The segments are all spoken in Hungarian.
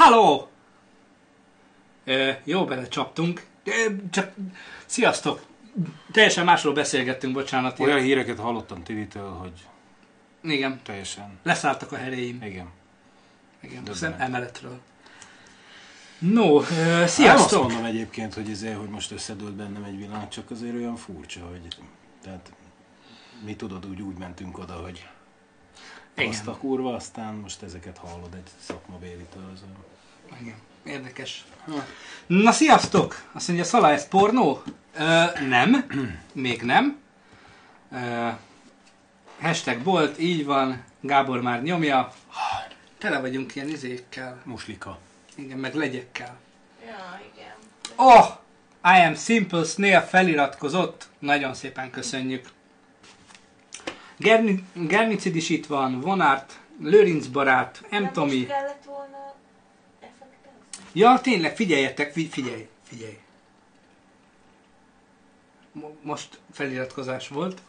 Halló! Jó belecsaptunk. Csak sziasztok! Teljesen másról beszélgettünk, bocsánat. Olyan híreket hallottam Tivitől, hogy igen. Teljesen. Leszálltak a heréim. Igen. Igen, emeletről. No, sziasztok! Nem azt mondom egyébként, hogy most összedőlt bennem egy világ, csak azért olyan furcsa, hogy tehát mi tudod, úgy mentünk oda, hogy azt a kurva, aztán most ezeket hallod egy szakmabélitől. Igen, érdekes. Na sziasztok! Azt mondja, Szala, ez pornó? Nem, még nem. Hashtag bolt, így van, Gábor már nyomja. Tele vagyunk ilyen izékkel. Muslika. Igen, meg legyekkel. Ja, igen. Oh! I am Simple Snail feliratkozott. Nagyon szépen köszönjük. Gernicid is itt van, Vonart, Lőrinc barát, M. Tomi. Most kellett volna effektelni? Ja, tényleg, figyeljetek, figyelj. Most feliratkozás volt.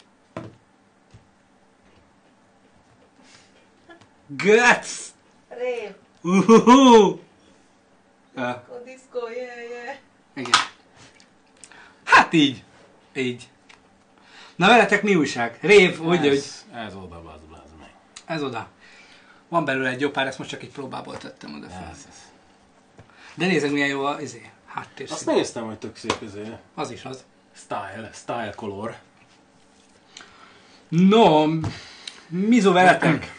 Götz! Rév. Ja, Diszkó, yeah. igen. Hát így. Na veletek mi újság? Rév, úgy. Ez oda, bazd meg. Ez oda. Van belőle egy jó pár, ezt most csak egy próbából tettem oda fel. De nézzük milyen jó a háttér. Azt néztem, hogy tök szép Az is az. Style color. No, mizo veletek?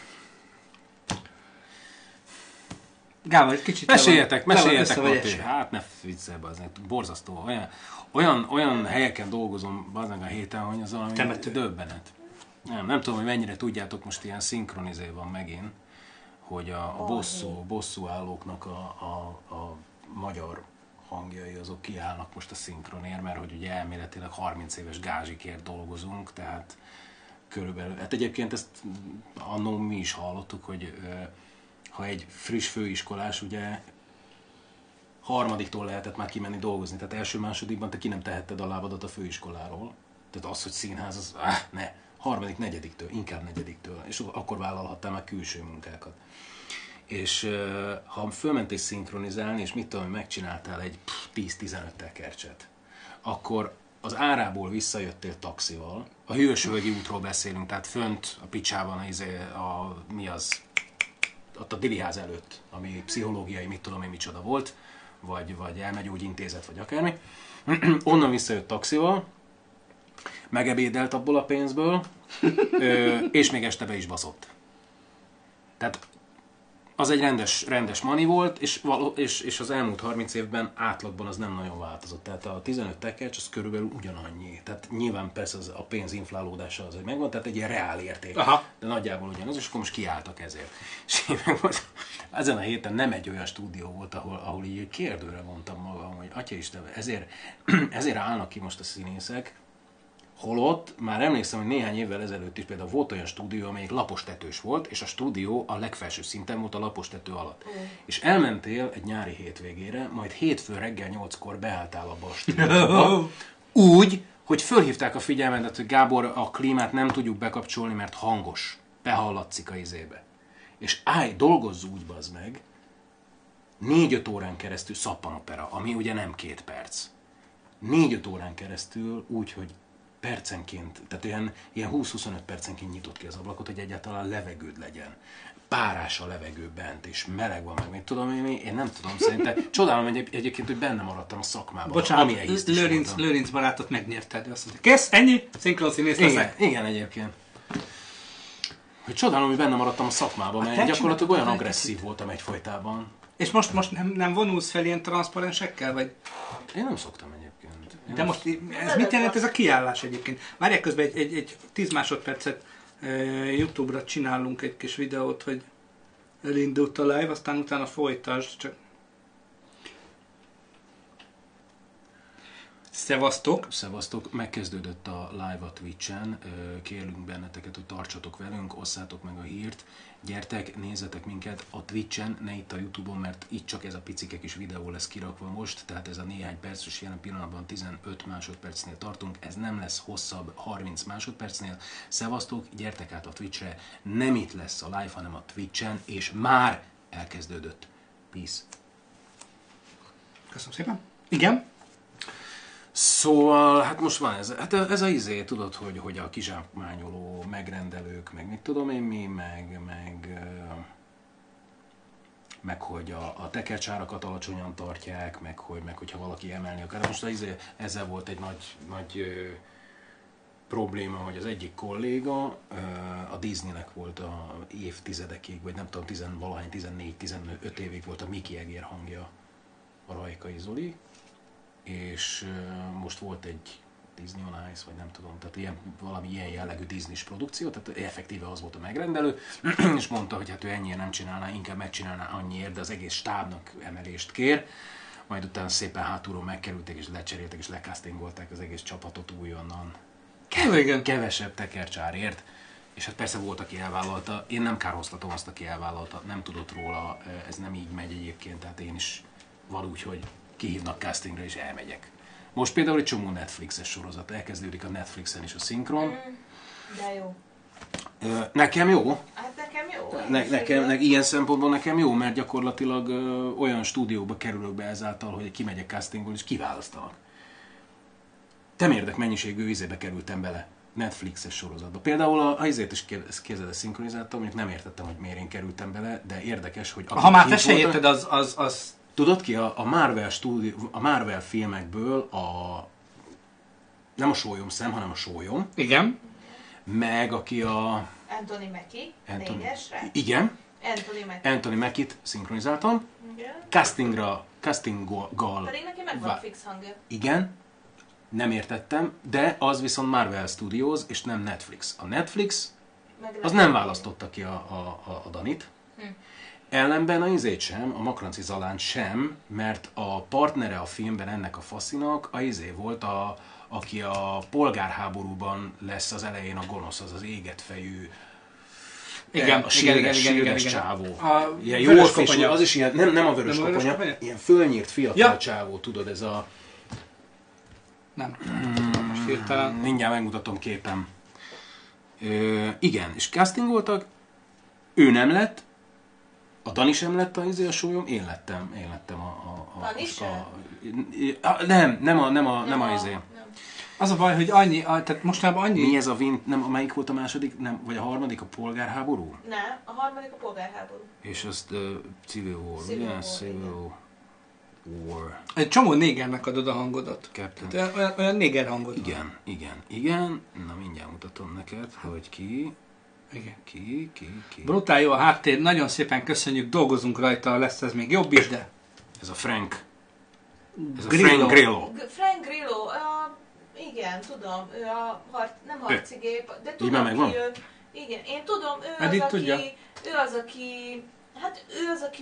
Gábor, egy kicsit Meséljetek, Mati. Hát ne viccelj, borzasztó. Olyan helyeken dolgozom bazdmeg a héten, hogy az valami döbbenet. Nem tudom, hogy mennyire tudjátok, most ilyen szinkronizé van megint, hogy a bosszú állóknak a magyar hangjai azok kiállnak most a szinkronért, mert hogy ugye elméletileg 30 éves gázsikért dolgozunk, tehát körülbelül, hát egyébként ezt annó mi is hallottuk, hogy ha egy friss főiskolás, ugye harmadiktól lehetett már kimenni dolgozni, tehát első-másodikban te ki nem tehetted a lábadat a főiskoláról, tehát az, hogy színház, az harmadik, negyediktől, inkább negyediktől, és akkor vállalhattál meg külső munkákat. És ha fölmentél szinkronizálni, és mit tudom, megcsináltál egy 10-15 tekercset, akkor az árából visszajöttél taxival, a Hűvösvölgyi útról beszélünk, tehát fönt a picsában mi az, ott a Diliház előtt, ami pszichológiai, mit tudom én micsoda volt, vagy elmegyógyintézet, vagy akármi. Onnan visszajött taxival, megebédelt abból a pénzből, és még este be is baszott. Tehát az egy rendes mani volt, és az elmúlt 30 évben átlagban az nem nagyon változott. Tehát a 15 tekercs az körülbelül ugyanannyi. Tehát nyilván persze a pénz inflálódása az, hogy megvan, tehát egy ilyen reál érték. Aha. De nagyjából ugyanaz, és akkor most kiálltak ezért. És én most ezen a héten nem egy olyan stúdió volt, ahol így kérdőre mondtam magam, hogy Atyaisten, ezért állnak ki most a színészek, holott már emlékszem, hogy néhány évvel ezelőtt is például volt olyan stúdió, amelyik lapostetős volt, és a stúdió a legfelső szinten volt a lapostető alatt. És elmentél egy nyári hétvégére, majd hétfő reggel 8-kor beálltál abba a stúdióba, úgy, hogy fölhívták a figyelmedet, hogy Gábor, a klímát nem tudjuk bekapcsolni, mert hangos. Behallatszik a izébe. És dolgozz úgy, bazd meg, 4-5 órán keresztül szappanopera, ami ugye nem 2 perc. 4-5 órán keresztül úgy, hogy percenként, tehát ilyen 20-25 percenként nyitott ki az ablakot, hogy egyáltalán levegőd legyen. Párás a levegő bent, és meleg van meg, mit tudom én nem tudom, szerintem csodálom egyébként, hogy benne maradtam a szakmában. Bocsánat, Lőrinc barátot megnyerted, azt mondta, kész, ennyi, szinkronszínész leszek. Igen, egyébként. Hogy csodálom, hogy benne maradtam a szakmában, mert gyakorlatilag olyan agresszív voltam egyfolytában. És most nem vonulsz fel ilyen transzparensekkel, vagy? Én nem szoktam egyébként. De most ez mit jelent ez a kiállás egyébként? Várják, közben egy 10 másodpercet YouTube-ra csinálunk egy kis videót, hogy elindult a live, aztán utána folytasd, csak... Szevasztok, megkezdődött a live a Twitch-en, kérlünk benneteket, hogy tartsatok velünk, osszátok meg a hírt, gyertek, nézzetek minket a Twitch-en, ne itt a YouTube-on, mert itt csak ez a picike kis videó lesz kirakva most, tehát ez a néhány perc, és jelen pillanatban 15 másodpercnél tartunk, ez nem lesz hosszabb 30 másodpercnél. Szevasztok, gyertek át a Twitch-re, nem itt lesz a live, hanem a Twitch-en, és már elkezdődött. Peace. Köszönöm szépen. Igen? Szóval, hát most van ez a izé, tudod, hogy a kizsákmányoló megrendelők, meg mit tudom én mi, meg hogy a tekercsárakat alacsonyan tartják, meg hogyha valaki emelni akar. Most ezzel volt egy nagy probléma, hogy az egyik kolléga a Disneynek volt a évtizedekig, vagy nem tudom, 14-15 évig volt a Mickey Egér hangja a Rajkai Zoli, és most volt egy Disney on Ice, vagy nem tudom, tehát valami ilyen jellegű Disney-s produkció, tehát effektíve az volt a megrendelő, és mondta, hogy hát ő ennyiért nem csinálná, inkább megcsinálná annyiért, de az egész stábnak emelést kér, majd utána szépen hátulról megkerülték, és lecseréltek, és lecastingolták az egész csapatot újonnan. Kevesebb tekercsárért, és hát persze volt, aki elvállalta, én nem kárhoztatom azt, aki elvállalta, nem tudott róla, ez nem így megy egyébként, tehát én is van úgy, hogy kihívnak castingra, és elmegyek. Most például egy csomó Netflixes sorozat, elkezdődik a Netflixen is a szinkron. De jó. Nekem jó. Hát nekem jó. Ilyen szempontból nekem jó, mert gyakorlatilag olyan stúdióba kerülök be ezáltal, hogy kimegyek castingból, és kiválasztanak. Temérdek mennyiségű izébe kerültem bele. Netflixes sorozatba. Például azért is kézzel szinkronizáltam, mondjuk nem értettem, hogy miért én kerültem bele, de érdekes, hogy... Ha már te se érted, az... Tudod ki, a Marvel filmekből nem a sólyom szem, hanem a sólyom. Igen. Meg aki a... Anthony Mackie, négyesre. Igen. Anthony Mackie-t szinkronizáltam. Igen. Castinggal... Pedig neki megvan fix hangja. Igen. Nem értettem, de az viszont Marvel Studios, és nem Netflix. A Netflix, az nem választotta ki a Danit. Ellenben a izét sem, a Makranci Zalánt sem, mert a partnere a filmben ennek a faszinak a izé volt, aki a polgárháborúban lesz az elején a gonosz, az égett fejű, igen, a sírges csávó. Ilyen jól fésű, az is ilyen, nem a vörös koponya, ilyen fölnyírt fiatal csávó, tudod, ez a... Nem. Most hirtelen. Mindjárt megmutatom képen. Igen, és castingoltak, ő nem lett, a Dani sem lett a sólyom, én lettem nem a izé. Az a baj, hogy annyi, tehát mostanában annyi... Mi ez a melyik volt a második, vagy a harmadik, a polgárháború? Nem, a harmadik a polgárháború. És azt Civil War, ugye? Civil War. Egy csomó négernek adod a hangodat. Olyan néger hangot. Igen. Na mindjárt mutatom neked, hogy ki. Igen. Ki. Brutál jó a háttér, nagyon szépen köszönjük, dolgozunk rajta, lesz ez még jobb is, de... Ez a Frank Grillo. Frank Grillo, igen, tudom, ő nem harcigép, de tudom megvan? ki ő. Igen, én tudom, ő az, aki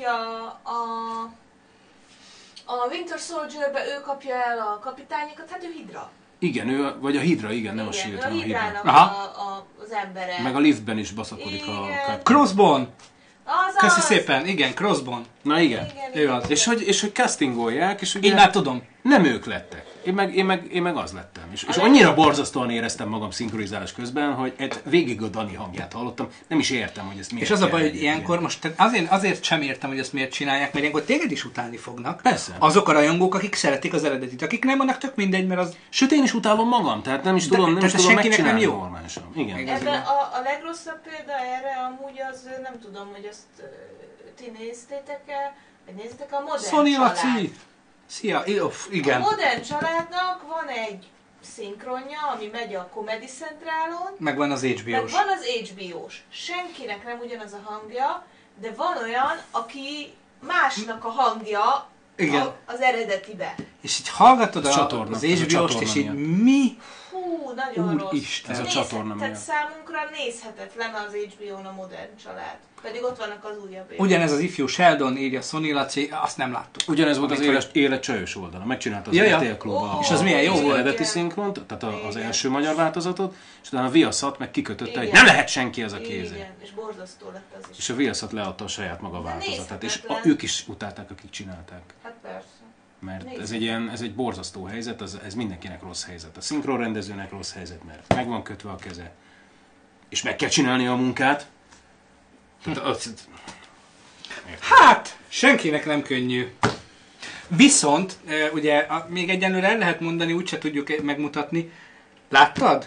a Winter Soldier-be ő kapja el a kapitányokat, hát ő Hydra. Igen, vagy a Hydra, igen, nem a Shield, hanem a Hydrának az embere. Meg a liftben is baszakodik a Crossbone! Köszi szépen, igen, Crossbone. Na igen. Ő az. És hogy castingolják, és ugye... Én már tudom. Nem ők lettek. Én meg az lettem. És annyira borzasztóan éreztem magam szinkronizálás közben, hogy végig a Dani hangját hallottam, nem is értem, hogy ezt miért. És az a baj, hogy ilyenkor most azért sem értem, hogy ezt miért csinálják, mert ilyenkor téged is utálni fognak. Persze. Azok a rajongók, akik szeretik az eredetit, akik nem, annak tök mindegy, mert az... Sőt, én is utálom magam, tehát nem is tudom megcsinálni nem jó. Normálisan. Igen. Ebben a legrosszabb példa erre amúgy az, nem tudom, hogy azt ti néztétek-e, vagy néztétek a Modern Sony Család. Laci! Szia! Igen. A Modern Családnak van egy szinkronja, ami megy a Comedy Centralon. Meg van az HBO-s. Meg van az HBO-s. Senkinek nem ugyanaz a hangja, de van olyan, aki másnak a hangja az eredetibe. És így hallgatod az HBO-st, és így mi? Hú, nagyon rossz. Isten. Ez a csatorna tehát számunkra nézhetetlen az HBO-n a Modern Család. Pedig ott vannak az újabb évek. Ugyanez az ifjú Sheldon, írja Sony Laci, azt nem láttuk. Ugyanez volt az élet csajos oldala. Megcsinálta az RTL Klub és az milyen jó volt? eredeti szinkront, tehát az első magyar változatot, és utána a Viaszat meg kikötötte, hogy nem lehet senki az a kéze. Igen, és borzasztó lett az is. És a Viaszat leadta a saját maga változatát, és ők is utálták, akik csinálták. Hát persze. Mert ez egy borzasztó helyzet, ez mindenkinek rossz helyzet. A szinkronrendezőnek rossz helyzet, mert meg van kötve a keze. És meg kell csinálni a munkát. Hát, senkinek nem könnyű. Viszont, ugye, még egyenlőre el lehet mondani, úgyse tudjuk megmutatni. Láttad?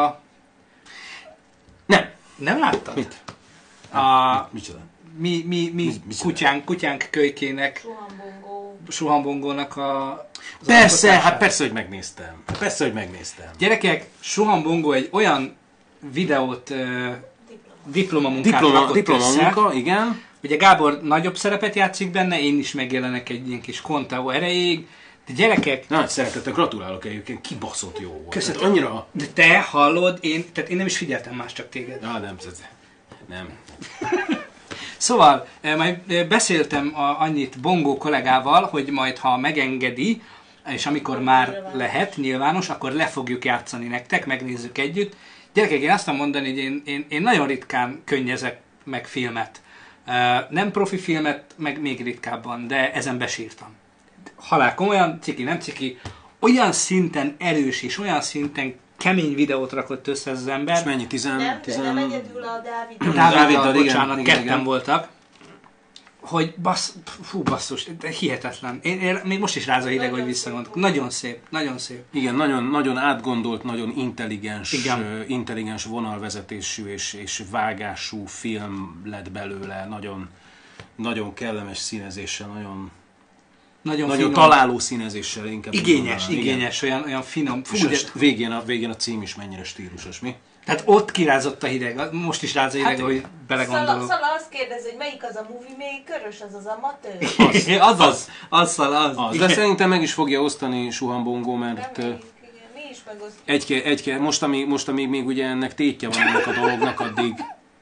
Nem. Nem láttad? Mit? Micsoda? Mi kutyánk kölykének, Suhambongónak persze, hát persze, hogy megnéztem. Gyerekek, Suhambongó egy olyan videót, diplomamunkát rakott össze. Igen. Ugye Gábor nagyobb szerepet játszik benne, én is megjelenek egy ilyen kis kontáó erejéig. De gyerekek... Nagy szeretettel gratulálok egyébként, kibaszott jó volt. Köszönöm. Annyira... De te hallod, én nem is figyeltem más, csak téged. Nem. Szóval, majd beszéltem annyit Bongó kollégával, hogy majd ha megengedi, és amikor már lehet, nyilvános, akkor le fogjuk játszani nektek, megnézzük együtt. Gyerekek, én azt tudom mondani, hogy én nagyon ritkán könnyezek meg filmet. Nem profi filmet, meg még ritkábban, de ezen besírtam. Halál komolyan, ciki, nem ciki, olyan szinten erős és olyan szinten kemény videót rakott össze ez az ember. És mennyi? Nem egyedül a Dáviddal, bocsánat, ketten voltak. Hogy basszus, hihetetlen. Én még most is ráz a hideg, hogy visszagondolok. Nagyon szép, nagyon szép. Igen, nagyon átgondolt, nagyon intelligens vonalvezetésű és vágású film lett belőle. Nagyon kellemes színezéssel, nagyon találó színezéssel inkább. Igényes, olyan finom. És végén a cím is mennyire stílusos, mi? Tehát ott kirázott a hideg, most is ráz a hideg, hogy belegondolok. Szala azt kérdezi, hogy melyik az a movie maker, az amatőr? Az. De szerintem meg is fogja osztani Suhambongó, mert... Mi is megosztjuk. Most amíg még ugye ennek tétje van ennek a dolognak, addig...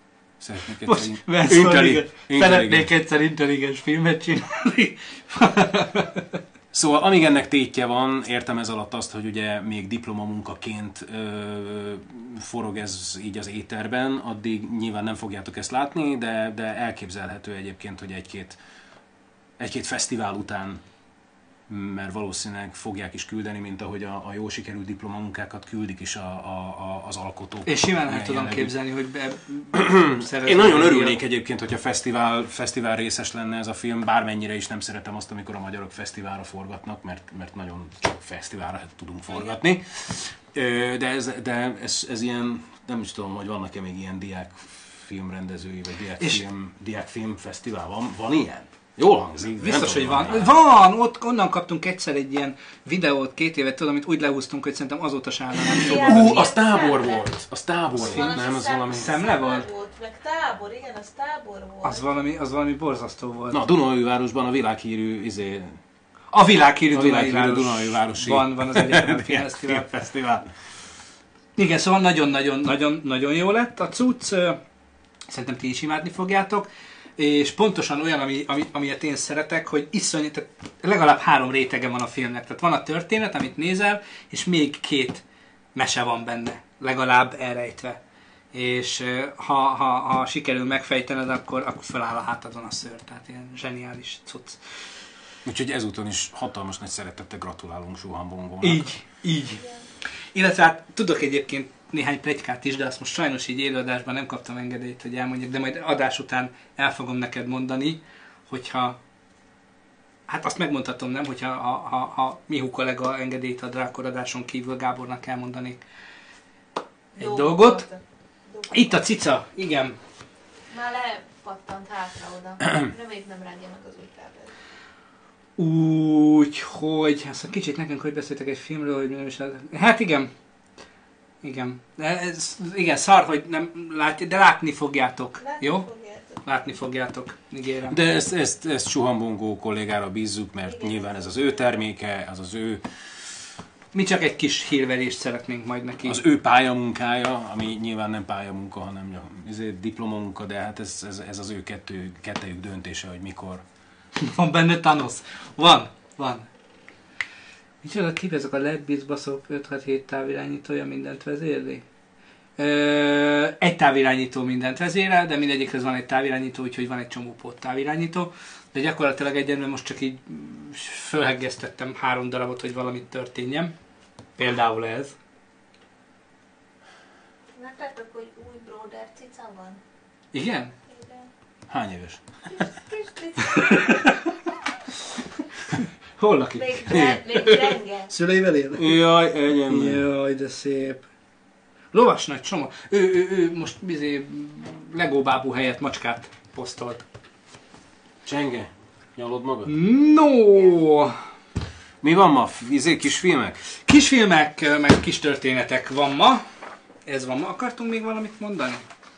Szeretnék egyszer intelligens filmet csinálni. Szóval amíg ennek tétje van, értem ez alatt azt, hogy ugye még diplomamunkaként forog ez így az éterben, addig nyilván nem fogjátok ezt látni, de elképzelhető egyébként, hogy egy-két fesztivál után, mert valószínűleg fogják is küldeni, mint ahogy a jó sikerült diplomamunkákat küldik is az alkotók. És simán el tudom képzelni, hogy én nagyon örülnék egyébként, hogyha fesztivál részes lenne ez a film, bármennyire is nem szeretem azt, amikor a magyarok fesztiválra forgatnak, mert nagyon csak fesztiválra tudunk forgatni. De ez ilyen, nem is tudom, hogy vannak-e még ilyen diákfilmrendezői, vagy diákfilm fesztivál. Van ilyen? Jól hangzik. Biztos, hogy van. Van! Ott onnan kaptunk egyszer egy ilyen videót 2 évet, tudom, amit úgy lehúztunk, hogy szerintem azóta se állna. Az tábor volt! Az tábor volt, nem? Az valami... Szemle volt? Meg tábor, igen, az tábor volt. Az valami borzasztó volt. Na, Dunaújvárosban a világhírű A világhírű Dunaújvárosi. Van az egyetemen filmfesztivál. Igen, szóval nagyon jó lett a cucc. Szerintem ti is imádni fogjátok. És pontosan olyan, amilyet én szeretek, hogy iszonyat, tehát legalább 3 rétege van a filmnek. Tehát van a történet, amit nézel, és még 2 mese van benne, legalább elrejtve. És ha sikerül megfejtened, akkor feláll a hátadon a szőr. Tehát ilyen zseniális cucc. Úgyhogy ezúton is hatalmas nagy szeretettel gratulálunk Suhambongónak. Így. Illetve hát tudok egyébként néhány pletykát is, de azt most sajnos így élőadásban nem kaptam engedélyt, hogy elmondjak, de majd adás után el fogom neked mondani, hogyha... Hát azt megmondhatom, nem? Hogyha ha Mihu kollega engedélyt ad rá, akkor adáson kívül Gábornak elmondanék egy dolgot. Itt a cica, igen. Már lepattant hátra oda. Reméljük nem rágja meg az új kábelt. Úgyhogy, azt kicsit nekünk, hogy beszéltek egy filmről, hogy nem is... Hát igen. Igen, szar, hogy nem látja, de látni fogjátok. Jó? Látni fogjátok, ígérem. De ezt Suhambongó kollégára bízzuk, mert igen, nyilván ez az ő terméke, az ő... Mi csak egy kis hírverést szeretnénk majd neki. Az ő pályamunkája, ami nyilván nem pályamunka, hanem diplomamunka, de hát ez az ő kettejük döntése, hogy mikor. Van benne Thanos. Van. Micsoda kép ezek a LED bizbaszok 5-6-7 távirányítója mindent vezérli? Egy távirányító mindent vezérel, de mindegyikhez van egy távirányító, úgyhogy van egy csomó pót távirányító. De gyakorlatilag egyenlően most csak így fölheggeztettem 3 darabot, hogy valamit történjen. Például ez. Láttátok, hogy új Broder cica van? Igen? Hány éves? Hol lakik? Még gyenge. Szüleivel él? Jaj, egyen. Jaj, de szép. Lovas nagy csomó. Ő most Lego bábú helyett macskát posztolt. Csenge, nyalod magad? No! Mi van ma? Kis filmek? Kisfilmek, meg kis történetek van ma. Ez van ma. Akartunk még valamit mondani?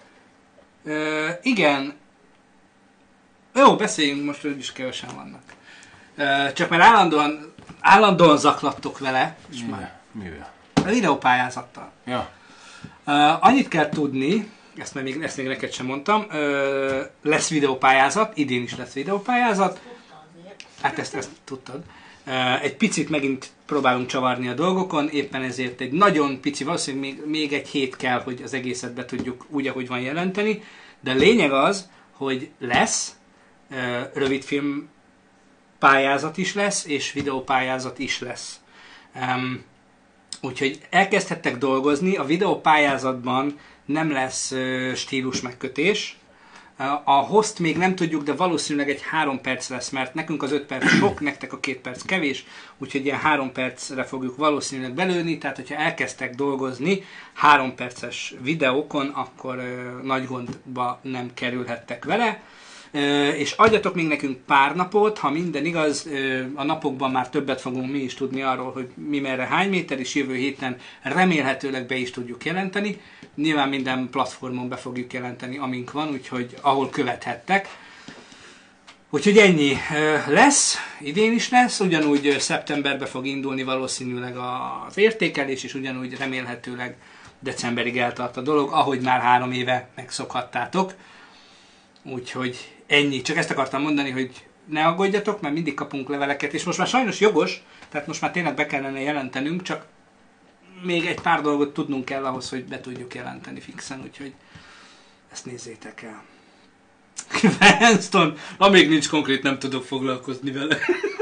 Igen. Jó, beszéljünk most, hogy is kevesen vannak. Csak mert állandóan zaklattok vele. Mivel? A videópályázattal. Ja. Annyit kell tudni, ezt még neked sem mondtam, lesz videópályázat, idén is lesz videópályázat. Hát ezt tudtad. Egy picit megint próbálunk csavarni a dolgokon, éppen ezért egy nagyon pici, valószínűleg még egy hét kell, hogy az egészet be tudjuk úgy, ahogy van jelenteni, de a lényeg az, hogy lesz rövidfilm pályázat is lesz, és videópályázat is lesz. Úgyhogy elkezdhettek dolgozni, a videópályázatban nem lesz stílus megkötés. A host még nem tudjuk, de valószínűleg egy 3 perc lesz, mert nekünk az 5 perc sok, nektek a 2 perc kevés, úgyhogy ilyen 3 percre fogjuk valószínűleg belőni, tehát hogyha elkezdtek dolgozni 3 perces videókon, akkor nagy gondba nem kerülhettek vele. És adjatok még nekünk pár napot, ha minden igaz, a napokban már többet fogunk mi is tudni arról, hogy mi merre hány méter, és jövő héten remélhetőleg be is tudjuk jelenteni. Nyilván minden platformon be fogjuk jelenteni, amink van, úgyhogy ahol követhettek. Úgyhogy ennyi lesz, idén is lesz, ugyanúgy szeptemberben fog indulni valószínűleg az értékelés, és ugyanúgy remélhetőleg decemberig eltart a dolog, ahogy már 3 éve megszokhattátok. Úgyhogy ennyi. Csak ezt akartam mondani, hogy ne aggódjatok, mert mindig kapunk leveleket, és most már sajnos jogos, tehát most már tényleg be kellene jelentenünk, csak még egy pár dolgot tudnunk kell ahhoz, hogy be tudjuk jelenteni fixen, úgyhogy ezt nézzétek el. Vanston, amíg nincs konkrét, nem tudok foglalkozni vele.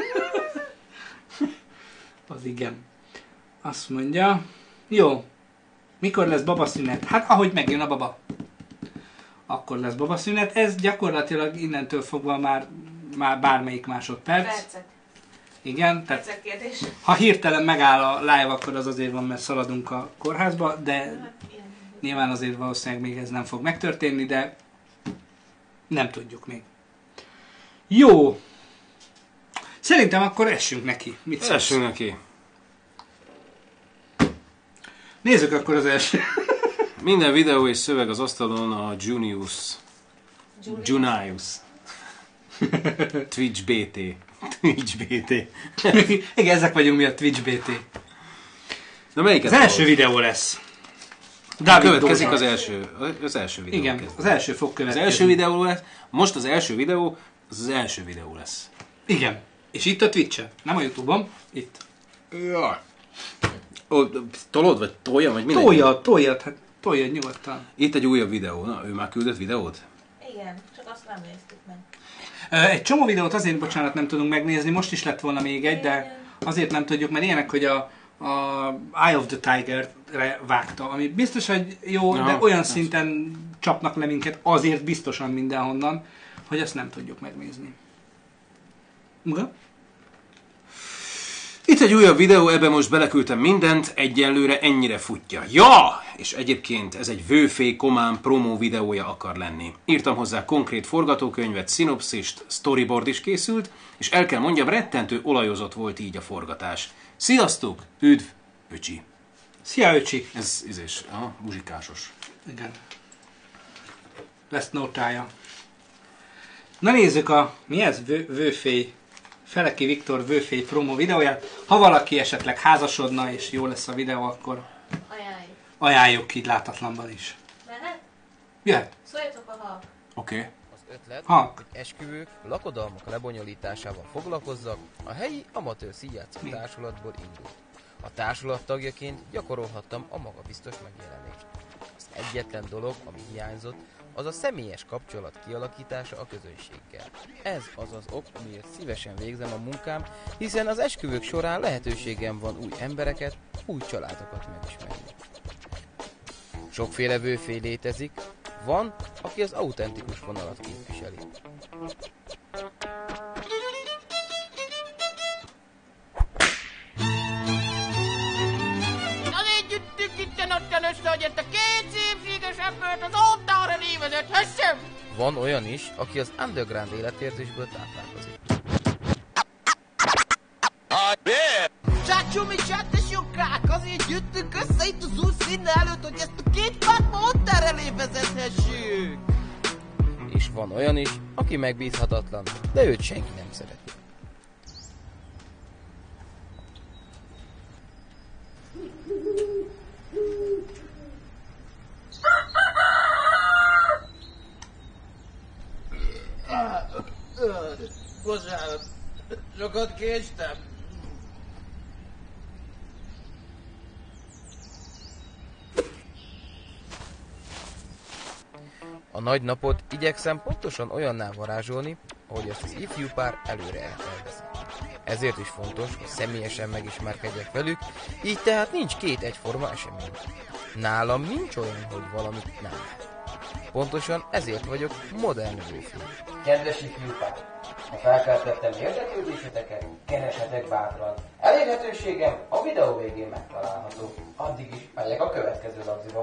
Az igen. Azt mondja, jó, mikor lesz babaszünet? Hát ahogy megjön a baba. Akkor lesz babaszünet. Ez gyakorlatilag innentől fogva már bármelyik másodperc. Percek. Igen, tehát ha hirtelen megáll a live, akkor az azért van, mert szaladunk a kórházba, de nyilván azért valószínűleg még ez nem fog megtörténni, de nem tudjuk még. Jó. Szerintem akkor essünk neki. Mit szólsz? Essünk neki. Nézzük akkor az első. Minden videó és szöveg az asztalon a Junius. Twitch BT. Igen, ezek vagyunk mi a Twitch BT. Na melyiket? Az első videó lesz. Következik az első videó. Igen, az első fog következni. Az első videó lesz. Most az első videó, az első videó lesz. Igen. És itt a Twitch-en, nem a YouTube-on, itt. Ja. Tolod, vagy toljam, vagy mi? Tolja nyugodtan. Itt egy újabb videó. Na, ő már küldött videót? Igen, csak azt nem néztük meg. Egy csomó videót azért, bocsánat, nem tudunk megnézni, most is lett volna még egy, de azért nem tudjuk, mert ilyenek, hogy a Eye of the Tiger-re vágta, ami biztos, hogy jó, de olyan szinten csapnak le minket, azért biztosan mindenhonnan, hogy ezt nem tudjuk megnézni. Uga? Itt egy újabb videó, ebben most beleküldtem mindent, egyelőre ennyire futja. Ja! És egyébként ez egy Vőfé Komán promó videója akar lenni. Írtam hozzá konkrét forgatókönyvet, szinopszist, storyboard is készült, és el kell mondjam, rettentő olajozott volt így a forgatás. Sziasztok! Üdv! Öcsi! Szia, Öcsi! Ez muzsikásos. Igen. Lesz nótája. Na nézzük mi ez? Vőfé. Feleki Viktor Vőfé promo videóját. Ha valaki esetleg házasodna és jó lesz a videó, akkor ajánljuk így látatlanban is. Mehet? Jöhet. Szóljatok a hang. Oké. Az ötlet, Hang. hogy esküvők lakodalmak lebonyolításával foglalkozzak, a helyi amatőr színjátszó társulatból indult. A társulat tagjaként gyakorolhattam a magabiztos megjelenést. Az egyetlen dolog, ami hiányzott, az a személyes kapcsolat kialakítása a közönséggel. Ez az az ok, amiért szívesen végzem a munkám, hiszen az esküvők során lehetőségem van új embereket, új családokat megismerni. Sokféle vőfé létezik, Van, aki az autentikus vonalat képviseli. Hogy ezt a két szépséges embert az oltára névezethessem! Van olyan is, aki az underground életérzésből táplálkozik. Csácsó, mi csáttesokák! Azért jöttünk össze itt az új színe előtt, hogy ezt a két párt ma oltár elé vezethessük! És van olyan is, aki megbízhatatlan, de őt senki nem szereti. Bocsánat, sokat késtem. A nagy napot igyekszem pontosan olyanná varázsolni, ahogy ezt az ifjú pár előre eltervezi. Ezért is fontos, hogy személyesen megismerkedjek velük, így tehát nincs két egyforma esemény. Nálam nincs olyan, hogy valamit nem. Pontosan ezért vagyok modern növőfél. Kedves ifjúpár, ha felkeltettem érdeklődéseteket, keresetek bátran. Elérhetőségem a videó végén megtalálható. Addig is megyek a következő lagziba.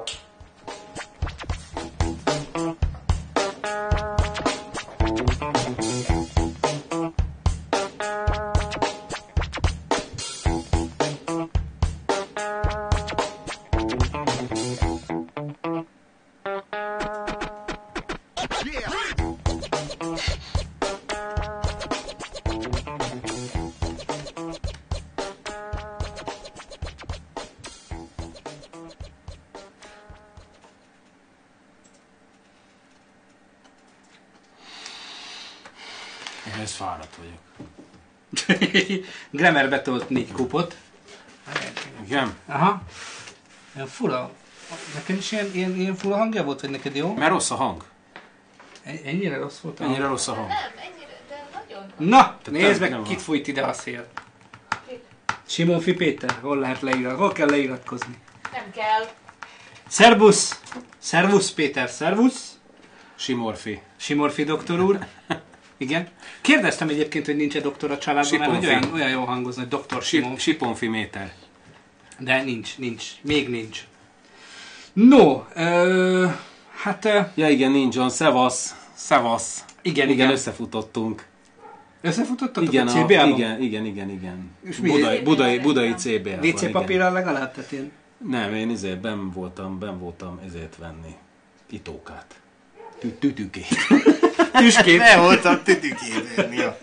Ehhez fáradt vagyok. Grammar betolt 4 kupot. Igen? Aha. Ilyen fura. Nekem is ilyen fura hangja volt, vagy neked jó? Mert rossz a hang. Ennyire rossz volt? Ennyire rossz a hang. Nem, ennyire, de nagyon. Na, nézd nem meg, van. kit fújt ide a szél. Simonfi Péter, hol kell leiratkozni? Nem kell. Szervusz! Szervusz Péter, szervusz! Simorfi. Simorfi doktor úr. Igen. Kérdeztem egyébként, hogy nincs-e doktor a családban, mert hogy olyan jól hangozna, hogy doktor Simon. Siponfi méter. De nincs. Még nincs. No, hát... Ja igen, nincs John. Szevasz. Igen. Összefutottunk. Összefutottatok Igen, a CBA-ban? Igen. És Budai CBA-ban. WC papírral legalább? Tehát én... Nem, én benn voltam ezért venni itókát. Tütükét. Tüskét. Ne voltam tütükét. Ja.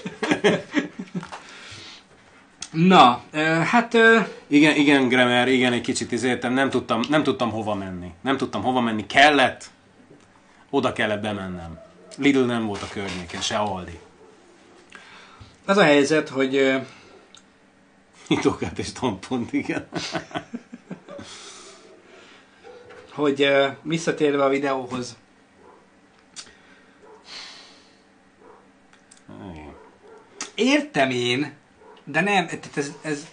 Na, hát... Igen, Grammar, igen, egy kicsit izéltem, nem tudtam hova menni. Nem tudtam hova menni, kellett, oda kellett bemennem. Lidl nem volt a környéken, se Aldi. Az a helyzet, hogy... Itókát és tampont, igen. hogy visszatérve a videóhoz. Értem én, de nem, ez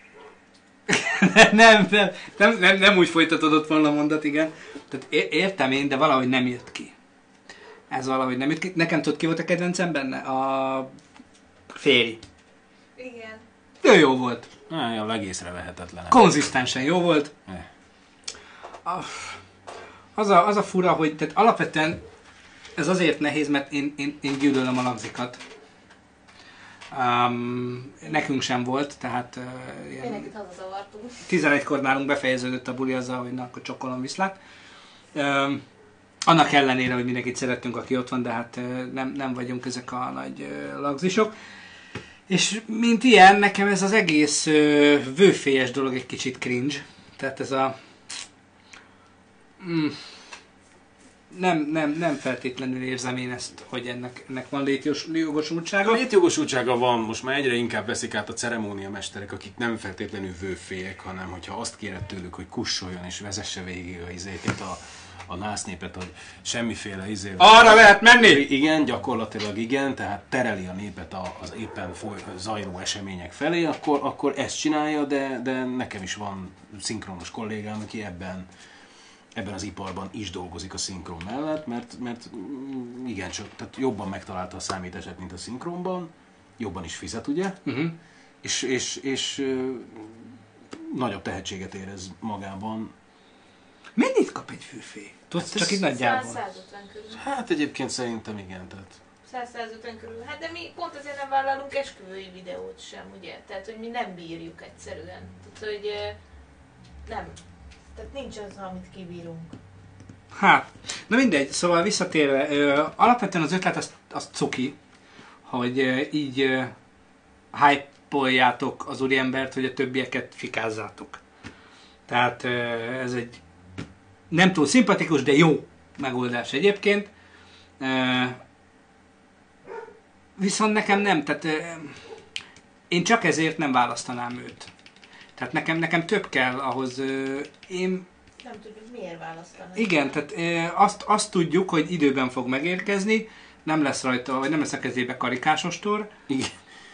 nem úgy folytatódott volna a mondat, igen. Tehát értem én, de valahogy nem jött ki. Ez valahogy nem jött ki. Nekem tudod, ki volt a kedvencem benne? A férj. Igen. Ő jó volt. A legészrevehetetlen. Konzisztensen jó volt. Az a fura, hogy tehát alapvetően ez azért nehéz, mert én gyűlölöm a lagzikat. Nekünk sem volt, tehát... Mindenkit hazazavartunk. 11-kor nálunk befejeződött a buli azzal, hogy na, akkor csokolom viszlát. Annak ellenére, hogy mindenkit szerettünk, aki ott van, de hát nem vagyunk ezek a nagy lagzisok. És mint ilyen, nekem ez az egész vőfélyes dolog egy kicsit cringe. Tehát ez a... Nem feltétlenül érzem én ezt, hogy ennek van létjogosultsága. A létjogosultsága van, most már egyre inkább veszik át a ceremóniamesterek, akik nem feltétlenül vőfélyek, hanem hogyha azt kéred tőlük, hogy kussoljon és vezesse végig a izéket, a násznépet, hogy semmiféle izével... Arra lehet menni! Igen, gyakorlatilag igen, tehát tereli a népet az éppen zajló események felé, akkor ezt csinálja, de nekem is van szinkronos kollégám, aki ebben az iparban is dolgozik a szinkron mellett, mert igen, csak tehát jobban megtalálta a számítását, mint a szinkronban, jobban is fizet, ugye? És nagyobb tehetséget érez magában. Mennyit kap egy főfé? Tudsz, csak így nagyjából. 100-150 körül. Hát egyébként szerintem igen, tehát... 100-150 körül. Hát de mi pont azért nem vállalunk esküvői videót sem, ugye? Tehát, hogy mi nem bírjuk egyszerűen. Tehát, hogy nem. Tehát nincs az, amit kibírunk. Hát, na mindegy, szóval visszatérve, alapvetően az ötlet az cuki, hogy így hype-oljátok az úriembert, hogy a többieket fikázzátok. Tehát ez egy nem túl szimpatikus, de jó megoldás egyébként. Viszont nekem nem, tehát én csak ezért nem választanám őt. Tehát nekem több kell ahhoz, én... Nem tudjuk, miért választanak. Igen, tehát azt tudjuk, hogy időben fog megérkezni, nem lesz rajta, vagy nem lesz a kezébe karikásostor. Igen.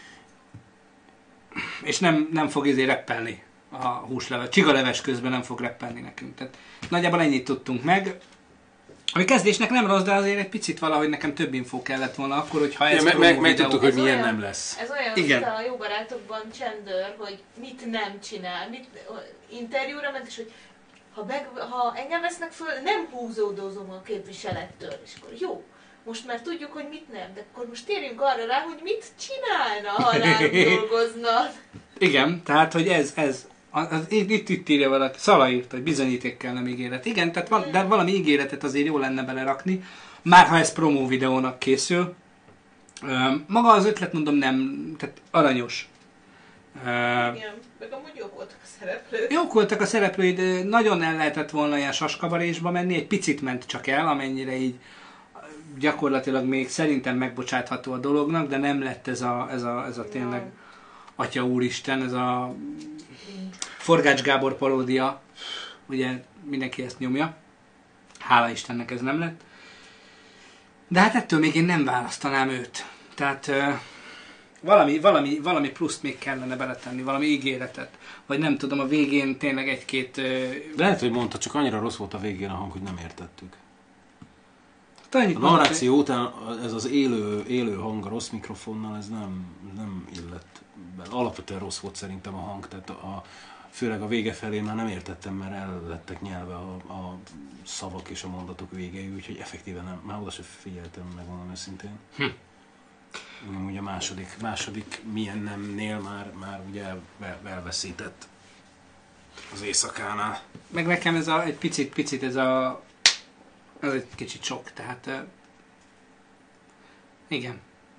És nem fog reppelni a húsleves. Csigaleves közben nem fog reppelni nekünk. Tehát nagyjából ennyit tudtunk meg. Ami kezdésnek nem rossz, de azért egy picit valahogy nekem több infó kellett volna akkor, hogyha ez megtudtuk, hogy milyen nem lesz. Ez olyan, mint a Jó Barátokban Chandler, hogy mit nem csinál. Interjúra ment, és hogy ha engem vesznek föl, nem húzódozom a képviselettől. És akkor jó, most már tudjuk, hogy mit nem, de akkor most térjünk arra rá, hogy mit csinálna, ha ránk dolgozna. Igen, tehát, hogy ez itt írja valaki, Szala írt, hogy bizonyíték kell, nem ígéret. Igen, tehát de valami ígéretet azért jó lenne belerakni, már ha ez promó videónak készül. Maga az ötlet, mondom, nem, tehát aranyos. Igen, meg amúgy jók voltak a szereplők. Jók voltak a szereplőid, de nagyon el lehetett volna ilyen saskavarésba menni, egy picit ment csak el, amennyire így gyakorlatilag még szerintem megbocsátható a dolognak, de nem lett ez a tényleg Atya Úristen, ez a Forgács Gábor paródia, ugye mindenki ezt nyomja, hála Istennek ez nem lett. De hát ettől még én nem választanám őt. Tehát valami pluszt még kellene beletenni, valami ígéretet. Vagy nem tudom, a végén tényleg egy-két... Lehet, hogy mondta, csak annyira rossz volt a végén a hang, hogy nem értettük. A narráció után ez az élő hang a rossz mikrofonnal, ez nem illett be. Alapvetően rossz volt szerintem a hang, tehát főleg a vége felé már nem értettem, mert el lettek nyelve a szavak és a mondatok végei, úgyhogy effektíven nem, már oda sem figyeltem, megmondom őszintén. Ugye a második milyen nemnél már ugye elveszített az éjszakánál. Meg nekem ez egy picit ez egy kicsit sok, tehát igen.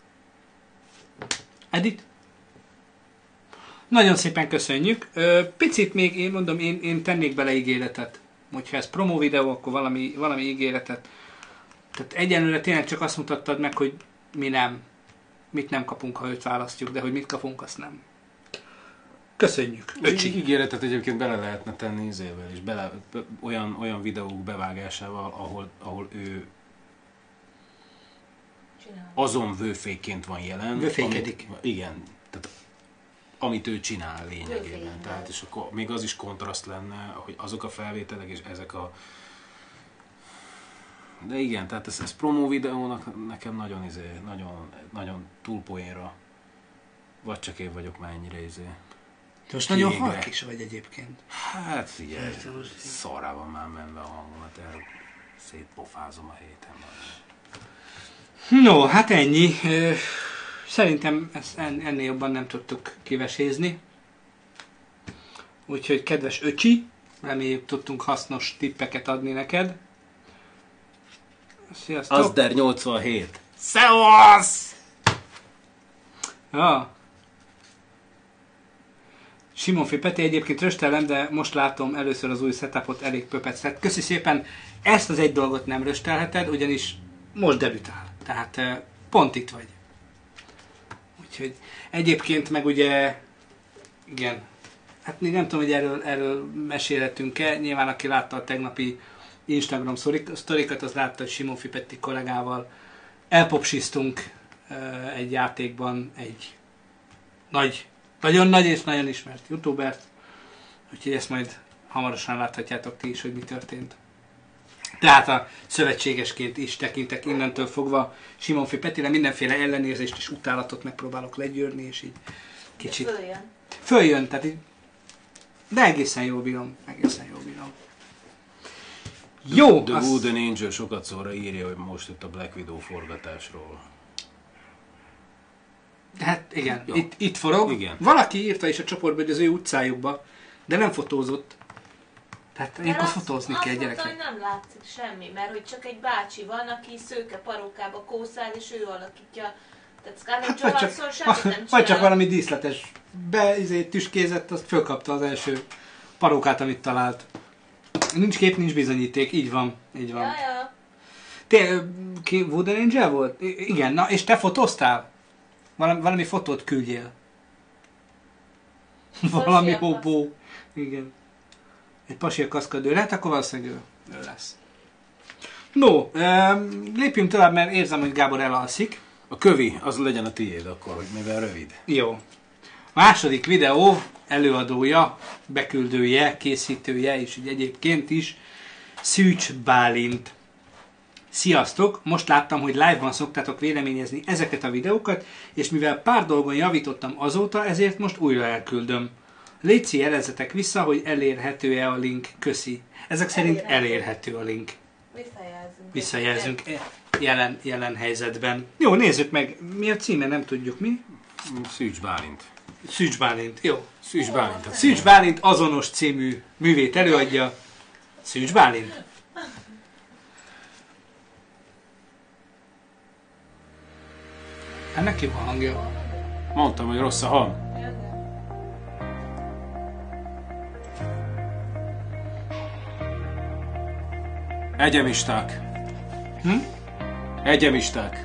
Edith? Nagyon szépen köszönjük. Picit még én mondom, én tennék bele ígéretet. Hogyha ez promó videó, akkor valami ígéretet. Tehát egyenlőre tényleg csak azt mutattad meg, hogy mit nem kapunk, ha őt választjuk, de hogy mit kapunk, azt nem. Köszönjük. Öcsi. Ígéretet egyébként bele lehetne tenni izével is, olyan videók bevágásával, ahol ő azon vőfékként van jelen. Vőfékedik. Igen. Tehát amit ő csinál lényegében. Tehát, és akkor még az is kontraszt lenne, hogy azok a felvételek és ezek a... De igen, tehát ez promó videónak nekem nagyon túlpoénra. Vagy csak én vagyok már ennyire most nagyon halk is vagy egyébként. Hát figyelj, szarrá van már menve a hangomat, szétpofázom a héten. No, hát ennyi. Szerintem ennél jobban nem tudtuk kivesézni. Úgyhogy kedves öcsi, reméljük tudtunk hasznos tippeket adni neked. Sziasztok! Azder 87! Szevasz! Ja. Simonfi Peti, egyébként röstelem, de most látom először az új setupot, elég pöpec. Köszi szépen, ezt az egy dolgot nem röstelheted, ugyanis most debütál. Tehát pont itt vagy. Úgyhogy egyébként meg ugye, igen, hát még nem tudom, hogy erről mesélhetünk-e. Nyilván aki látta a tegnapi Instagram sztorikat, az látta, hogy Simonfi Peti kollégával elpopsisztunk egy játékban egy nagyon nagy és nagyon ismert youtubert, úgyhogy ezt majd hamarosan láthatjátok ti is, hogy mi történt. Tehát a szövetségesként is tekintek innentől fogva Simonfi Petire, mindenféle ellenérzést és utálatot megpróbálok legyőrni, és így kicsit... Följön, tehát így... De egészen jól bírom, Jó! The Wooden Angel sokat szóra írja, hogy most itt a Black Widow forgatásról. Hát igen, itt forog. Igen. Valaki írta is a csoportba, hogy az ő utcájukba, de nem fotózott. Tehát ilyenkor fotózni kell gyerekek. Azt mondta, hogy nem látszik semmi, mert hogy csak egy bácsi van, aki szőke parókába kószál, és ő alakítja. Tehát Scarlett Johansson semmit nem csinál. Vagy csak valami díszletes tüskézett, azt fölkapta az első parókát, amit talált. Nincs kép, nincs bizonyíték, így van. Ja. Te, Wooden Angel volt? Igen, na és te fotóztál? Valami fotót küldjél. Valami hobó. Igen. Egy pasér kaszkadőr, hát akkor valószínűleg ő lesz. No, lépjünk tovább, mert érzem, hogy Gábor elalszik. A kövi, az legyen a tiéd akkor, hogy mivel rövid. Jó. Második videó előadója, beküldője, készítője, és így egyébként is Szűcs Bálint. Sziasztok! Most láttam, hogy live-ban szoktátok véleményezni ezeket a videókat, és mivel pár dolgon javítottam azóta, ezért most újra elküldöm. Léci, jelezzetek vissza, hogy elérhető-e a link. Köszi. Ezek szerint elérhető a link. Visszajelzünk jelen helyzetben. Jó, nézzük meg. Mi a címe, nem tudjuk mi. Szűcs Bálint. Szűcs Bálint, jó. Szűcs Bálint. Szűcs Bálint azonos című művét előadja. Szűcs Bálint. Ennek jó a hangja. Mondtam, hogy rossz a hang. Egyemisták. Egyemisták.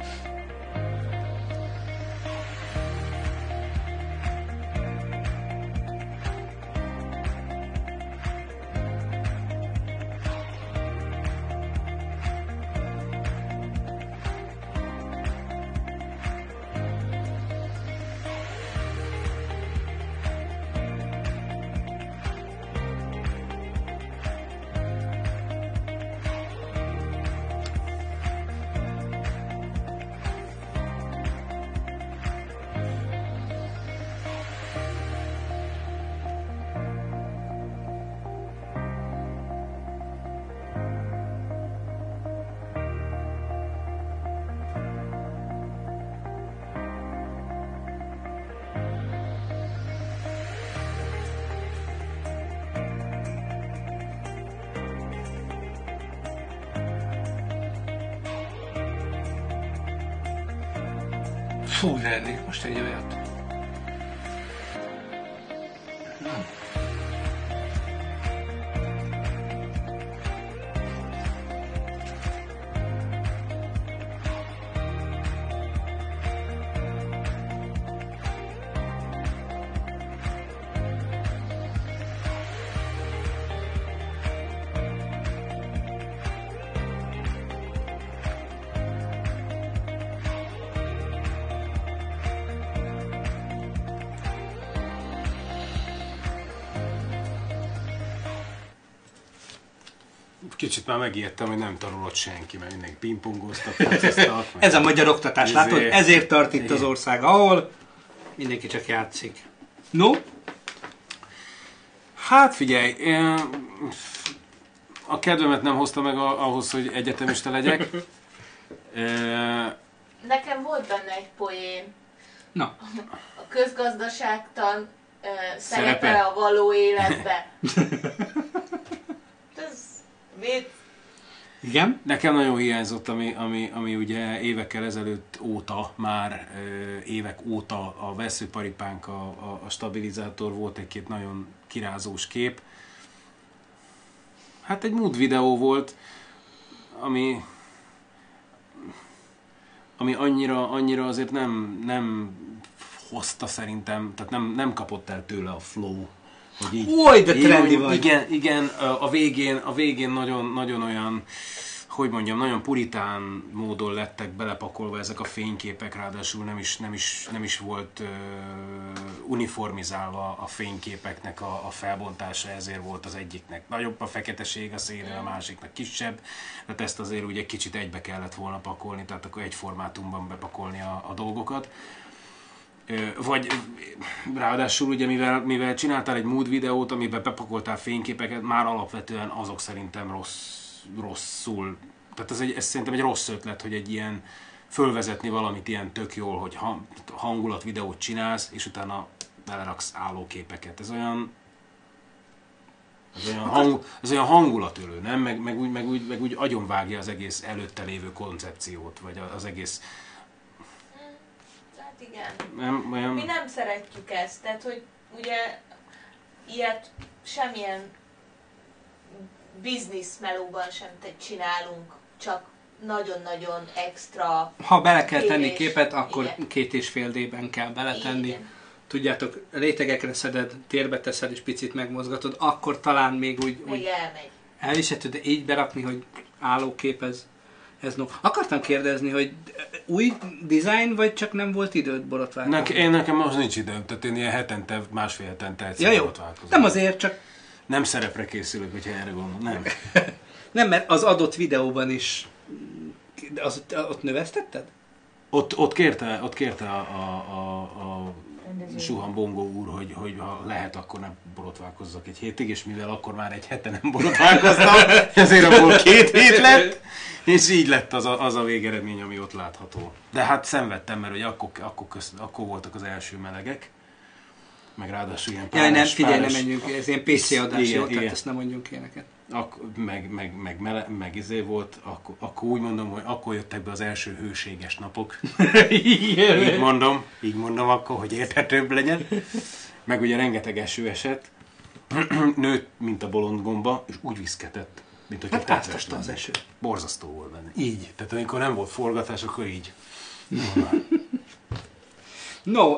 Fú, lennék most egy olyat. Kicsit már megijedtem, hogy nem tanulott senki, mert mindenki pingpongoztak. Ez a magyar oktatás, látod? Ezért tart itt az ország, ahol mindenki csak játszik. No? Hát figyelj, a kedvemet nem hozta meg ahhoz, hogy egyetemista legyek. Nekem volt benne egy poén. Na. A közgazdaságtan szerepe a való életbe. Ez vicc. Igen? Nekem nagyon hiányzott, ami ugye évekkel ezelőtt óta, már évek óta a vesszőparipánk, a stabilizátor volt egy-két nagyon kirázós kép. Hát egy mood videó volt, ami annyira azért nem hozta szerintem, tehát nem kapott el tőle a flow. Oly, de trendi vagy! Igen, a végén nagyon olyan hogy mondjam, nagyon puritán módon lettek belepakolva ezek a fényképek, ráadásul nem is volt uniformizálva a fényképeknek a felbontása, ezért volt az egyiknek nagyobb a feketeség a szélén, a másiknak kisebb, tehát ezt azért ugye kicsit egybe kellett volna pakolni, tehát akkor egy formátumban bepakolni a dolgokat. Vagy ráadásul ugye mivel csináltál egy mood videót, amiben bepakoltál fényképeket, már alapvetően azok szerintem rosszul. Tehát ez szerintem egy rossz ötlet, hogy egy ilyen fölvezetni valamit ilyen tök jól, hogy hangulatvideót csinálsz, és utána beleraksz állóképeket. Ez olyan hangulatölő, nem? Meg úgy agyonvágja az egész előtte lévő koncepciót, vagy az egész... Hát igen. Nem. Mi nem szeretjük ezt, tehát hogy ugye ilyet semmilyen bizniszmelóban sem csinálunk, csak nagyon-nagyon extra. Ha bele kell tenni képet, akkor 2,5 D-ben kell beletenni. Igen. Tudjátok, rétegekre szeded, térbe teszed és picit megmozgatod, akkor talán még úgy elmegy. Elviselhető, de így berakni, hogy állókép, ez no. Akartam kérdezni, hogy új design, vagy csak nem volt időd borotválkozni? Nekem most nincs időm, tehát én ilyen hetente, másfél hetente egyszer borotválkozom. Nem azért, csak... Nem szerepre készülök, hogyha erre gondolom, nem. Nem, mert az adott videóban is... ott növesztetted? Ott kérte a Suhan Bongó úr, hogy ha lehet, akkor nem borotválkozzak egy hétig, és mivel akkor már egy hete nem borotválkoztam, ezért abból 2 hét lett, és így lett az a végeredmény, ami ott látható. De hát szenvedtem, mert ugye akkor voltak az első melegek, meg ráadásul ilyen páros... nem, figyelj, nem menjünk, ez ilyen PC adás, jó, tehát ezt nem mondjunk ilyeneket. Meg izé volt, akkor úgy mondom, hogy akkor jöttek be az első hőséges napok. így mondom akkor, hogy érthetőbb legyen. Meg ugye rengeteg eső esett. Nőtt, mint a bolond gomba, és úgy viszketett, mint hogy átaszta az eső. Borzasztó volt benne. Így. Tehát amikor nem volt forgatás, akkor így. No,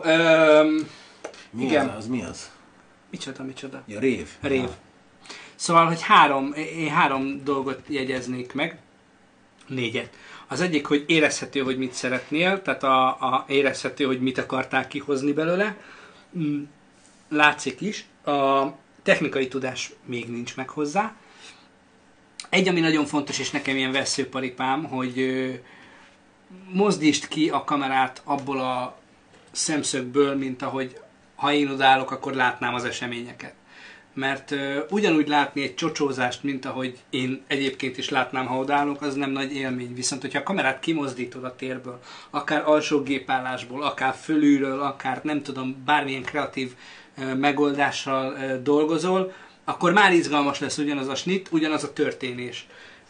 igen. Az mi az? Micsoda? Ja, rév. Rév. Ja. Szóval, hogy én 3 dolgot jegyeznék meg, 4. Az egyik, hogy érezhető, hogy mit szeretnél, tehát érezhető, hogy mit akartál kihozni belőle. Látszik is. A technikai tudás még nincs meg hozzá. Egy, ami nagyon fontos, és nekem ilyen vesszőparipám, hogy mozdítsd ki a kamerát abból a szemszögből, mint ahogy ha én odaállok, akkor látnám az eseményeket. Mert ugyanúgy látni egy csocsózást, mint ahogy én egyébként is látnám, ha odaállok, az nem nagy élmény. Viszont, hogyha a kamerát kimozdítod a térből, akár alsó gépállásból, akár fölülről, akár nem tudom, bármilyen kreatív megoldással dolgozol, akkor már izgalmas lesz ugyanaz a snit, ugyanaz a történés.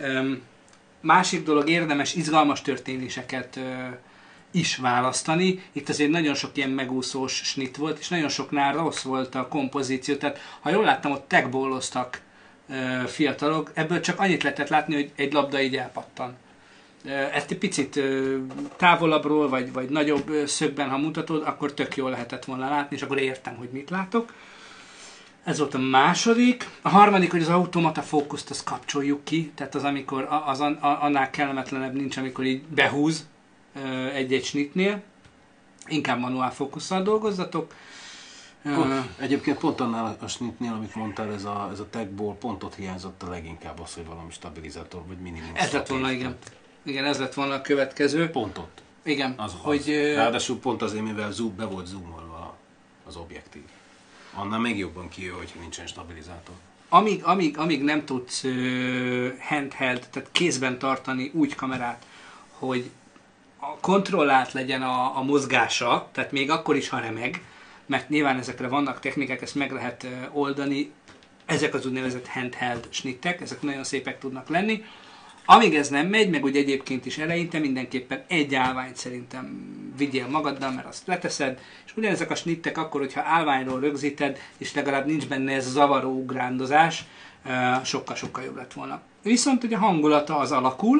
Másik dolog, érdemes izgalmas történéseket is választani. Itt azért nagyon sok ilyen megúszós snit volt, és nagyon soknál rossz volt a kompozíció. Tehát, ha jól láttam, ott techballoztak fiatalok, ebből csak annyit lehetett látni, hogy egy labda így elpattan. Ezt egy picit távolabbról, vagy nagyobb szögben, ha mutatod, akkor tök jól lehetett volna látni, és akkor értem, hogy mit látok. Ez volt a második. A harmadik, hogy az automata fókuszt azt kapcsoljuk ki, tehát az, amikor annál kellemetlenebb nincs, amikor így behúz egy-egy snitnél. Inkább manuál fókusszal dolgozzatok. Egyébként pont annál a snitnél, amit mondtál, ez a techból pont ott hiányzott a leginkább az, hogy valami stabilizátor, vagy minimum. Ez lett volna, igen. Igen, ez lett volna a következő. Pont ott. Igen. Hogy, ráadásul pont azért, mivel be volt zoomolva az objektív. Annál még jobban kijön, hogy nincsen stabilizátor. Amíg nem tudsz handheld, tehát kézben tartani úgy kamerát, hogy kontrollált legyen a mozgása, tehát még akkor is, ha remeg, mert nyilván ezekre vannak technikák, ezt meg lehet oldani, ezek az úgynevezett handheld snittek, ezek nagyon szépek tudnak lenni. Amíg ez nem megy, meg úgy egyébként is eleinte, mindenképpen egy állványt szerintem vigyél magaddal, mert azt leteszed, és ugyanezek a snittek akkor, hogyha állványról rögzíted, és legalább nincs benne ez zavaró ugrándozás, sokkal-sokkal jobb lett volna. Viszont ugye a hangulata az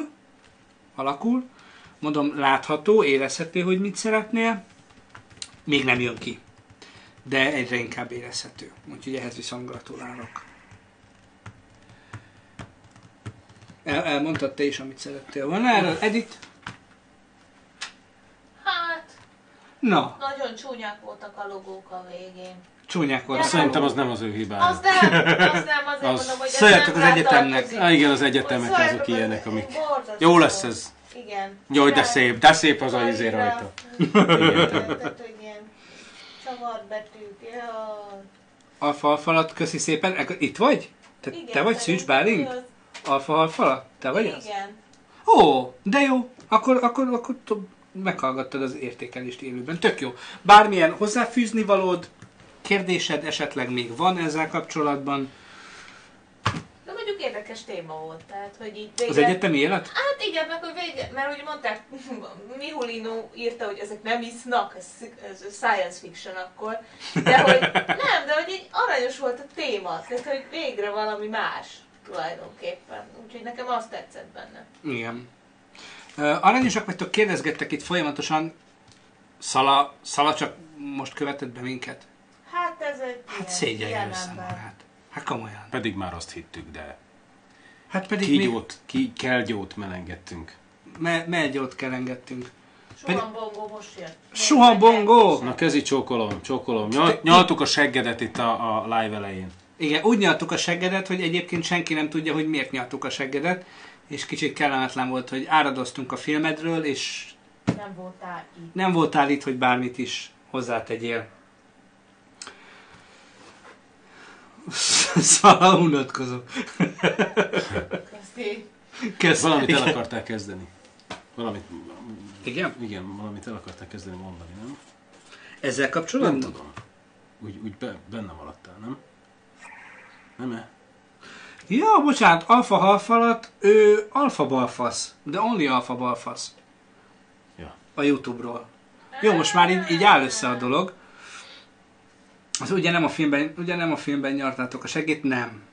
alakul, mondom, látható, érezhető, hogy mit szeretnél, még nem jön ki, de egyre inkább érezhető. Úgyhogy ehhez viszont gratulálok. Elmondtad te is, amit szerettél volna erről. Edith? Hát, Na, nagyon csúnyák voltak a logók a végén. csúnyák voltak. Szerintem az nem az ő hibája. Az nem, azért mondom, hogy ez Szóljatok nem az egyetemnek. tartozik. Igen, az egyetemek Hogy azok szóljatok ilyenek, az- amik... borzasztó. Jó lesz ez. Igen. Jaj, de szép az a izé rajta. Igen. Tehát, hogy ilyen csavart betűk, jaj. Alfa-alfalat, köszi szépen. Itt vagy? Igen, Te vagy Szűcs Bálint? az- Alfa-alfalat? Te vagy az? Igen. Ó, de jó. Akkor meghallgattad az értékelést élőben. Tök jó. Bármilyen hozzáfűzni valód, kérdésed esetleg még van ezzel kapcsolatban? De mondjuk érdekes téma volt, tehát, hogy így Az egyetemi élet? Hát igen, meg hogy mert úgy mondták, Mihulino írta, hogy ezek nem isznak, ez science fiction akkor, de hogy nem, de hogy így aranyos volt a téma, tehát hogy végre valami más tulajdonképpen, úgyhogy nekem azt tetszett benne. Igen. Aranyosak vagytok, kérdezgettek itt folyamatosan. Szala csak most követett be minket? Hát ez egy Hát ilyen szégyelje össze ember. magát. Hát komolyan. Pedig már azt hittük, de Hát pedig kelgyót melengettünk. melgyót kelengettünk. Suhambongó most jött. Suhambongó! Na kezi csókolom. Nyaltuk a seggedet itt a live elején. Igen, úgy nyaltuk a seggedet, hogy egyébként senki nem tudja, hogy miért nyaltuk a seggedet, és kicsit kellemetlen volt, hogy áradoztunk a filmedről, és Nem voltál itt. nem voltál itt, hogy bármit is hozzátegyél. Szala, unatkozom. Köszi. Valamit Igen. el akartál kezdeni. Igen? Igen, valamit el akartál kezdeni mondani, nem? Ezzel kapcsolatban? Nem tudom. Úgy benne maradtál, nem? Nem-e? Ja, bocsánat, alfa-halfalat, ő alfa-balfasz, de only alfa-balfasz. Ja. A YouTube-ról. Jó, most már így áll össze a dolog. Az ugye nem a filmben nyartátok a segít? Nem.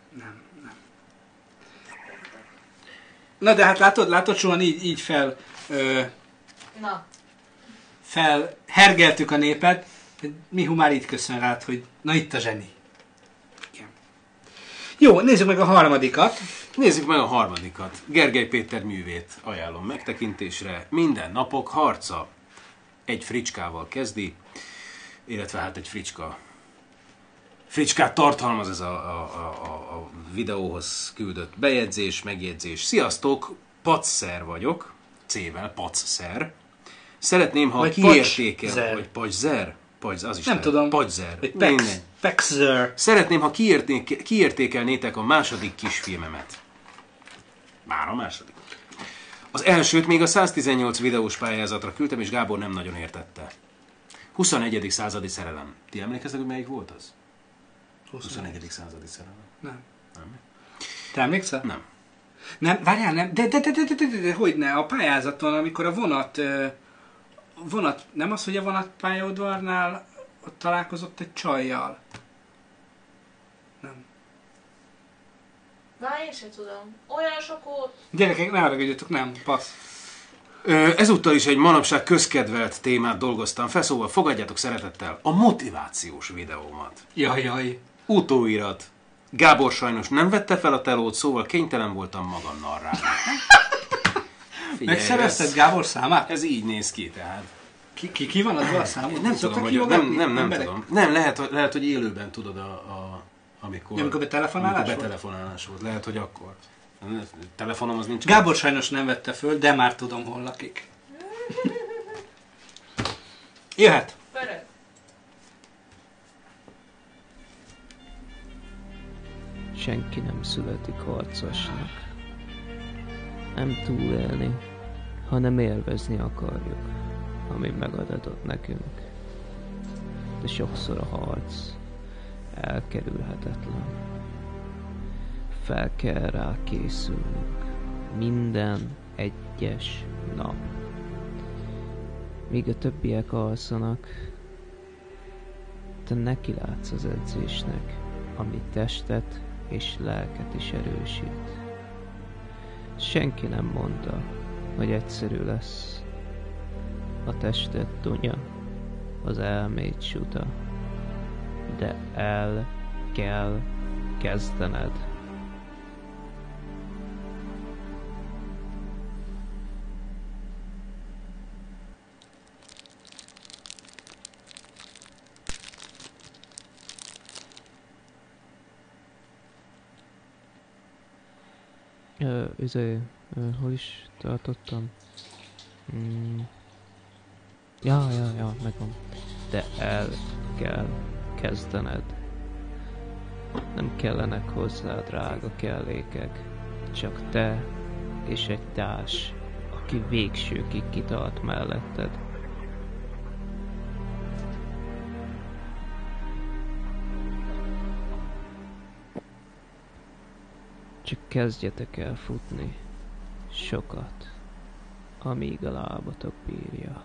Na de hát látod soha így Na, felhergeltük a népet, Mihu már így köszön rád, hogy na itt a zseni. Igen. Jó, nézzük meg a harmadikat. Nézzük meg a harmadikat. Gergely Péter művét ajánlom megtekintésre. Minden napok harca. Egy fricskával kezdi, illetve hát egy fricskát tartalmaz ez a videóhoz küldött bejegyzés, megjegyzés. Sziasztok, Pacszer vagyok, C-vel, Pacszer. Szeretném, ha Vagy kiértékel, Pacszer. vagy Pacszer, az is Nem lehet. tudom. Pacszer. Vagy Mindegy. Pexer. Szeretném, ha kiértékelnétek a második kisfilmemet. Már a második. Az elsőt még a 118 videós pályázatra küldtem, és Gábor nem nagyon értette. 21. századi szerelem. Ti emlékeztek, hogy melyik volt az? 21. századi szerelem. Nem. Nem? Te emlékszel? Nem. Nem, várjál, nem. De hogyne, a pályázaton, amikor a vonat, nem az, hogy a vonatpályaudvarnál ott találkozott egy csajjal. Nem. na én sem tudom. Olyan sok volt. Gyerekek, ne haragudjatok, nem, passz. Ezúttal is egy manapság közkedvelt témát dolgoztam fel, szóval fogadjátok szeretettel a motivációs videómat. Jaj. Utóirat. Gábor sajnos nem vette fel a telót, szóval kénytelen voltam magam narrálni. Figyelj, Megszerezted Gábor számát? Ez így néz ki, tehát. Ki van adva a számot? Nem tudom, Szoktak hogy hívogatni nem emberek? tudom. Nem, lehet, hogy élőben tudod, amikor betelefonálás volt. Lehet, hogy akkor. Telefonom az nincs. Gábor sajnos nem vette föl, de már tudom, hol lakik. Jöhet. Pörög. Senki nem születik harcosnak. Nem túlélni, hanem élvezni akarjuk, ami megadatott nekünk. De sokszor a harc elkerülhetetlen. Fel kell rá készülnünk minden egyes nap. Míg a többiek alszanak, te neki látsz az edzésnek, ami testet és lelket is erősít. Senki nem mondta, hogy egyszerű lesz. A tested tonya, az elmét suta, de el kell kezdened. Hol is tartottam? Ja, megvan. De el kell kezdened. Nem kellenek hozzá drága kellékek. Csak te és egy társ, aki végsőkig kitart melletted. Csak kezdjetek el futni. Sokat. Amíg a lábatok bírja.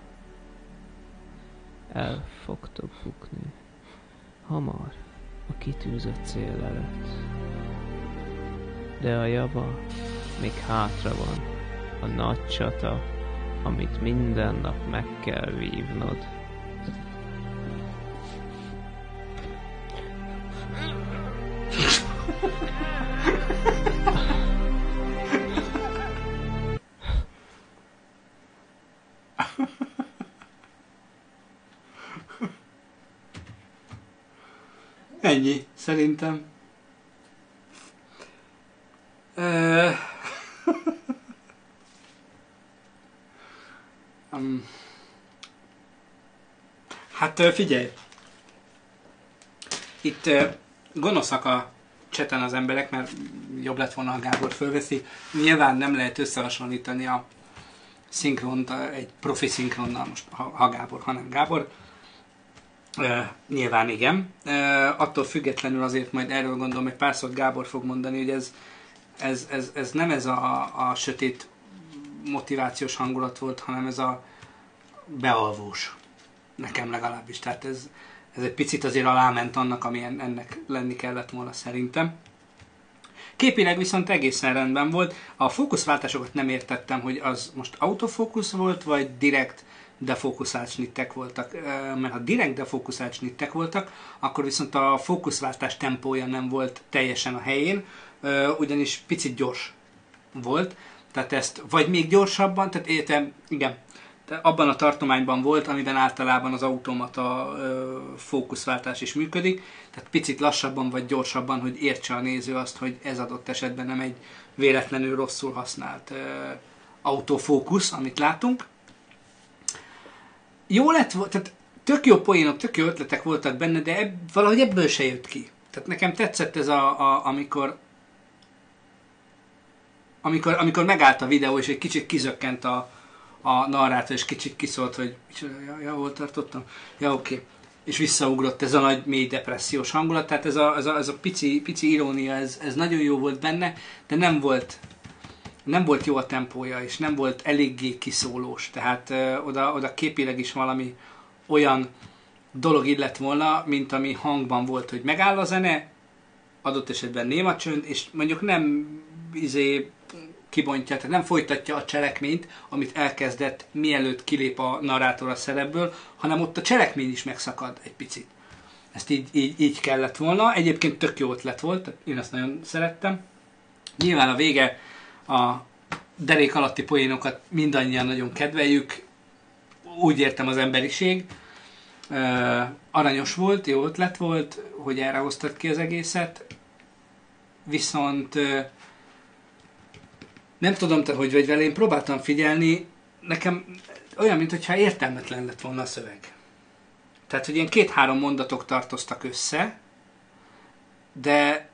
El fogtok bukni. Hamar a kitűzött cél előtt. De a java még hátra van. A nagy csata, amit minden nap meg kell vívnod. Ennyi, szerintem. Hát figyelj! Itt gonoszak a chaten az emberek, mert jobb lett volna, ha Gábor fölveszi. Nyilván nem lehet összehasonlítani a szinkront egy profi szinkronnal, most ha Gábor, hanem Gábor. Nyilván igen. Attól függetlenül azért majd erről gondolom, egy pár szót Gábor fog mondani, hogy ez nem ez a sötét motivációs hangulat volt, hanem ez a bealvós. Nekem legalábbis. Tehát ez egy picit azért aláment annak, ami ennek lenni kellett volna szerintem. Képileg viszont egészen rendben volt. A fókuszváltásokat nem értettem, hogy az most autofókusz volt, vagy direkt defókuszált snittek voltak. Mert ha direkt defókuszált snittek voltak, akkor viszont a fókuszváltás tempója nem volt teljesen a helyén, ugyanis picit gyors volt. Tehát ezt vagy még gyorsabban, tehát értem, igen, abban a tartományban volt, amiben általában az automata fókuszváltás is működik, tehát picit lassabban vagy gyorsabban, hogy értse a néző azt, hogy ez adott esetben nem egy véletlenül rosszul használt autofókusz, amit látunk. Jó lett, tehát tök jó poénok, tök jó ötletek voltak benne, de valahogy ebből se jött ki. Tehát nekem tetszett ez amikor megállt a videó, és egy kicsit kizökkent a narrátor, és kicsit kiszólt, hogy hol tartottam? Ja, oké. És visszaugrott ez a nagy, mély depressziós hangulat, tehát ez a pici irónia, ez nagyon jó volt benne, de nem volt jó a tempója, és nem volt eléggé kiszólós, tehát oda képileg is valami olyan dolog illett volna, mint ami hangban volt, hogy megáll a zene, adott esetben néma csönd, és mondjuk nem kibontja, tehát nem folytatja a cselekményt, amit elkezdett, mielőtt kilép a narrátor a szerepből, hanem ott a cselekmény is megszakad egy picit. Ezt így kellett volna. Egyébként tök jó ötlet volt, én ezt nagyon szerettem. Nyilván a vége, a derék alatti poénokat mindannyian nagyon kedveljük, úgy értem az emberiség. Aranyos volt, jó ötlet volt, hogy erre hoztad ki az egészet. Viszont nem tudom te, hogy vagy vele, én próbáltam figyelni, nekem olyan, mintha értelmetlen lett volna a szöveg. Tehát, hogy ilyen 2-3 mondatok tartoztak össze, de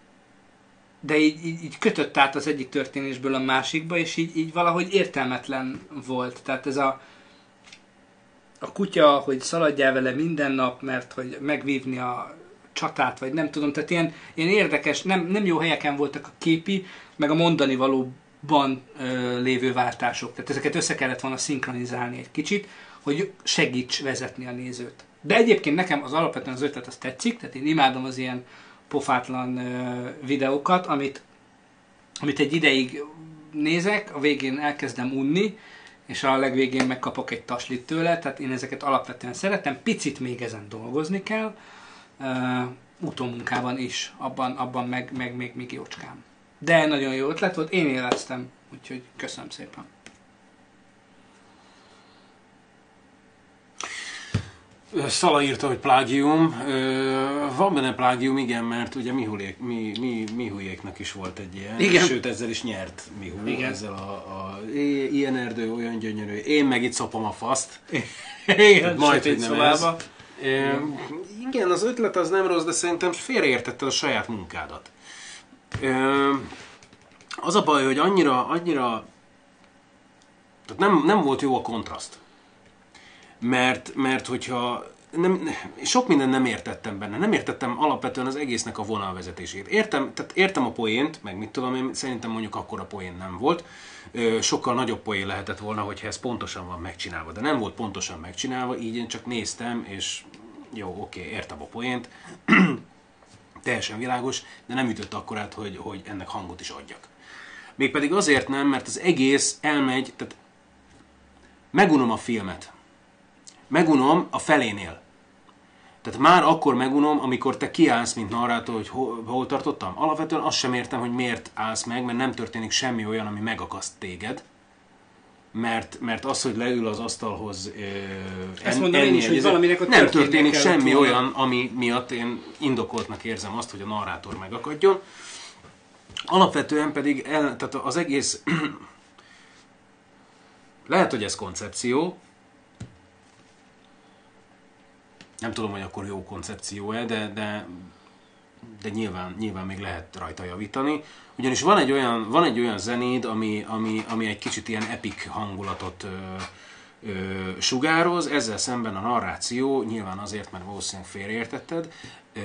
így kötött át az egyik történésből a másikba, és így valahogy értelmetlen volt. Tehát ez a kutya, hogy szaladjál vele minden nap, mert hogy megvívni a csatát, vagy nem tudom, tehát ilyen érdekes, nem jó helyeken voltak a képi, meg a mondani valóban lévő váltások. Tehát ezeket össze kellett volna szinkronizálni egy kicsit, hogy segíts vezetni a nézőt. De egyébként nekem az alapvetően az ötlet az tetszik, tehát én imádom az ilyen pofátlan videókat, amit egy ideig nézek, a végén elkezdem unni, és a legvégén megkapok egy taslit tőle, tehát én ezeket alapvetően szeretem, picit még ezen dolgozni kell, utómunkában is, abban meg még jócskán. De nagyon jó ötlet volt, én élveztem, úgyhogy köszönöm szépen. Szala írta, hogy plágium. Van benne plágium, igen, mert ugye Mihulyéknak is volt egy ilyen. Igen. Sőt, ezzel is nyert Mihu. Igen. Ezzel ilyen erdő, olyan gyönyörű. Én meg itt szopom a faszt. Igen, Majd, sötét hogy nem szobába. Igen, az ötlet az nem rossz, de szerintem félreértetted a saját munkádat. Az a baj, hogy annyira tehát nem volt jó a kontraszt. Mert hogyha sok mindent nem értettem benne. Nem értettem alapvetően az egésznek a vonalvezetését. Értem a poént, meg mit tudom én, szerintem mondjuk akkor a poén nem volt. Sokkal nagyobb poén lehetett volna, hogyha ez pontosan van megcsinálva. De nem volt pontosan megcsinálva, így én csak néztem, és jó, oké, értem a poént. Teljesen világos, de nem ütött akkorát, hogy ennek hangot is adjak. Mégpedig azért nem, mert az egész elmegy, tehát megunom a filmet. Megunom a felénél. Tehát már akkor megunom, amikor te kiállsz, mint narrátor, hogy hol tartottam. Alapvetően azt sem értem, hogy miért állsz meg, mert nem történik semmi olyan, ami megakaszt téged. Mert az, hogy leül az asztalhoz ezt mondom én is, hogy valaminek ott nem történik semmi volna. olyan, ami miatt én indokoltnak érzem azt, hogy a narrátor megakadjon. Alapvetően pedig tehát az egész lehet, hogy ez koncepció, nem tudom, hogy akkor jó koncepció-e, de nyilván még lehet rajta javítani. Ugyanis van egy olyan zenéd, ami egy kicsit ilyen epic hangulatot sugároz, ezzel szemben a narráció, nyilván azért, mert valószínűleg félreértetted,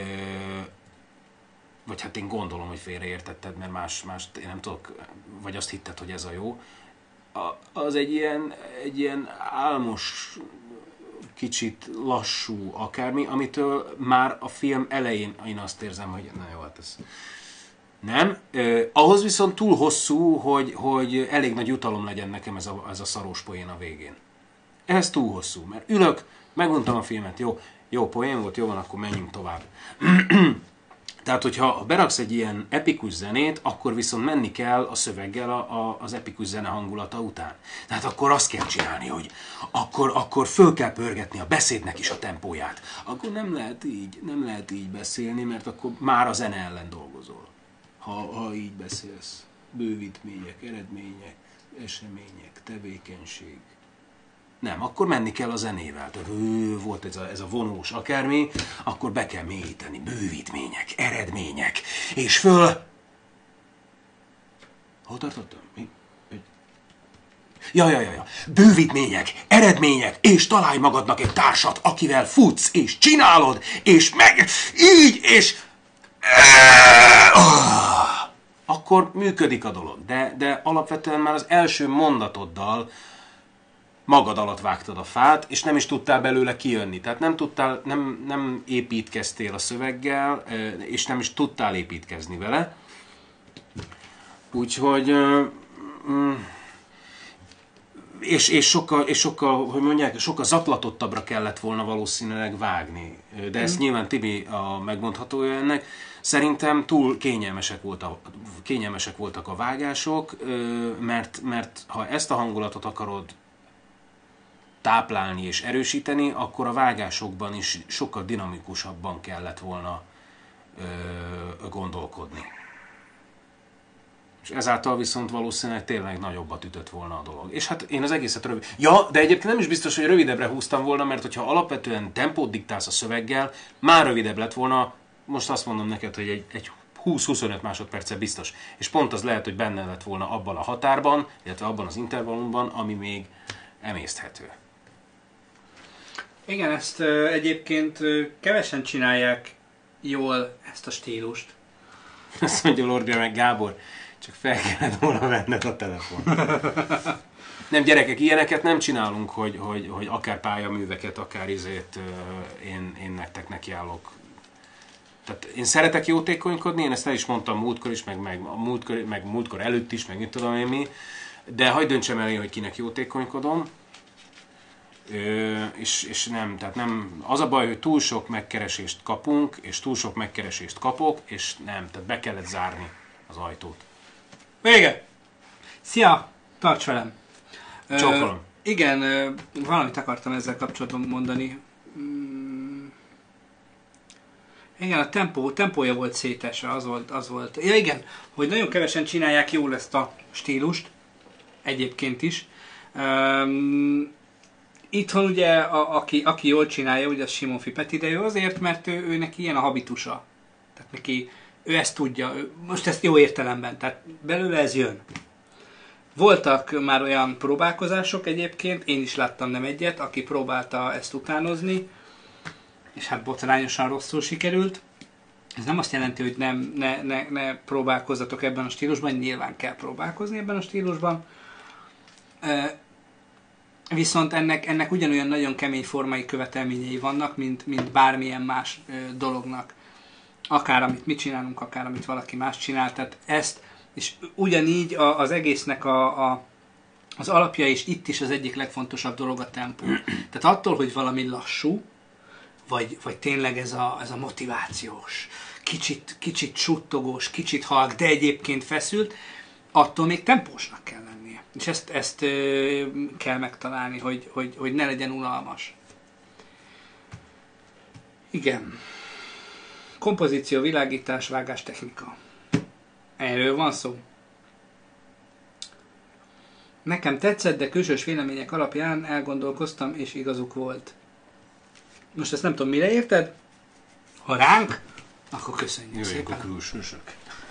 vagy hát én gondolom, hogy félreértetted, mert más én nem tudok, vagy azt hitted, hogy ez a jó. Az egy ilyen álmos, kicsit lassú akármi, amitől már a film elején én azt érzem, hogy na jó, hát ez nem. Ahhoz viszont túl hosszú, hogy elég nagy jutalom legyen nekem ez a szarós poén a végén. Ez túl hosszú, mert ülök, megmondtam a filmet, jó poén volt, jó van, akkor menjünk tovább. Tehát, hogyha beraksz egy ilyen epikus zenét, akkor viszont menni kell a szöveggel az epikus zene hangulata után. Tehát akkor azt kell csinálni, hogy akkor föl kell pörgetni a beszédnek is a tempóját. Akkor nem lehet így beszélni, mert akkor már a zene ellen dolgozol. Ha így beszélsz. Bővítmények, eredmények, események, tevékenység. Nem, akkor menni kell a zenével. Tehát, volt ez a vonós akármi, akkor be kell mélyíteni. Bővítmények, eredmények, és föl... Hol tartottam? Mi? Ja. Bővítmények, eredmények, és találj magadnak egy társat, akivel futsz, és csinálod, és meg... Így, és... Akkor működik a dolog. De alapvetően már az első mondatoddal magad alatt vágtad a fát, és nem is tudtál belőle kijönni. Tehát nem építkeztél a szöveggel, és nem is tudtál építkezni vele. Úgyhogy... És sokkal, hogy mondják, sokkal zaklatottabbra kellett volna valószínűleg vágni. De ezt nyilván Tibi a megmondhatója ennek. Szerintem túl kényelmesek voltak a vágások, mert ha ezt a hangulatot akarod táplálni és erősíteni, akkor a vágásokban is sokkal dinamikusabban kellett volna gondolkodni. És ezáltal viszont valószínűleg tényleg nagyobbat ütött volna a dolog. És hát én az egészet rövid... Ja, de egyébként nem is biztos, hogy rövidebbre húztam volna, mert hogyha alapvetően tempót diktálsz a szöveggel, már rövidebb lett volna, most azt mondom neked, hogy egy 20-25 másodperccel biztos. És pont az lehet, hogy benne lett volna abban a határban, illetve abban az intervallumban, ami még emészthető. Igen, ezt egyébként kevesen csinálják jól ezt a stílust. Azt mondja Lord meg Gábor, csak fel kellett volna venned a telefon. Nem, gyerekek, ilyeneket nem csinálunk, hogy akár pályaműveket, akár én nektek nekiállok. Tehát én szeretek jótékonykodni, én ezt el is mondtam múltkor is, meg múltkor előtt is, meg mit tudom én mi, de hagyd döntsem el én, hogy kinek jótékonykodom. És nem, tehát nem, az a baj, hogy túl sok megkeresést kapunk, és túl sok megkeresést kapok, és nem, tehát be kellett zárni az ajtót. Vége! Szia! Tarts velem! Csókolom. Igen, valamit akartam ezzel kapcsolatban mondani. Igen, a tempója volt szétesve, az volt. Ja igen, hogy nagyon kevesen csinálják jól ezt a stílust, egyébként is. Itthon ugye, aki jól csinálja, ugye az Simon Fipeti, de ő azért, mert ő neki ilyen a habitusa. Tehát neki, ő ezt tudja, most ezt jó értelemben, tehát belőle ez jön. Voltak már olyan próbálkozások egyébként, én is láttam nem egyet, aki próbálta ezt utánozni, és hát botrányosan rosszul sikerült. Ez nem azt jelenti, hogy ne próbálkozzatok ebben a stílusban, nyilván kell próbálkozni ebben a stílusban. Viszont ennek ugyanolyan nagyon kemény formai követelményei vannak, mint bármilyen más dolognak. Akár amit mi csinálunk, akár amit valaki más csinál. Tehát ezt, és ugyanígy az egésznek az alapja, és itt is az egyik legfontosabb dolog a tempó. Tehát attól, hogy valami lassú, vagy tényleg ez a motivációs, kicsit suttogós, kicsit halk, de egyébként feszült, attól még tempósnak kell lennie. És ezt kell megtalálni, hogy ne legyen unalmas. Igen. Kompozíció, világítás, vágás, technika. Erről van szó. Nekem tetszett, de külsős vélemények alapján elgondolkoztam, és igazuk volt. Most ezt nem tudom, mire érted? Ha ránk, akkor köszönjük szépen. A külsősök.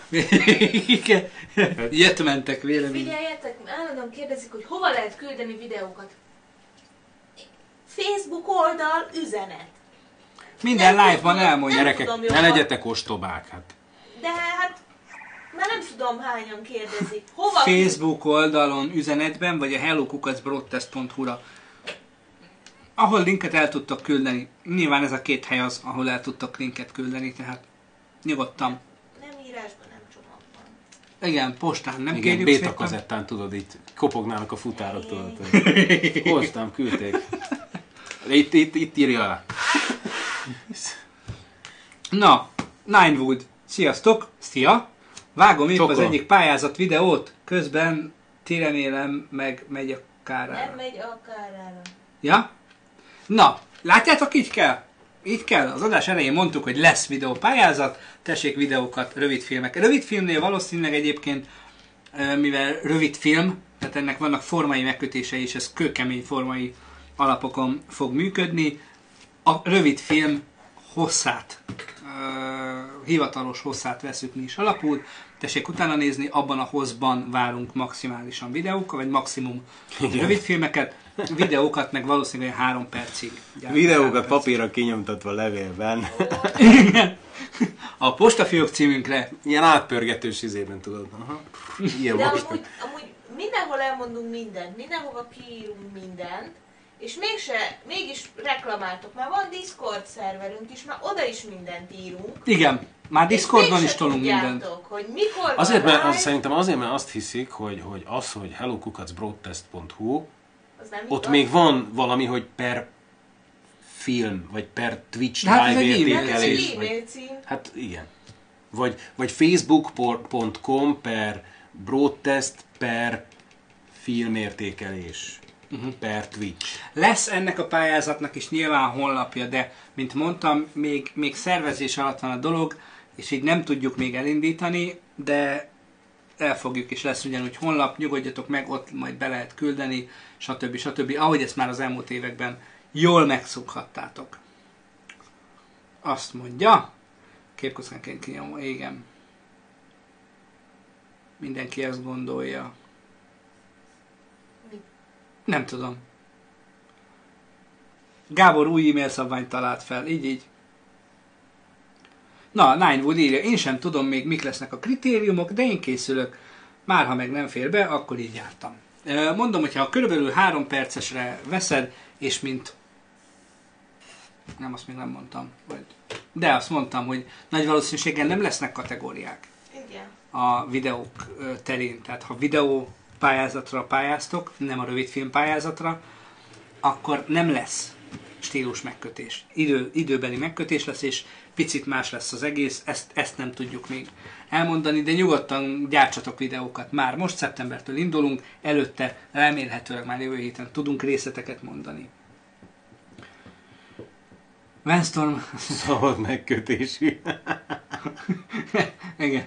Jött-mentek vélemény. Figyeljetek, állandóan kérdezik, hogy hova lehet küldeni videókat. Facebook oldal, üzenet. Minden live-ban elmondja. Gyerekek, ne legyetek ostobák, hát. De hát, már nem tudom hányan kérdezik. Hova Facebook oldalon, üzenetben, vagy a hellokukacbroadcast.hu-ra. Ahol linket el tudtok küldeni. Nyilván ez a két hely az, ahol el tudtok linket küldeni, tehát nyugodtan. Nem írásban, nem csomagban. Igen, postán, nem igen, kérjük béta szépen. kazettán, tudod, itt kopognának a futárok, tudod. Hoztam, küldték. Itt írja alá. Na, Ninewood, sziasztok, szia! Vágom épp az Csokkolom. egyik pályázat videót, közben ti remélem megy a kárára. Nem megy a kárára. Ja? Na, látjátok, így kell? Így kell. Az adás elején mondtuk, hogy lesz videópályázat, tessék videókat, rövidfilmek. Rövidfilmnél valószínűleg egyébként, mivel rövidfilm, tehát ennek vannak formai megkötései, és ez kőkemény formai alapokon fog működni. A rövidfilm hosszát, hivatalos hosszát veszük mi is alapul. Tessék utána nézni, abban a hosszban várunk maximálisan videókat, vagy maximum rövidfilmeket. Videókat meg valószínűleg 3 percig. Videókat papírra kinyomtatva levélben. Igen. A postafiók címünkre. Ilyen átpörgetős izében, tudod. Aha. Ilyen De most. amúgy mindenhol elmondunk mindent, mindenhova kiírunk mindent, és mégis reklamáltok. Már van Discord szerverünk is, már oda is mindent írunk. Igen, már Discordon is tolunk mindent. tudjátok, hogy mikor Azért, van mert live, szerintem azért, mert azt hiszik, hogy hellokukacbroadcast.hu, az nem ott igaz. még van valami, hogy per film, vagy per Twitch Hát ez live egy e-mail értékelés. cím. Vagy, E-mail cím. hát igen. Vagy facebook.com per broadcast per filmértékelés. Per Twitch. Lesz ennek a pályázatnak is nyilván honlapja, de mint mondtam, még szervezés alatt van a dolog, és így nem tudjuk még elindítani, de elfogjuk, és lesz ugyanúgy honlap, nyugodjatok meg, ott majd be lehet küldeni, stb. Ahogy ezt már az elmúlt években jól megszokhattátok. Azt mondja, képkockánként kinyomom, igen. Mindenki ezt gondolja. Nem tudom. Gábor új e-mail szabványt talált fel, így. Na, Ninewood írja, én sem tudom még mik lesznek a kritériumok, de én készülök. Már ha meg nem fér be, akkor így jártam. Mondom, hogyha körülbelül 3 percesre veszed, és mint... Nem, azt még nem mondtam. De azt mondtam, hogy nagy valószínűséggel nem lesznek kategóriák Igen. a videók terén. Tehát ha videó pályázatra pályáztok, nem a rövidfilm pályázatra, akkor nem lesz stílus megkötés. Időbeli megkötés lesz, és picit más lesz az egész, ezt nem tudjuk még elmondani, de nyugodtan gyártsatok videókat. Már most szeptembertől indulunk, előtte remélhetőleg már jövő héten tudunk részleteket mondani. Windstorm. Szabad megkötésű. Igen.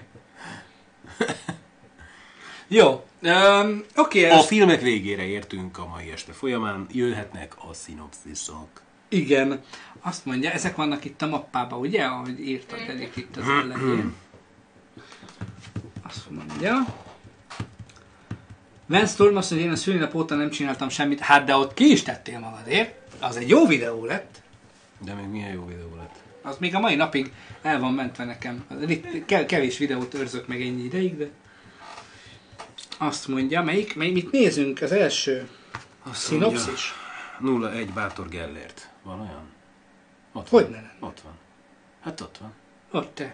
Jó. Oké. A filmek végére értünk a mai este folyamán. Jöhetnek a szinopsziszok. Igen. Azt mondja, ezek vannak itt a mappában, ugye? Ahogy írtad elég itt az elején. Azt mondja. Windstorm azt, hogy én a szülinap óta nem csináltam semmit. Hát de ott ki is tettél magadért. Az egy jó videó lett. De még milyen jó videó lett? Az még a mai napig el van mentve nekem. Kevés videót őrzök meg ennyi ideig, de... Azt mondja, mit nézünk? Az első szinopszis? 01 Bátor Gellért. Van olyan? Ott Hogy van. ne lenne? Ott van. Hát ott van. Ott te.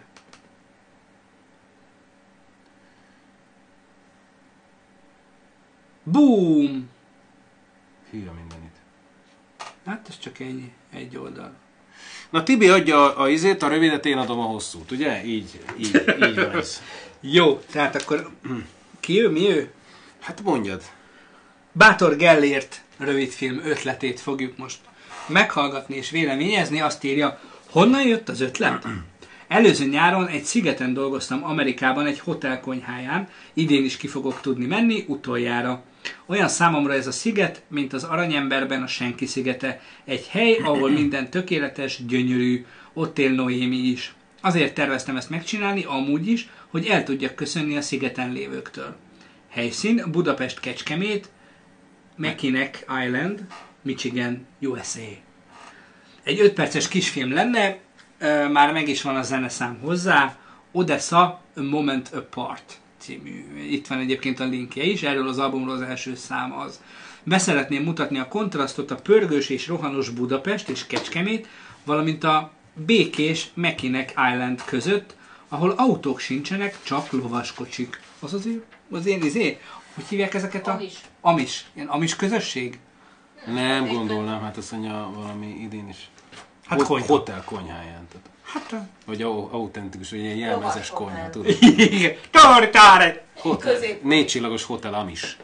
Boom! Hülye mindenit. Hát ez csak ennyi. Egy oldal. Na Tibi adja a izét, a rövidet, én adom a hosszút, ugye? Így van ez. Jó, tehát akkor ki ő, mi ő? Hát mondjad. Bátor Gellért rövidfilm ötletét fogjuk most meghallgatni és véleményezni. Azt írja, honnan jött az ötlet? Előző nyáron egy szigeten dolgoztam Amerikában egy hotelkonyháján, idén is ki fogok tudni menni, utoljára. Olyan számomra ez a sziget, mint az Aranyemberben a Senki szigete. Egy hely, ahol minden tökéletes, gyönyörű, ott él Noémi is. Azért terveztem ezt megcsinálni, amúgy is, hogy el tudjak köszönni a szigeten lévőktől. Helyszín Budapest Kecskemét, Mackinac Island, Michigan, USA. Egy 5 perces kisfilm lenne, már meg is van a zeneszám hozzá, Odessa A Moment Apart című. Itt van egyébként a linkje is, erről az albumról az első szám az. Beszeretném mutatni a kontrasztot a pörgős és rohanos Budapest és Kecskemét, valamint a békés Mackinac Island között, ahol autók sincsenek, csak lovaskocsik. Az én hogy hívják ezeket a... Amis. Ilyen amis közösség? Nem gondolnám, hát azt mondja valami idén is. Hát hotel konyháján. Hát vagy autentikus, vagy ilyen jelmezes konyha, tudod? Igen. Tortáre! 4 csillagos hotel Amis.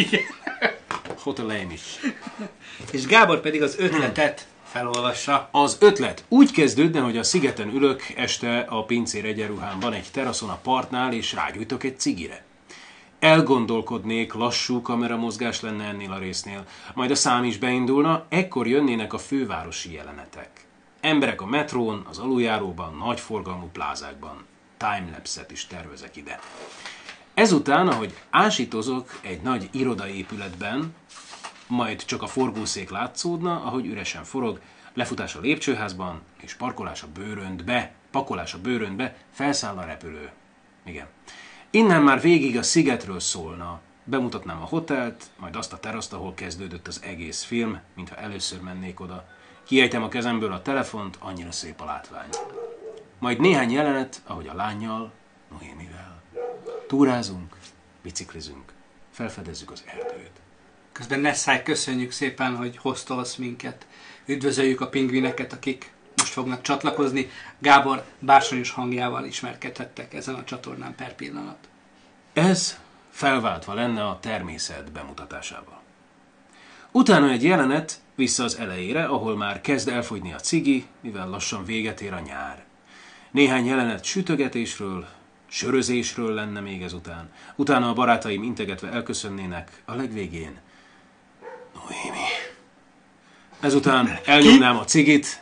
Hotel Amis. És Gábor pedig az ötletet felolvassa. Az ötlet úgy kezdődne, hogy a szigeten ülök este a pincér egyenruhámban egy teraszon a partnál, és rágyújtok egy cigire. Elgondolkodnék, lassú kameramozgás lenne ennél a résznél, majd a szám is beindulna, ekkor jönnének a fővárosi jelenetek. Emberek a metrón, az aluljáróban, nagyforgalmú plázákban. Timelapse-et is tervezek ide. Ezután, ahogy ásítozok egy nagy irodaépületben, majd csak a forgószék látszódna, ahogy üresen forog, lefutás a lépcsőházban, és pakolás a bőröntbe, felszáll a repülő. Igen. Innen már végig a szigetről szólna. Bemutatnám a hotelt, majd azt a teraszt, ahol kezdődött az egész film, mintha először mennék oda. Kiejtem a kezemből a telefont, annyira szép a látvány. Majd néhány jelenet, ahogy a lánnyal, Noémivel. Túrázunk, biciklizünk, felfedezzük az erdőt. Közben Nessai, köszönjük szépen, hogy hoztolsz minket. Üdvözöljük a pingvineket, akik most fognak csatlakozni. Gábor bársonyos hangjával ismerkedhettek ezen a csatornán per pillanat. Ez felváltva lenne a természet bemutatásával. Utána egy jelenet vissza az elejére, ahol már kezd elfogyni a cigi, mivel lassan véget ér a nyár. Néhány jelenet sütögetésről, sörözésről lenne még ezután. Utána a barátaim integetve elköszönnének, a legvégén Noémi. Ezután elnyomnám a cigit,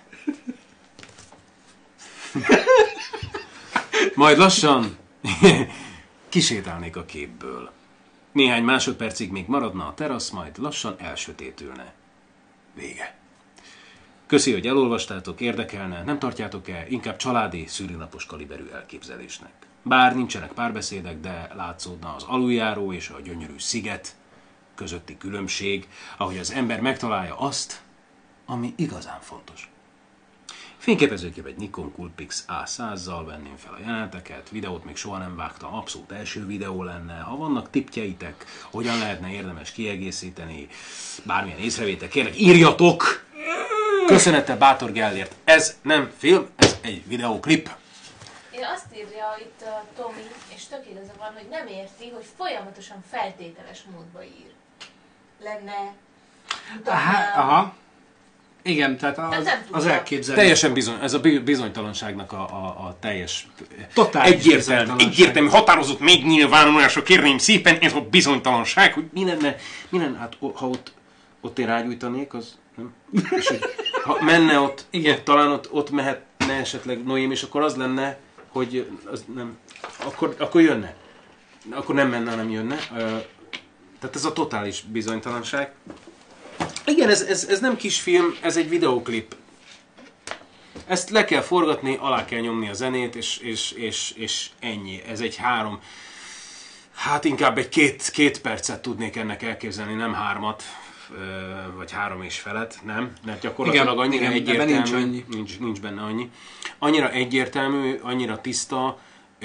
majd lassan kisétálnék a képből. Néhány másodpercig még maradna a terasz, majd lassan elsötétülne. Vége. Köszi, hogy elolvastátok, érdekelne, nem tartjátok-e inkább családi, szülinapos kaliberű elképzelésnek? Bár nincsenek párbeszédek, de látszódna az aluljáró és a gyönyörű sziget közötti különbség, ahogy az ember megtalálja azt, ami igazán fontos. Fényképezőkép egy Nikon Coolpix A100-zal venném fel a jeleneteket, videót még soha nem vágtam, abszolút első videó lenne. Ha vannak tippjeitek, hogyan lehetne érdemes kiegészíteni, bármilyen észrevétel, kérlek, írjatok! Köszönettel Bátor Gellért. Ez nem film, ez egy videóklip. Én azt írja itt a Tomi, és tök igaza van, hogy nem érti, hogy folyamatosan feltételes módba ír. Lenne, Aha. Igen, tehát az elképzelés. Teljesen ez a bizonytalanságnak a teljes... Totális egyértelmű határozott megnyilvánulásra kérném szépen, ez a bizonytalanság, hogy mi lenne, hát ha ott én rágyújtanék, az nem? És ha menne ott, igen. Talán ott mehetne esetleg Noém, és akkor az lenne, hogy az nem, akkor jönne. Akkor nem menne, hanem jönne. Tehát ez a totális bizonytalanság. Igen, ez nem kisfilm, ez egy videóklip. Ezt le kell forgatni, alá kell nyomni a zenét, és ennyi. Ez egy hát inkább egy két percet tudnék ennek elképzelni, nem 3, vagy 3 és felet, nem? Mert gyakorlatilag annyira egyértelmű, nincs benne annyi. Annyira egyértelmű, annyira tiszta,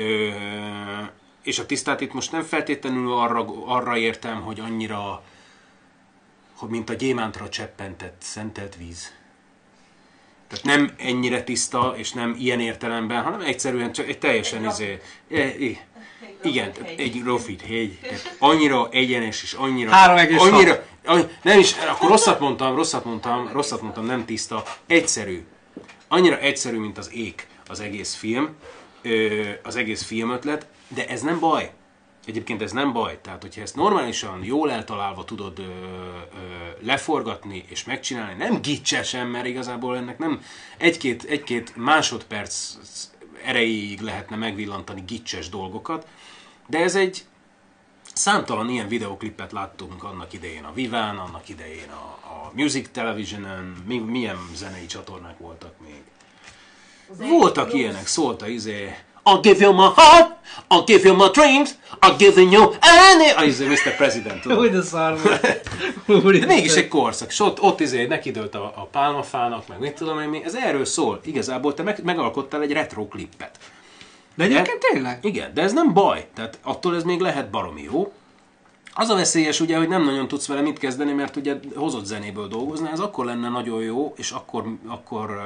és a tisztát itt most nem feltétlenül arra értem, hogy annyira, hogy mint a gyémántra cseppentett, szentelt víz. Tehát nem ennyire tiszta, és nem ilyen értelemben, hanem egyszerűen csak egy teljesen igen, egy rofit hegy. Annyira egyenes, és annyira nem is, akkor rosszat mondtam, nem tiszta, egyszerű. Annyira egyszerű, mint az ég az egész filmötlet, de ez nem baj. Egyébként ez nem baj. Tehát, hogyha ezt normálisan, jól eltalálva tudod leforgatni és megcsinálni, nem gicsesen, mert igazából ennek nem egy-két másodperc erejéig lehetne megvillantani gicses dolgokat, de ez egy számtalan ilyen videoklipet láttunk annak idején a Viván, annak idején a Music Television-en, milyen zenei csatornák voltak még. Voltak ilyenek, szólt I'll give you my heart, I'll give you my dreams, I'll give you any... Mr. President, tudod. Úgy a szarva. Mégis egy korszak, és ott nekidőlt a pálmafának, meg mit tudom én mi. Ez erről szól. Igazából te megalkottál egy retro klippet. De egyébként tényleg? Igen, de ez nem baj. Tehát attól ez még lehet baromi jó. Az a veszélyes ugye, hogy nem nagyon tudsz vele mit kezdeni, mert ugye hozott zenéből dolgozni, ez akkor lenne nagyon jó, és akkor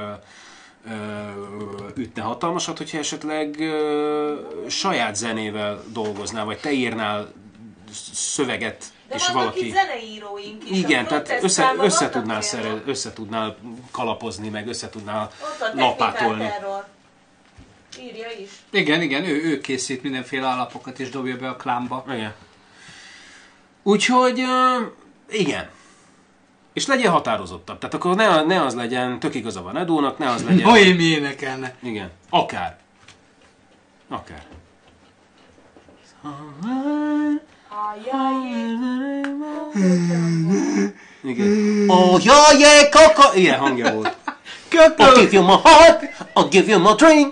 ütne hatalmasat, hogyha esetleg saját zenével dolgoznál, vagy te írnál szöveget, de és valaki... De zeneíróink is. Igen, tehát össze tudnál kalapozni, meg össze tudnál lapátolni. Írja is. Igen, ő készít mindenféle alapokat, és dobja be a klámba. Igen. Úgyhogy, igen. És legyen határozottabb. Tehát akkor ne az legyen, tök igaza van Edónak, ne az legyen... Noémi énekelne. Igen. Akár. Igen. Oh, yeah, kaka! Ilyen hangja volt. Kaka! I'll give you my heart, I'll give you my dream.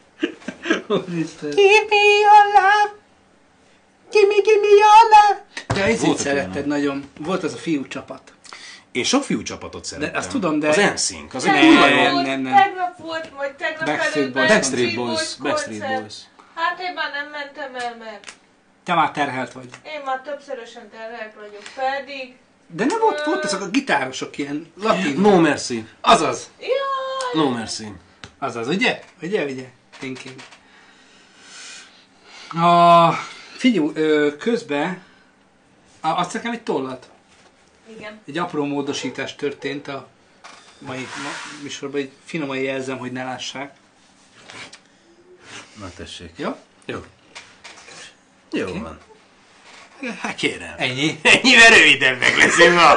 Give me your love. Give me your love. De ezért szeretted nagyon. Volt az a fiú csapat. Én sok fiú csapatot szerettem. De azt tudom, de... Az NSYNC, az nem. Tegnap volt, vagy tegnap előtt Backstreet Boys. Hát én már nem mentem el, mert... Te már terhelt vagy. Én már többszörösen terhelt vagyok, pedig... De nem volt ezek a gitárosok ilyen latin. No Mercy. Azaz. Jaj. No Mercy. Azaz, ugye? Thinking. Figyelj, közben adsz nekem egy tollat? Igen. Egy apró módosítás történt a mai műsorban, egy finoman jelzem, hogy ne lássák. Na tessék. Jó? Jó van. Hát kérem. Ennyivel rövidebbek leszünk ma.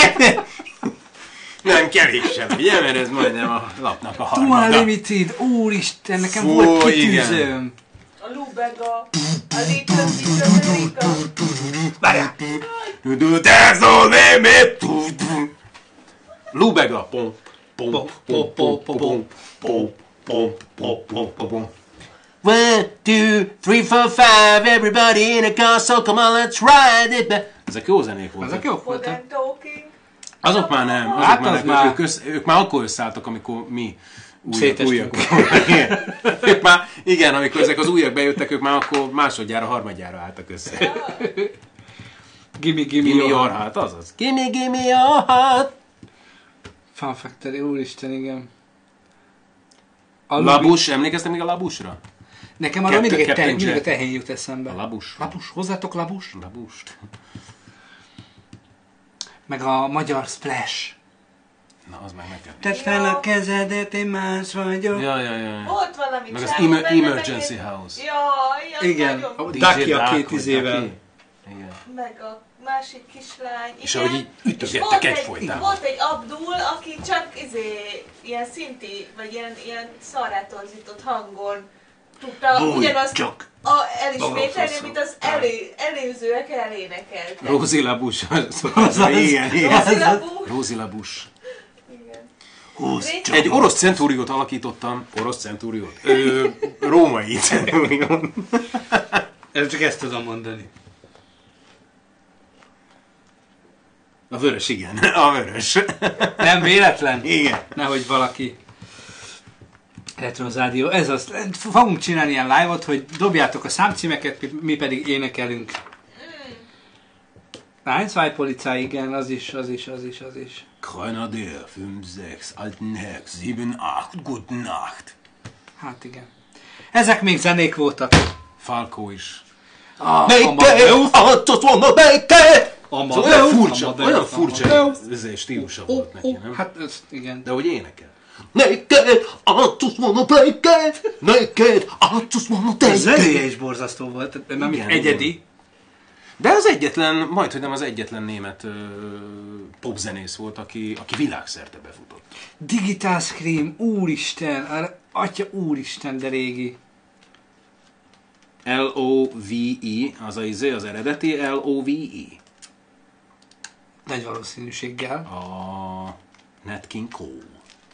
Nem kevéssel, ugye? Mert ez majdnem a lapnak a harmada. Too Limited, úristen, nekem volt kitűzőm. A Lubega, a Little Miss America. Várjál! There's no limit! Lubega, pom, pom, pom, pom, pom, pom, pom, pom, pom, pom. 1, 2, 3, 4, 5, everybody in a car, so come on, let's ride it back. Ezek jó zenék voltak. Ezek jók voltak. Azok már nem. Ők már akkor összeálltak, amikor mi újak. Igen, amikor ezek az újak bejöttek, ők már akkor másodjára, harmadjára álltak össze. Gimme your heart, azaz. Gimme your heart. Fun Factory, úristen, igen. Labus, emlékeztek még a Labusra? Nekem arra mindig a tehén jut eszembe. A Labus. Hozzátok Labus? Labust. Meg a magyar Splash. Na, az meg kell. Tedd fel a kezedet, én más vagyok. Ja. Volt valami meg az csávó Emergency House. Jaj, Igen, nagyon a volt. Ducky a 2 izével. Igen. Meg a másik kislány. És igen. ahogy így És ütögettek egyfolytában. Volt egy Abdul, aki csak ilyen szinti, vagy ilyen szarrátorzított hangon tudta ugyanazt elismételni, mint az előzőek elénekeltek. Rosie LaBouche. Igen. Rosie LaBouche. Egy orosz centúriót alakítottam. Orosz centúriót? Római centúriót. Csak ezt tudom mondani. A vörös, igen. A vörös. Nem véletlen? Igen. Nehogy valaki Retrozádió. Ez az. Fogunk csinálni ilyen live-ot, hogy dobjátok a számcímeket, mi pedig énekelünk. Nein, zwei Polizei, igen, az is. Grenadier, 5, 6, alten Hex, 7, 8, gute Nacht. Hát igen. Ezek még zenék voltak. Falco is. Olyan furcsa stílusa volt neki, nem? Hát ez, igen. De hogy énekel. Naked, I just wanna take it. Naked, I just wanna take it. Ez zenéje is borzasztó volt, nem Igen, egyedi. Igen. De az egyetlen, majdhogy nem az egyetlen német popzenész volt, aki világszerte befutott. Digital Scream, úristen, atya úristen, de régi. L-O-V-E, az eredeti L-O-V-E. Nagy valószínűséggel. A Nat King Cole.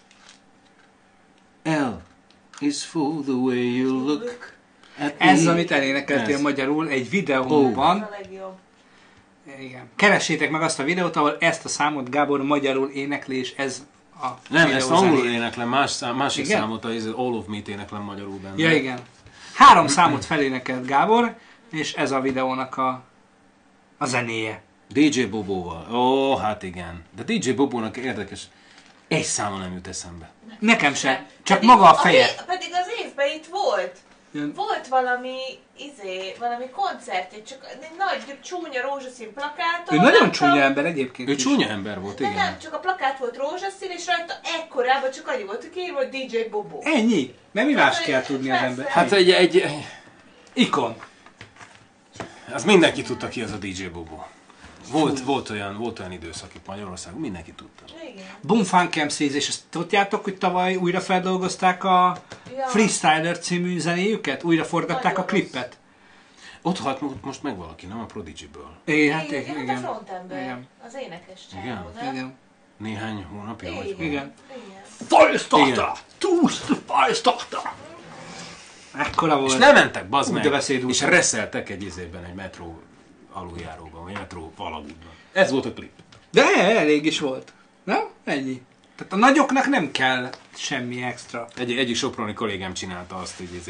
L is for the way you look. Ez, amit elénekeltél magyarul egy videóban. A legjobb. Igen. Keressétek meg azt a videót, ahol ezt a számot Gábor magyarul énekli, és ez a Nem, ezt videózené. angolul éneklem, másik Igen? számot, az All of Me-t éneklem magyarul benne. Ja, igen. 3 számot felénekelt Gábor, és ez a videónak a zenéje. DJ Bobóval. Ó, hát igen. De DJ Bobónak érdekes, egy száma nem jut eszembe. Nekem sem, csak Pedig maga a feje. Pedig az évben itt volt. Jön. Volt valami koncert, csak egy nagy csúnya rózsaszín plakáton. Ő nagyon csúnya ember egyébként Ő is. csúnya ember volt, De igen. nem, csak a plakát volt rózsaszín, és rajta ekkorában csak annyi volt, hogy kiírva, hogy DJ Bobo. Ennyi. Nem mi más kell tudni az ember. Hát egy Ikon. az mindenki tudta ki az a DJ Bobo. Volt olyan időszak itt Magyarországon, mindenki tudta. Igen. Boomfunk MCs, és ezt tudjátok, hogy tavaly újra feldolgozták a Freestyler című zenéjüket? Újra forgatták Nagyon a klipet? Ott halt most meg valaki, nem a Prodigy-ből. Igen, a frontember, Igen. az énekes Igen? csávó, nem? Igen. Néhány hónapja vagy. Igen. Igen. Igen. Feuerstarter! Tust, Feuerstarter! Ekkora volt. És lementek, bazd Úgy, meg, de beszédúton. és reszeltek egy metró aluljáróban, vagy metró alagútban. Ez volt a klip. De elég is volt. Nem? Ennyi. Tehát a nagyoknak nem kell semmi extra. Egyik soproni kollégám csinálta azt, hogy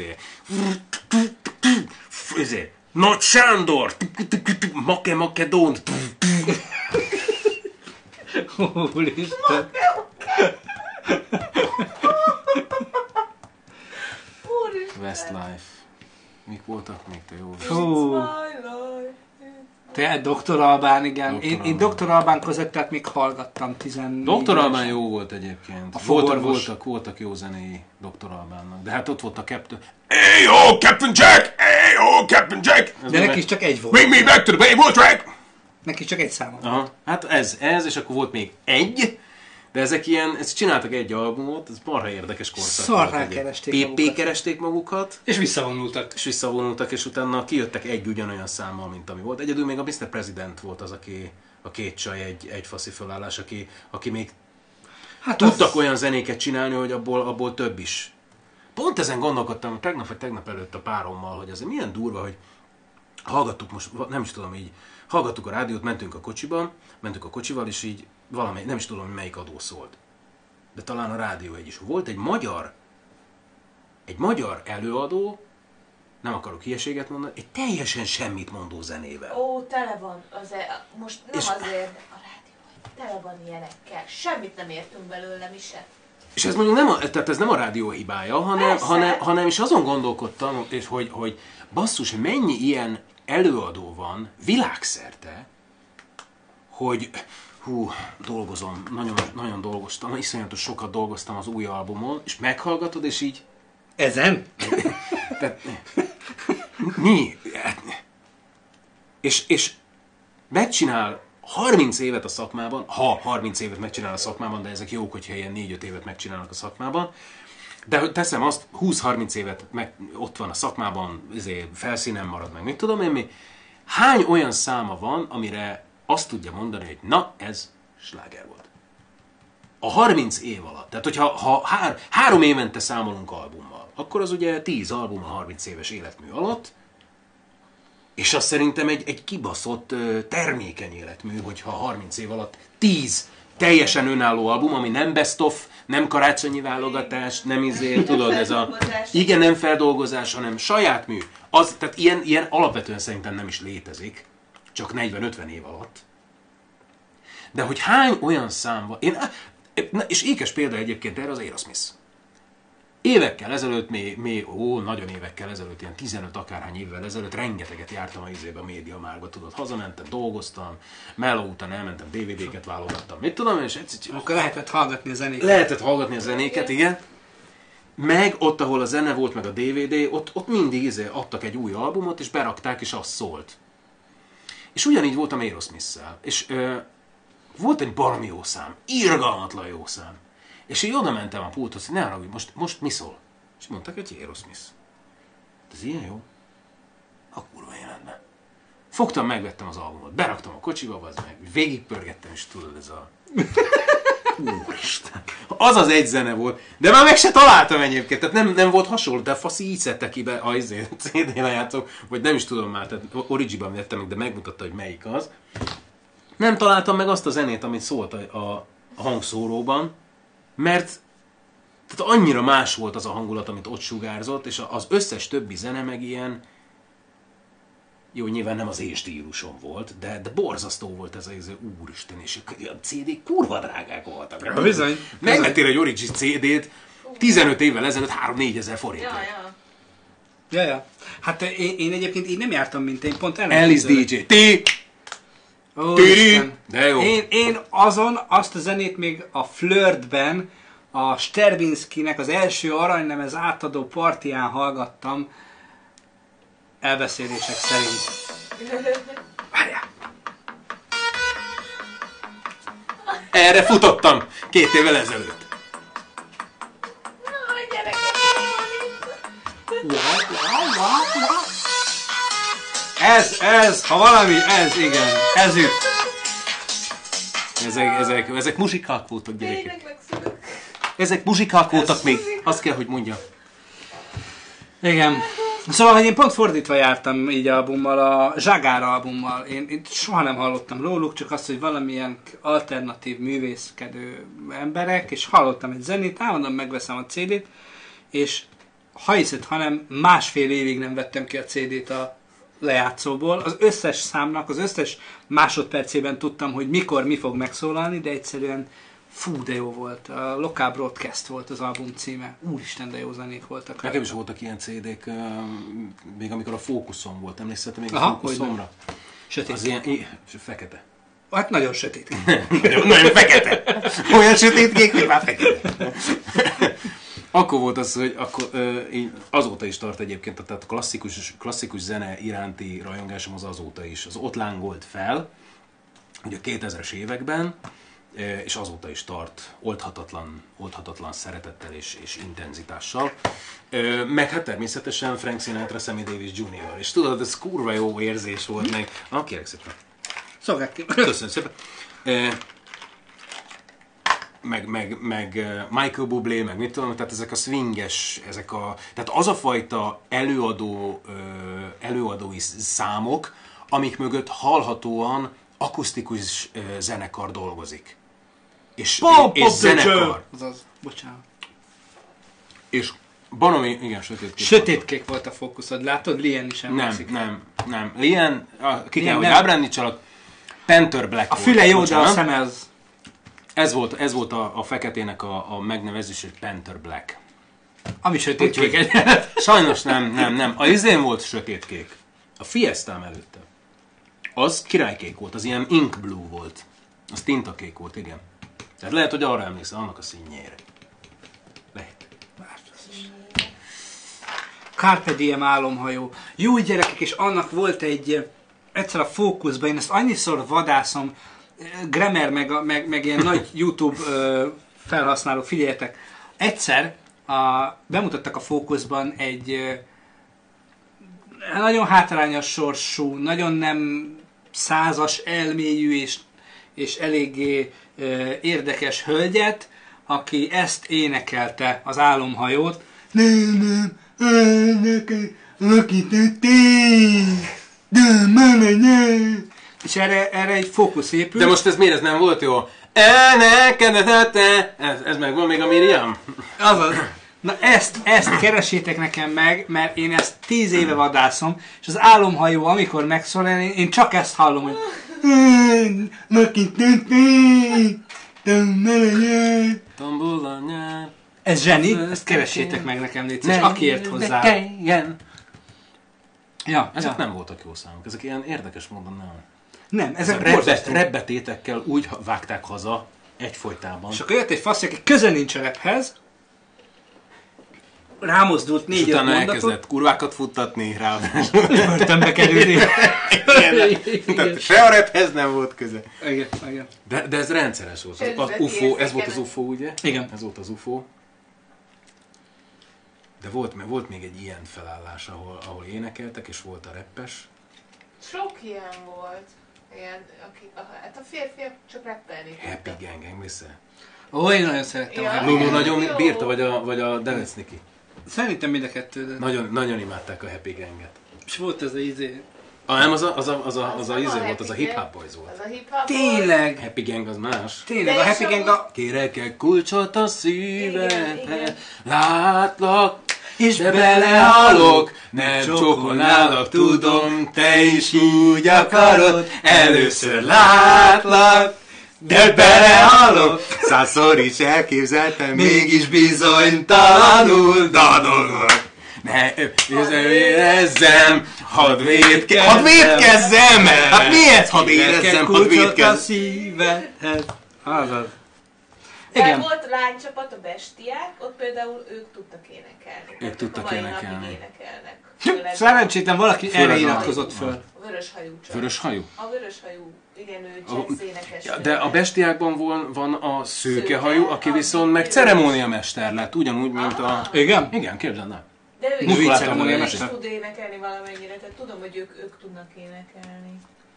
Nagy Sándor! Makedón! Úristen. Westlife. Mik voltak még, te jó? Fú. Te, Dr. Albán, igen. Én Dr. Albán között még hallgattam 14 Dr. Albán jó volt egyébként. A fogorvos. Voltak jó zenéi Dr. Albánnak. De hát ott volt a Captain... Hey yo, Captain Jack! Hey yo, Captain Jack! De neki is csak egy volt. Bring me back to the Baywatch track! Neki csak egy száma. Aha. Hát ez, és akkor volt még egy, de ezt csináltak egy albumot, ez marha érdekes korszak. Szarrá keresték magukat. keresték magukat, És visszavonultak. és utána kijöttek egy ugyanolyan számmal, mint ami volt. Egyedül még a Mr. President volt az, aki a két csaj egy faszi fölállás, aki még Hát tudtak olyan zenéket csinálni, hogy abból több is. Pont ezen gondolkodtam tegnap előtt a párommal, hogy ez milyen durva, hogy hallgattuk most, nem is tudom így, hallgattuk a rádiót, mentünk a kocsival, és így valami, nem is tudom, hogy melyik adó szólt. De talán a Rádió 1 is. Volt egy magyar előadó, nem akarok hülyeséget mondani, egy teljesen semmit mondó zenével. Ó, tele van, most nem azért, a rádió, tele van ilyenekkel, semmit nem értünk belőle, mi se. És ez mondjuk tehát ez nem a rádió hibája, hanem is azon gondolkodtam, és hogy basszus, mennyi ilyen előadó van világszerte, hogy dolgozom, nagyon dolgoztam, iszonyatos sokat dolgoztam az új albumon, és meghallgatod, és így... Ezen? Mi? És megcsinál 30 évet a szakmában, ha 30 évet megcsinál a szakmában, de ezek jók, hogyha ilyen 4-5 évet megcsinálnak a szakmában, de teszem azt, 20-30 évet ott van a szakmában, felszínen marad meg, mit tudom én mi. Hány olyan száma van, amire azt tudja mondani, hogy na, ez sláger volt. A 30 év alatt. Tehát, hogyha 3 évente számolunk albummal, akkor az ugye 10 album a 30 éves életmű alatt, és az szerintem egy kibaszott termékeny életmű, hogyha 30 év alatt 10 teljesen önálló album, ami nem best of, nem karácsonyi válogatás, nem tudod, ez a... Igen, nem feldolgozás, hanem saját mű. Tehát ilyen alapvetően szerintem nem is létezik, csak 40-50 év alatt. De hogy hány olyan szám van... És ékes példa egyébként erre az Aerosmith. Évekkel ezelőtt, nagyon évekkel ezelőtt, ilyen 15 akárhány évvel ezelőtt rengeteget jártam a médiamárba, tudod, hazamentem, dolgoztam, meló után elmentem, DVD-ket válogattam, mit tudom, és akkor lehetett hallgatni a zenéket. Lehetett hallgatni a zenéket, igen. Meg ott, ahol a zene volt, meg a DVD, ott mindig adtak egy új albumot, és berakták, és az szólt. És ugyanígy volt a Aerosmith-szel. És volt egy baromi jó szám, irgalmatlan jó szám. És így oda mentem a pulthoz, hogy ne haragudj, most mi szól? És mondtak, hogy Aerosmith. Ez ilyen jó? A kurva életben. Fogtam, megvettem az albumot, beraktam a kocsiba, az meg, végigpörgettem, és tudod, ez a... Úristen. Az egy zene volt, de már meg se találtam egyébként, tehát nem volt hasonló, de a faszi így szedte ki be a CD lejátszók, vagy nem is tudom már, tehát Origiban vettem meg, de megmutatta, hogy melyik az. Nem találtam meg azt a zenét, amit szólt a hangszóróban, mert tehát annyira más volt az a hangulat, amit ott sugárzott, és az összes többi zene meg ilyen, jó, nyilván nem az én stílusom volt, de borzasztó volt ez az úristen, és a CD-k kurva drágák voltak. Bizony. Megvettél egy Origi CD-t 15 évvel ezelőtt 3-4 ezer forintért. Ja. Hát én egyébként így nem jártam, mint én, pont Alice DJ. De jó. Én azt a zenét még a Flirtben, a Sterbinskinek az első aranylemez átadó partiján hallgattam, elbeszélések szerint. Várjál! Erre futottam 2 évvel ezelőtt. Ez, ha valami, ez, igen, ez itt. Ezek muzsikák voltak, gyerekek. Ezek muzsikák voltak még, azt kell, hogy mondjam. Igen. Szóval, hogy én pont fordítva jártam így albummal, a Zsagár albummal. Én soha nem hallottam róluk, csak azt, hogy valamilyen alternatív művészkedő emberek, és hallottam egy zenét, állandóan megveszem a CD-t, és ha hiszed, hanem 1,5 évig nem vettem ki a CD-t a lejátszóból. Az összes számnak, az összes másodpercében tudtam, hogy mikor mi fog megszólalni, de egyszerűen fú, de jó volt. A Local Broadcast volt az album címe. Úristen, de jó zenék voltak. Nekem is voltak ilyen CD-k, még amikor a Fókuszon volt. Emlékszel még a Fókuszomra? Sötét. Az ilyen, fekete. Hát nagyon sötét. nagyon fekete. Olyan sötétkék, hogy már fekete. Akkor volt az, hogy azóta is tart egyébként, tehát klasszikus zene iránti rajongásom az azóta is. Az ott lángolt fel, ugye a 2000-es években, és azóta is tart oldhatatlan szeretettel és intenzitással. Meg hát természetesen Frank Sinatra, Sammy Davis Jr. És tudod, ez kurva jó érzés volt meg. Kérlek szépen. Szolgált ki. Köszönöm szépen. Meg Michael Bublé, meg mit tudom, tehát ezek a swinges, tehát az a fajta előadói számok, amik mögött hallhatóan akusztikus zenekar dolgozik. És zenekar. Azaz, bocsánat. És baromi, igen, sötétkék. Sötétkék volt a fókuszod, látod? Lian is emlékszik. Nem. Lian, ki kell, hogy ábrándítsalak, Panther Black a füle jó, de a szeme az... Ez volt a feketének a megnevezés, hogy Panther Black. Ami sötétkék egyenet. Sajnos nem. A izén volt sötétkék. A Fiestám előtte. Az királykék volt, az ilyen ink blue volt. Az tintakék volt, igen. Tehát lehet, hogy arra emlékszel, annak a színjére. Lehet. Carpe Diem álomhajó. Jó gyerekek, és annak volt egyszer a fókuszban, én ezt annyiszor vadászom, Grammar meg ilyen nagy YouTube felhasználók, figyeljetek. Egyszer bemutattak a fókuszban egy nagyon hátrányos sorsú, nagyon nem százas elmélyű és eléggé érdekes hölgyet, aki ezt énekelte, az álomhajót. Nem, és erre egy fókusz épül. De most ez miért ez nem volt jó? Ez meg van még a Miriam? Azaz. Na ezt keresétek nekem meg, mert én ezt 10 éve vadászom, és az álomhajó, amikor megszól, én csak ezt hallom, hogy ez zseni, ezt keresétek meg nekem, légy szíves, aki ért hozzá. Ja, ezek nem voltak jó számok, ezek ilyen érdekes módon nem. Nem, ezek rebbetétekkel úgy vágták haza egyfolytában. És akkor jött egy fasz, aki köze nincs a raphez, rámozdult 4-5 mondatot. És utána elkezdett kurvákat futtatni, ráadásul. Börtönbe kerülni. Se a raphez nem volt köze. Igen. De ez rendszeres volt. Az UFO, ez volt az UFO, ugye? Igen. Ez volt az UFO. De volt még egy ilyen felállás, ahol énekeltek, és volt a rappes. Sok ilyen volt. Ilyen, hát a férfiak csak rappelni. Happy Gang, emlékszel? Ó, én nagyon szerettem. Ja, Lulu nagyon bírta, vagy a Delecniki? Szerintem mind a kettő. De... Nagyon imádták a Happy Ganget. És volt ez a izé... Nem, az a izé volt, az a Hip Hop Boys volt. Az a Hip Hop Tényleg! Happy Gang az más. Tényleg, a Happy Gang a... Kérek egy kulcsot a szívedbe, látlak, és belehalok, nem csókolnálak, tudom, te is úgy akarod, először látlak, de belehalok, 100-szor is elképzeltem, mégis bizonytalanul dadogok. Ne érezzem, hadd vétkezzem! Hát miért hadd érezzem, hadd vétkezzem? a szívedhez. Azaz. Igen. Volt lánycsapat, a Bestiák, ott például ők tudtak énekelni. Ők tudtak énekelni. Szerencsétlen valaki erre iratkozott föl. A vöröshajú csak. Vöröshajú? A vöröshajú, igen, ő jazz énekes. De a Bestiákban van a szőkehajú, aki viszont meg ceremóniamester lett, ugyanúgy, mint a... Igen? Igen, képzeld el. De ő is tud énekelni valamennyire, tehát tudom, hogy ők tudnak énekelni.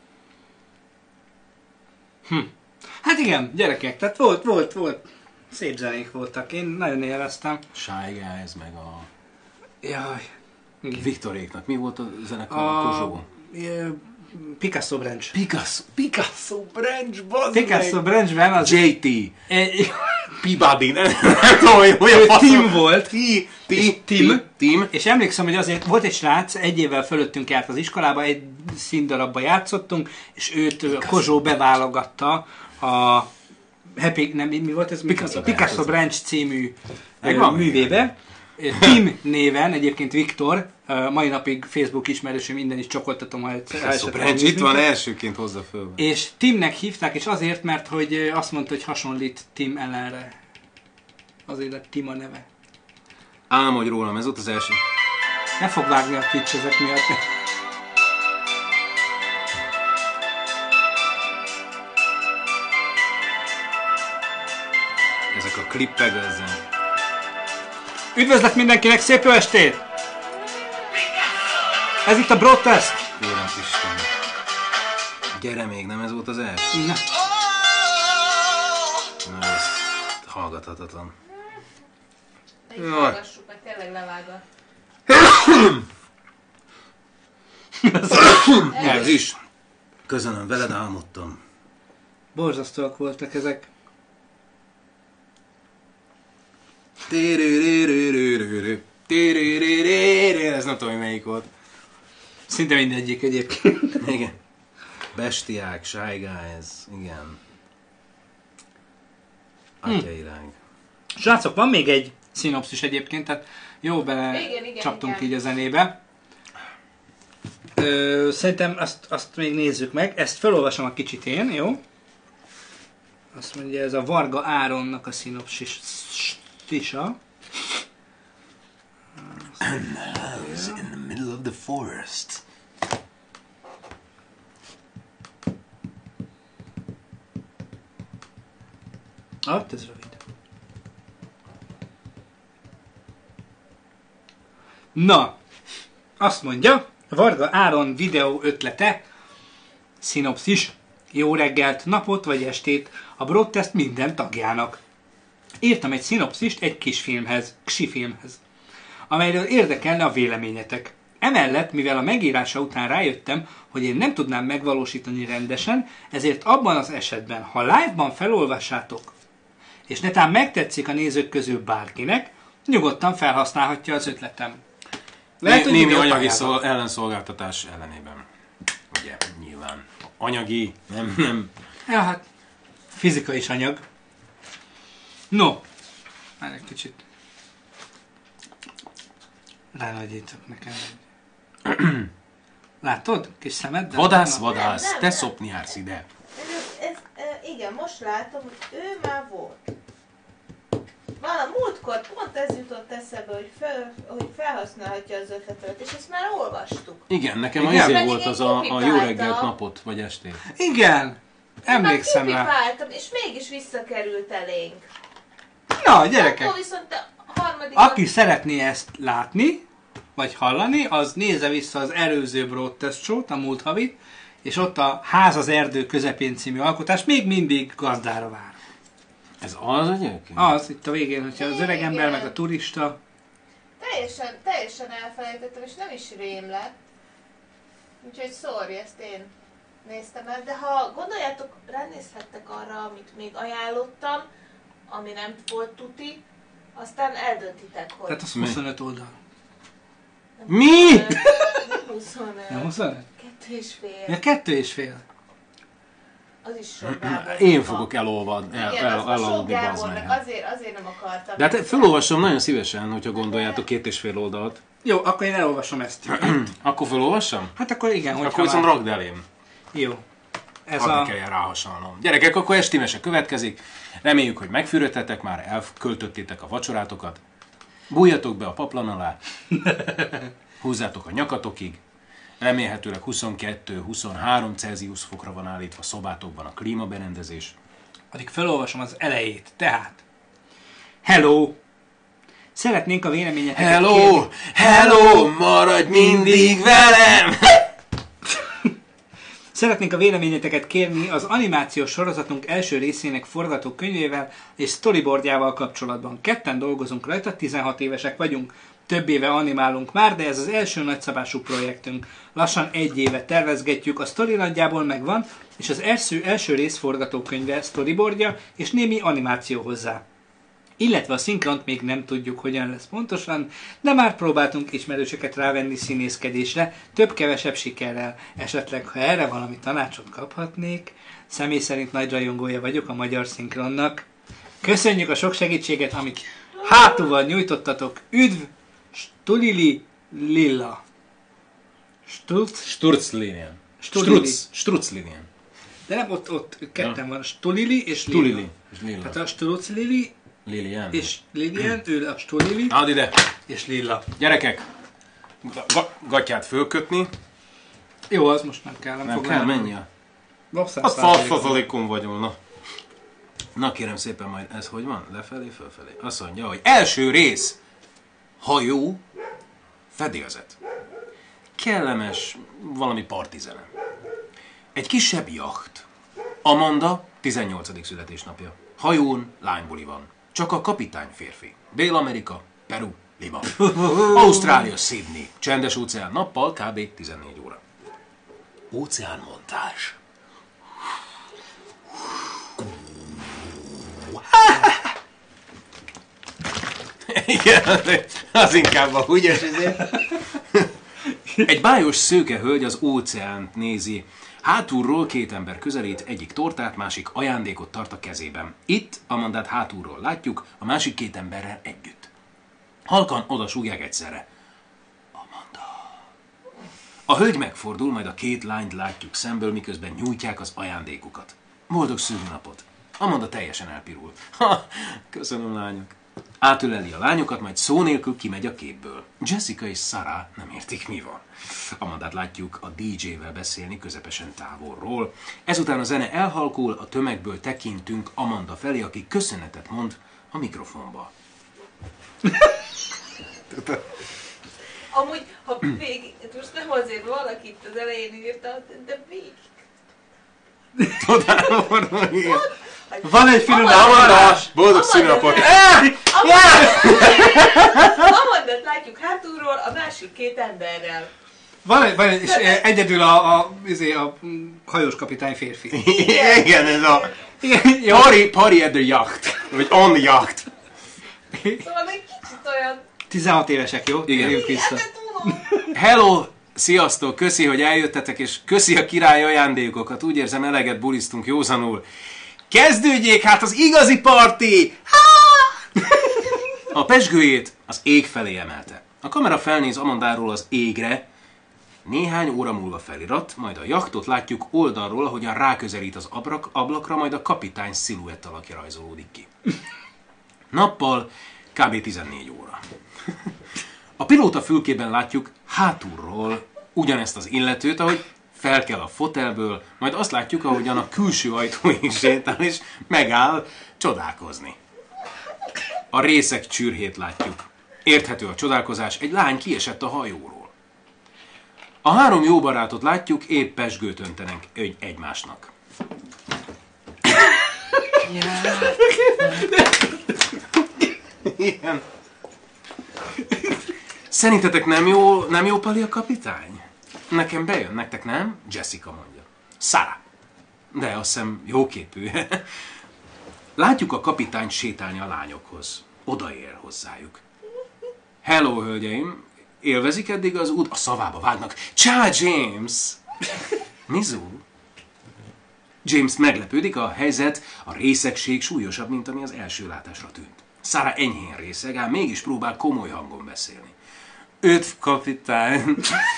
Hát igen, gyerekek, tehát volt. Szép zenék voltak, én nagyon élveztem. Shy Guys, meg a... Jaj. Viktoréknak mi volt a zenekar? A Kozsó? Picasso Branch. Picasso Branch, bazd Picasso Branchben az... JT. Peabody, nem tudom, hogy a Tim volt. Tim. És emlékszem, hogy azért volt egy srác, 1 évvel fölöttünk járt az iskolába, egy színdarabba játszottunk, és őt Kozsó beválogatta a Happy, nem, mi volt ez? Picasso Branch című művébe. Tim néven, egyébként Viktor, mai napig Facebook ismerősöm, minden is csokoltatom, ha Branch itt van, elsőként hozza föl. És Timnek hívták, és azért, mert hogy azt mondta, hogy hasonlít Tim Allenre. Azért lett Tim a neve. Álmodj rólam, ez ott az első. Ne fog vágni a Twitch ezek miatt. Ezek a klippek ezzel. Üdvözlet mindenkinek, szép jó estét! Ez itt a Broadcast! Érem Isten. Gyere még, nem ez volt az első? Na. Na, ez hallgathatatlan. Ne is hallgassuk, mert tényleg levágat. Ez is. Köszönöm, veled álmodtam. Borzasztóak voltak ezek. Ez nem tudom, hogy melyik volt. Szinte mindegyik egyébként. Igen. Bestiák, Shy Guys, igen. Atyairány. Srácok, van még egy szinopszis egyébként, tehát jó bele csaptunk így a zenébe. Szerintem azt még nézzük meg. Ezt felolvasom a kicsit én, jó? Azt mondja, ez a Varga Áronnak a szinopszisa. In the middle of the forest. Ez rövid. Na, azt mondja, Varga Áron videó ötlete, szinopszis, jó reggelt, napot vagy estét a Broadtest minden tagjának. Írtam egy szinopszist egy kisi filmhez, amelyről érdekelne a véleményetek. Emellett, mivel a megírása után rájöttem, hogy én nem tudnám megvalósítani rendesen, ezért abban az esetben, ha live-ban felolvassátok, és netán megtetszik a nézők közül bárkinek, nyugodtan felhasználhatja az ötletem. Lehet, némi anyagi ellenszolgáltatás ellenében. Ugye, nyilván. Anyagi, nem. Ja, hát fizika is anyag. No, már egy kicsit ránagyítok nekem. Látod? Kis szemed? Vadász, Nem. te szopni jársz ide. Igen, most látom, hogy ő már volt. Múltkor pont ez jutott eszembe, hogy felhasználhatja az ötletet, és ezt már olvastuk. Igen, nekem azért volt az a jó reggelt, napot, vagy estét. Igen, emlékszem rá. Kipipáltam, és mégis visszakerült elénk. Na, gyerekek! Akkor viszont a harmadik... Aki szeretné ezt látni, vagy hallani, az nézze vissza az előző Broadtest show-t, a múlt havit, és ott a Ház az erdő közepén című alkotás még mindig gazdára vár. Ez az egyébként? Az, itt a végén, hogyha az öreg ember, meg a turista. Teljesen elfelejtettem, és nem is rém lett. Úgyhogy sorry, ezt én néztem el. De ha gondoljátok, ránézhettek arra, amit még ajánlottam, ami nem volt tuti, aztán eldöntitek, hogy... Tehát az 25 oldal. Mi? Nem 25. Nem 25? 2,5. Ja, 2,5. Az is sok Gábor. Én fogok elaludni, sok bazd Gábornak, meg. azért nem akartam. De hát felolvasom nagyon szívesen, hogyha gondoljátok 2,5 oldalt. Jó, akkor én elolvasom ezt. Akkor felolvassam? Hát akkor igen, hogyha Akkor viszont rakd elém. Jó. Ez Hadd kelljen ráhasonlnom. Gyerekek, akkor esti mese következik. Reméljük, hogy megfürödtetek már, elköltöttétek a vacsorátokat. Bújjatok be a paplan alá. Húzzátok a nyakatokig. Remélhetőleg 22-23 Celsius fokra van állítva szobátokban a klímaberendezés. Addig felolvasom az elejét. Tehát. Hello! Szeretnénk a véleményeteket kérni. Hello! Maradj mindig velem! Szeretnénk a véleményeteket kérni az animációs sorozatunk első részének forgatókönyvével és storyboardjával kapcsolatban. Ketten dolgozunk rajta, 16 évesek vagyunk. Több éve animálunk már, de ez az első nagyszabású projektünk. Lassan 1 éve tervezgetjük, a sztori nagyjából megvan, és az első rész forgatókönyve, storyboardja és némi animáció hozzá. Illetve a szinkront még nem tudjuk, hogyan lesz pontosan, de már próbáltunk ismerősöket rávenni színészkedésre, több-kevesebb sikerrel. Esetleg, ha erre valami tanácsot kaphatnék, személy szerint nagy rajongója vagyok a magyar szinkronnak. Köszönjük a sok segítséget, amit hátulval nyújtottatok. Üdv! Stulili Lilla. Sturzlinien. Strutzlinien. De nem, ott ketten van. Stulili és Lilla. Tehát a Strutzlili Lilian. és Lilian, ő a Stulili Add ide. és Lilla. Gyerekek, gatyát fölkötni. Jó, az most nem kell. Nem kell, menj el. Hát falfazalékon vagyunk, na kérem szépen, majd ez hogy van? Lefelé, fölfelé. Azt mondja, hogy első rész. Hajó, fedélzet. Kellemes, valami partizene. Egy kisebb jacht. Amanda 18. születésnapja. Hajón lánybuli van. Csak a kapitány férfi. Dél-Amerika, Peru, Lima. Ausztrália, Sydney. Csendes óceán nappal kb. 14 óra. Óceánmontás. Igen, az inkább a húgyos ezért. Egy bájos szőke hölgy az óceánt nézi. Hátulról 2 ember közelít, egyik tortát, másik ajándékot tart a kezében. Itt Amandát hátulról látjuk, a másik 2 emberrel együtt. Halkan oda súgják egyszerre. Amanda. A hölgy megfordul, majd a 2 lányt látjuk szemből, miközben nyújtják az ajándékukat. Boldog szülinapot. Amanda teljesen elpirul. Ha, köszönöm, lányok. Átöleli a lányokat, majd szó nélkül kimegy a képből. Jessica és Sarah nem értik, mi van. Amandát látjuk a DJ-vel beszélni közepesen távolról. Ezután a zene elhalkul, a tömegből tekintünk Amanda felé, aki köszönetet mond a mikrofonba. Amúgy, ha végig, most nem azért valakit az elején írta, de végig. Van egy film, Amanda! Boldog szülinapot! Amandát látjuk hátulról a másik két emberrel. Van egy, és egyedül a hajós kapitány férfi. Igen, ez a party at the yacht, vagy on the yacht. Szóval egy kicsit olyan... 16 évesek, jó? Igen. Vissza. Hello! Sziasztok! Köszi, hogy eljöttetek, és köszi a király ajándékokat. Úgy érzem, eleget bulisztunk józanul. Kezdődjék hát az igazi parti! A pezsgőjét az ég felé emelte. A kamera felnéz Amandáról az égre, néhány óra múlva felirat, majd a jachtot látjuk oldalról, ahogyan ráközelít az ablakra, majd a kapitány sziluett alakja rajzolódik ki. Nappal kb. 14 óra. A pilóta fülkében látjuk hátulról ugyanezt az illetőt, ahogy felkel a fotelből, majd azt látjuk, ahogyan a külső ajtóig sétál, és megáll csodálkozni. A részek csürhét látjuk. Érthető a csodálkozás, egy lány kiesett a hajóról. A három jó barátot látjuk, épp pezsgőt öntenek egymásnak. Igen. Szerintetek nem jó pali a kapitány? Nekem bejön, nektek nem? Jessica mondja. Sarah. De azt hiszem jóképű. Látjuk a kapitányt sétálni a lányokhoz. Odaér hozzájuk. Hello, hölgyeim. Élvezik eddig az út? A szavába vágnak. Csá, James! Mizu? James meglepődik, a helyzet, a részegség súlyosabb, mint ami az első látásra tűnt. Sarah enyhén részeg, ám mégis próbál komoly hangon beszélni. Üdv, kapitány!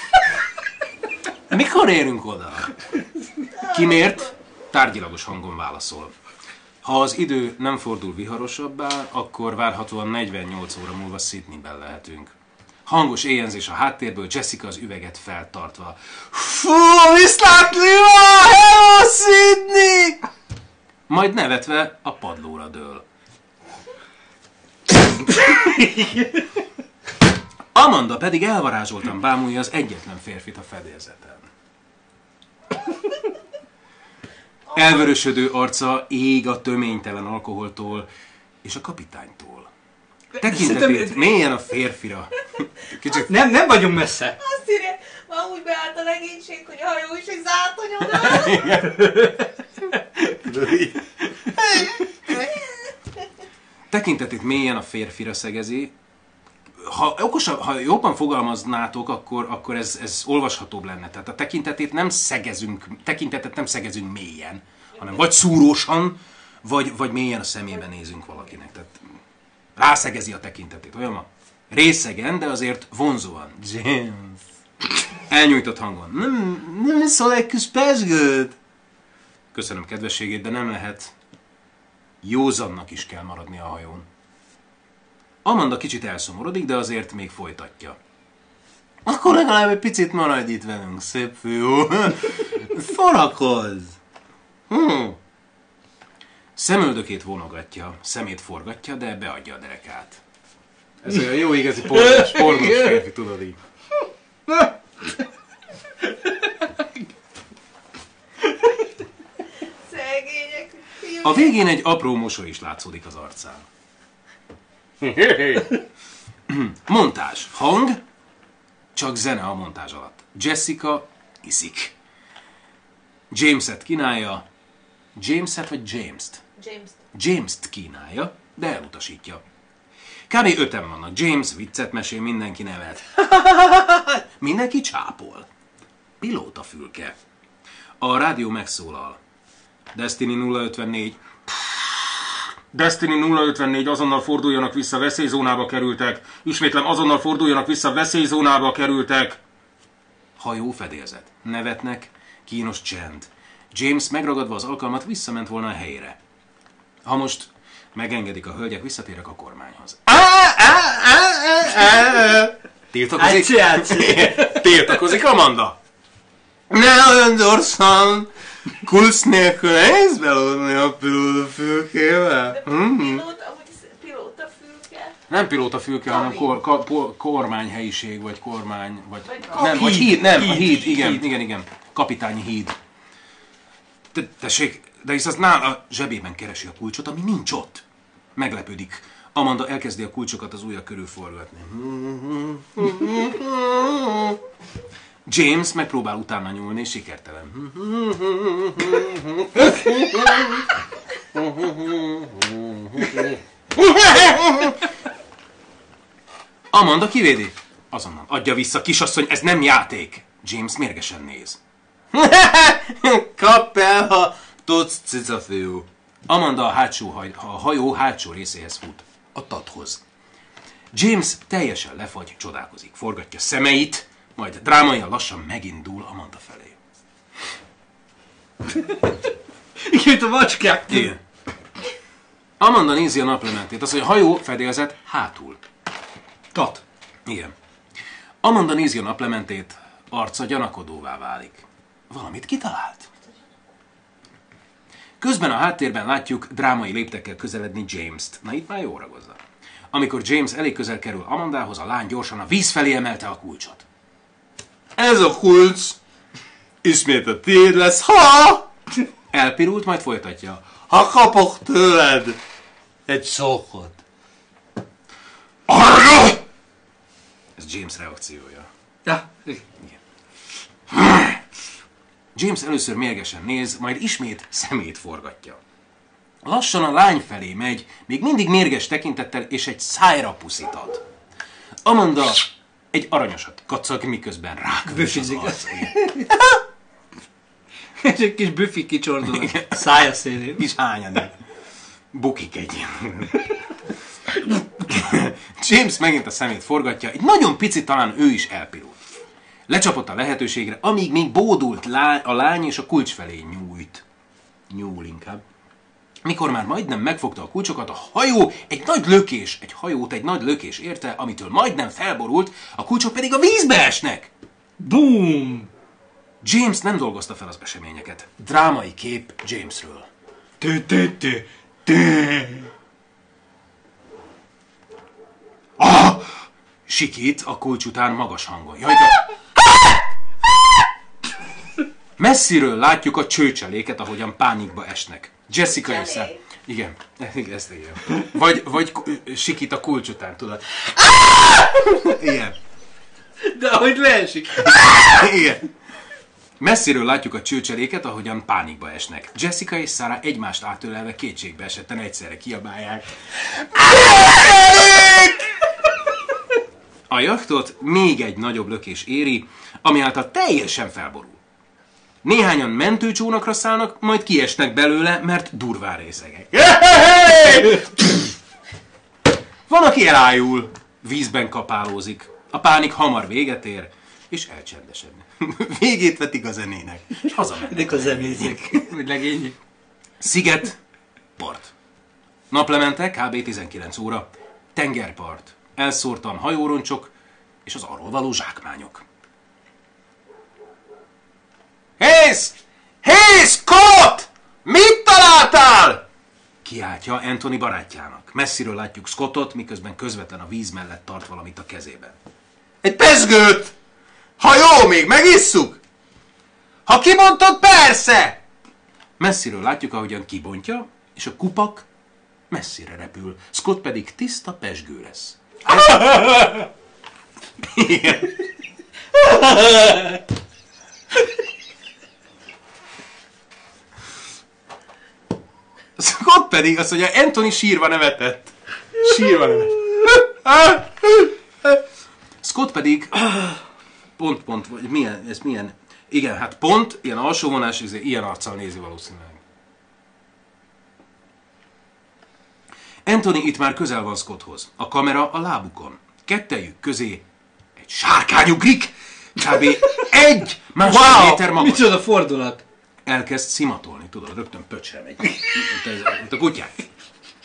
Mikor érünk oda? Kimért? Tárgyilagos hangon válaszol. Ha az idő nem fordul viharosabbá, akkor várhatóan 48 óra múlva Sydneyben lehetünk. Hangos éjjenzés a háttérből, Jessica az üveget feltartva. Fú, viszlátni! Hello, Sydney! Majd nevetve a padlóra dől. Amanda pedig elvarázsoltan bámulja az egyetlen férfit a fedélzeten. Elvörösödő arca ég a töménytelen alkoholtól és a kapitánytól. Tekintetét mélyen a férfira. Kicsit nem vagyunk messze. Azt írja, ma úgy beállt a legénység, hogy a hajó is egy zárt anyagál. Tekintetét mélyen a férfira szegezi. Ha jobban fogalmaznátok, akkor ez olvashatóbb lenne. Tehát a tekintetet nem szegezünk mélyen, hanem vagy szúrósan, vagy mélyen a szemébe nézünk valakinek. Tehát rászegezi a tekintetét, olyan van? Részegen, de azért vonzóan. James. Elnyújtott hangon. Nem iszol egy kis pezsgőt? Köszönöm kedvességét, de nem lehet. Józannak is kell maradni a hajón. Amanda kicsit elszomorodik, de azért még folytatja. Akkor legalább egy picit maradj itt velünk, szép fiú. Forakozz! Szemöldökét vonogatja, szemét forgatja, de beadja a derekát. Ez olyan jó igazi pornós férfi, tudod így. Szegények. A végén egy apró mosoly is látszódik az arcán. Montázs. Hang, csak zene a montázs alatt. Jessica iszik. Jameset kínálja. Jameset vagy James-t? James-t kínálja, de elutasítja. Kb. 5-en vannak. James viccet mesél, mindenki nevet. Mindenki csápol. Pilóta fülke. A rádió megszólal. Destiny 054. Destiny 054, azonnal forduljanak vissza, veszélyzónába kerültek. Ismétlem, azonnal forduljanak vissza, veszélyzónába kerültek. Hajó fedélzet. Nevetnek, kínos csend. James megragadva az alkalmat visszament volna a helyére. Ha most megengedik a hölgyek, visszatérek a kormányhoz. Tiltakozik? Tiltakozik Amanda. Ne olyan gyorsan! Kulcs nélkül nehéz belódni a pilótafülkével? De pilótafülke? Nem pilótafülke, hanem kormányhelyiség, vagy kormány, vagy híd, igen. Kapitányi híd. Tessék, de hisz az nála zsebében keresi a kulcsot, ami nincs ott. Meglepődik. Amanda elkezdi a kulcsokat az ujja körül forgatni. James megpróbál utána nyúlni, sikertelen. Amanda kivédi. Azonnal adja vissza, kisasszony, ez nem játék. James mérgesen néz. Kapp el, ha tudsz, cicafiú. Amanda a hajó hátsó részéhez fut. A tathoz. James teljesen lefagy, csodálkozik. Forgatja szemeit, majd drámaian lassan megindul Amanda felé. Igen, a macskák. Igen. Amanda nézi a naplementét, az, hogy a hajó fedélzet hátul. Tat. Igen. Amanda nézi a naplementét, arca gyanakodóvá válik. Valamit kitalált. Közben a háttérben látjuk drámai léptekkel közeledni James-t. Na itt már jó ragozza. Amikor James elég közel kerül Amandához, a lány gyorsan a víz felé emelte a kulcsot. Ez a kulcs ismét a tiéd lesz, ha... Elpirult, majd folytatja. Ha kapok tőled egy szókot. Arra! Ez James reakciója. Ja. Igen. James először mérgesen néz, majd ismét szemét forgatja. Lassan a lány felé megy, még mindig mérges tekintettel, és egy szájra puszit ad. Amanda egy aranyosat kacag, miközben rákövös az arcai. És egy kis büfi kicsordul a szája szélén. Kis hányadik. Bukik egy ilyen. James megint a szemét forgatja, egy nagyon picit talán ő is elpirult. Lecsapott a lehetőségre, amíg még bódult a lány és a kulcs felé nyúl inkább. Mikor már majdnem megfogta a kulcsokat, a hajó egy nagy lökés érte, amitől majdnem felborult, a kulcsok pedig a vízbe esnek. Boom! James nem dolgozta fel az eseményeket. Drámai kép Jamesről. Sikít a kulcs után magas hangon. Messziről látjuk a csőcseléket, ahogyan pánikba esnek. Jessica és Sam. Igen, ezt igen. Vagy sikít a kulcs után, tudod. Igen. De ahogy leesik. Igen. Messziről látjuk a csőcseléket, ahogyan pánikba esnek. Jessica és Sarah egymást átölelve kétségbe esetten egyszerre kiabálják. A jachtot még egy nagyobb lökés éri, ami által teljesen felborul. Néhányan mentőcsónakra szállnak, majd kiesnek belőle, mert durván részegek. Van, aki elájul, vízben kapálózik. A pánik hamar véget ér, és elcsendesednek. Végét vetik a zenének, és hazamennek a zenézik. Legények. Sziget, part. Naplemente, kb. 19 óra. Tengerpart. Elszórtan hajóroncsok, és az arról való zsákmányok. Hey, Scott! Mit találtál? Kiáltja Anthony barátjának. Messziről látjuk Scottot, miközben közvetlen a víz mellett tart valamit a kezében. Egy pezgőt! Ha jó, még megisszuk? Ha kibontod, persze! Messziről látjuk, ahogyan kibontja, és a kupak messzire repül. Scott pedig tiszta pezsgő lesz. Igen. Scott pedig azt mondja, Anthony sírva nevetett. Scott pedig pont, vagy milyen, ez milyen, igen, hát pont, ilyen alsóvonás, ilyen arccal nézi valószínűleg. Anthony itt már közel van Scotthoz. A kamera a lábukon. Kettejük közé egy sárkány ugrik, kb. 1 másfél méter magas. Micsoda fordulat. Elkezd szimatolni, tudod, rögtön pöcsre megy. Mint a kutyák.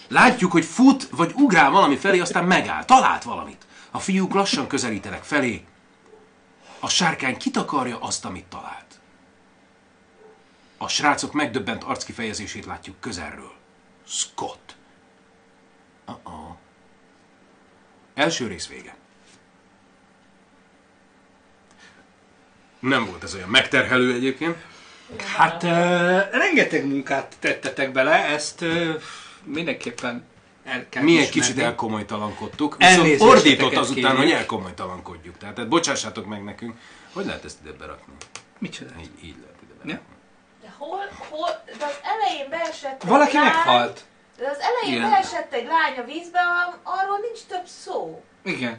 Látjuk, hogy fut, vagy ugrál valami felé, aztán megáll. Talált valamit. A fiúk lassan közelítenek felé. A sárkány kitakarja azt, amit talált. A srácok megdöbbent arckifejezését látjuk közelről. Scott. Első rész vége. Nem volt ez olyan megterhelő egyébként. Hát rengeteg munkát tettetek bele, ezt mindenképpen el kell mi egy ismerni. kicsit elkomolytalankodtuk, viszont ordított azután, hogy elkomolytalankodjuk. Tehát bocsássátok meg nekünk, hogy lehet ezt ide berakni? Micsoda? Így lehet ide berakni. Ja. De hol? De az elején beesett egy Valaki lány, meghalt. De az elején Igen. beesett egy lány a vízbe, arról nincs több szó. Igen.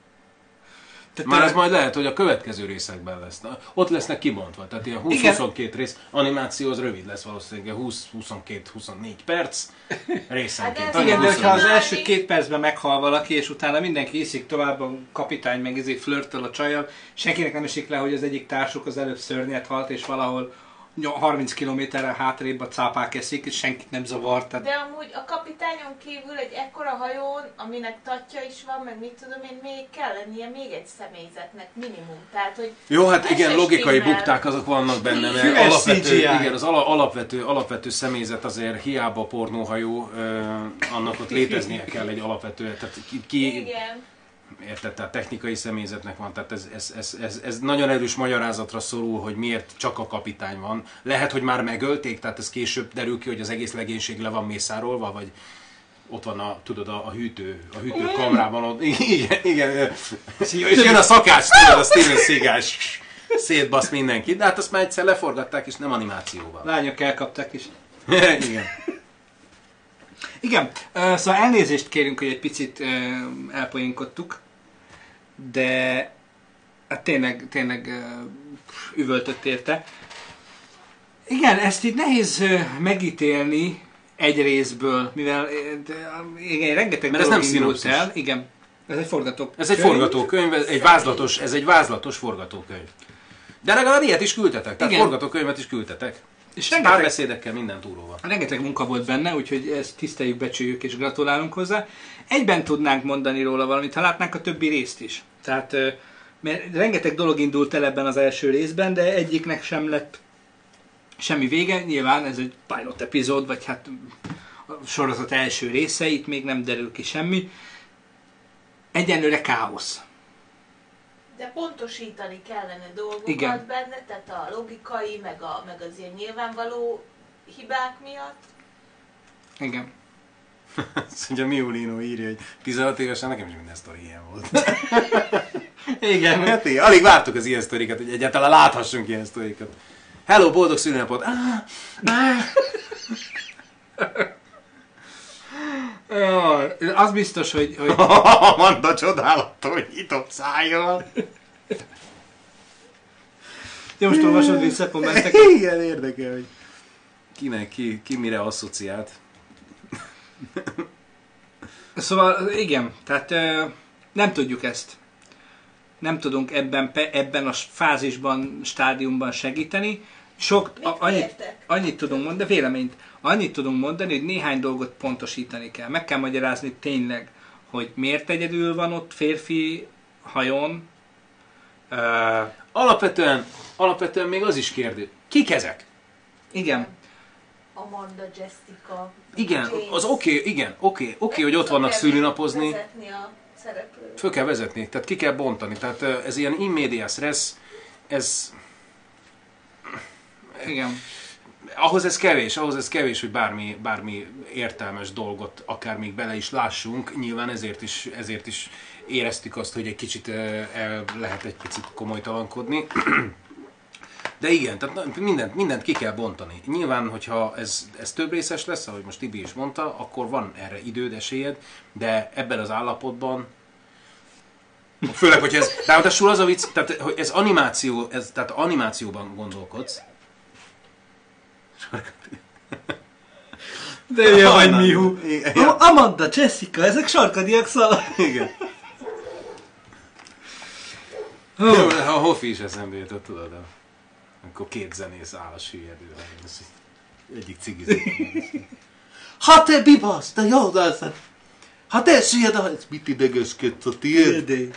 Tehát Már ez majd lehet, hogy a következő részekben lesz. Ott lesznek kibontva, tehát ilyen 20-22 rész, animáció az rövid lesz valószínűleg, 20-22-24 perc részenként. Hát igen, de hogyha az Annyi. első 2 percben meghal valaki, és utána mindenki iszik tovább, a kapitány meg flörtöl a csajjal, senkinek nem esik le, hogy az egyik társuk az előbb szörnyet halt, és valahol 30 kilométerrel hátrébb a cápák eszik, és senkit nem zavar. Tehát... De amúgy a kapitányon kívül egy ekkora hajón, aminek tatja is van, meg mit tudom én, még kell lennie még egy személyzetnek minimum. Tehát, hogy Jó, hát ez igen, se logikai stimmel. bukták azok vannak benne, mert Füves alapvető, CGI. igen, az alapvető személyzet azért hiába pornóhajó, annak ott léteznie kell egy alapvető, tehát Igen. érted, tehát technikai személyzetnek van, tehát ez nagyon erős magyarázatra szorul, hogy miért csak a kapitány van. Lehet, hogy már megölték, tehát ez később derül ki, hogy az egész legénység le van mészárolva, vagy ott van a hűtőkamrában, ott, igen. És jön a szakács, tudod, a Steven Seagal-s szétbasz mindenkit, de hát azt már egyszer leforgatták, és nem animációval. Lányok elkapták is. Igen. Igen, szóval elnézést kérünk, hogy egy picit elpoénkodtuk, de hát tényleg üvöltött érte. Igen, ezt így nehéz megítélni egy részből, mivel igen, rengeteg mert ez nem dolog indult szinopszis. el. Igen, ez egy forgatókönyv. Ez egy forgatókönyv, ez egy vázlatos forgatókönyv. De legalább ilyet is küldtetek, tehát Igen. forgatókönyvet is küldtetek. És Párbeszédekkel, minden túróval. rengeteg munka volt benne, úgyhogy ezt tiszteljük, becsüljük és gratulálunk hozzá. Egyben tudnánk mondani róla valamit, ha látnánk a többi részt is. Tehát, mert rengeteg dolog indult el ebben az első részben, de egyiknek sem lett semmi vége. Nyilván ez egy pilot epizód, vagy hát a sorozat első része, itt még nem derül ki semmi. Egyenlőre káosz. De pontosítani kellene dolgokat Igen. benne, tehát a logikai, meg az ilyen nyilvánvaló hibák miatt. Igen. Azt mondja, Miulino írja, hogy 16 évesen nekem is minden sztori ilyen volt. Igen. Hát igen, alig vártuk az ilyen sztorikat, hogy egyáltalán láthassunk ilyen sztorikat. Hello, boldog szülinapot! Az biztos, hogy Amanda csodálatos, nyitott szájjal. ja, most olvasod vissza a kommenteket. Igen, érdekel, hogy ki mire asszociált. Szóval igen, tehát nem tudjuk ezt. Nem tudunk ebben a fázisban, stádiumban segíteni. Annyit tudunk mondani, de véleményt. Annyit tudunk mondani, hogy néhány dolgot pontosítani kell. Meg kell magyarázni tényleg, hogy miért egyedül van ott férfi hajón. Alapvetően még az is kérdő. Kik ezek? Igen. Amanda, Jessica, Igen, James. az oké, hogy ott vannak szülinapozni. Vezetni a szereplőt. Föl kell vezetni, tehát ki kell bontani. Tehát ez ilyen in medias res, ez... Igen. Ahhoz ez kevés, hogy bármi értelmes dolgot akár még bele is lássunk. Nyilván ezért is éreztük azt, hogy egy kicsit lehet egy picit komolytalankodni. De igen, tehát mindent ki kell bontani. Nyilván, hogyha ez több részes lesz, ahogy most Tibi is mondta, akkor van erre időd, esélyed, de ebben az állapotban, főleg, hogy ez, ráadásul az a vicc, tehát hogy ez animáció, tehát animációban gondolkodsz. De jó vagy Anna. Mihu. Igen. Amanda, Jessica, ezek sarkadiak szalak. Igen. A Hoffi is eszembe jutott, tudod, amikor két zenész áll a süllyedőre. Egyik cigizik. Ha te bibasz, te jódászed! Ha te siedálsz, mit idegeskedsz a tiéd?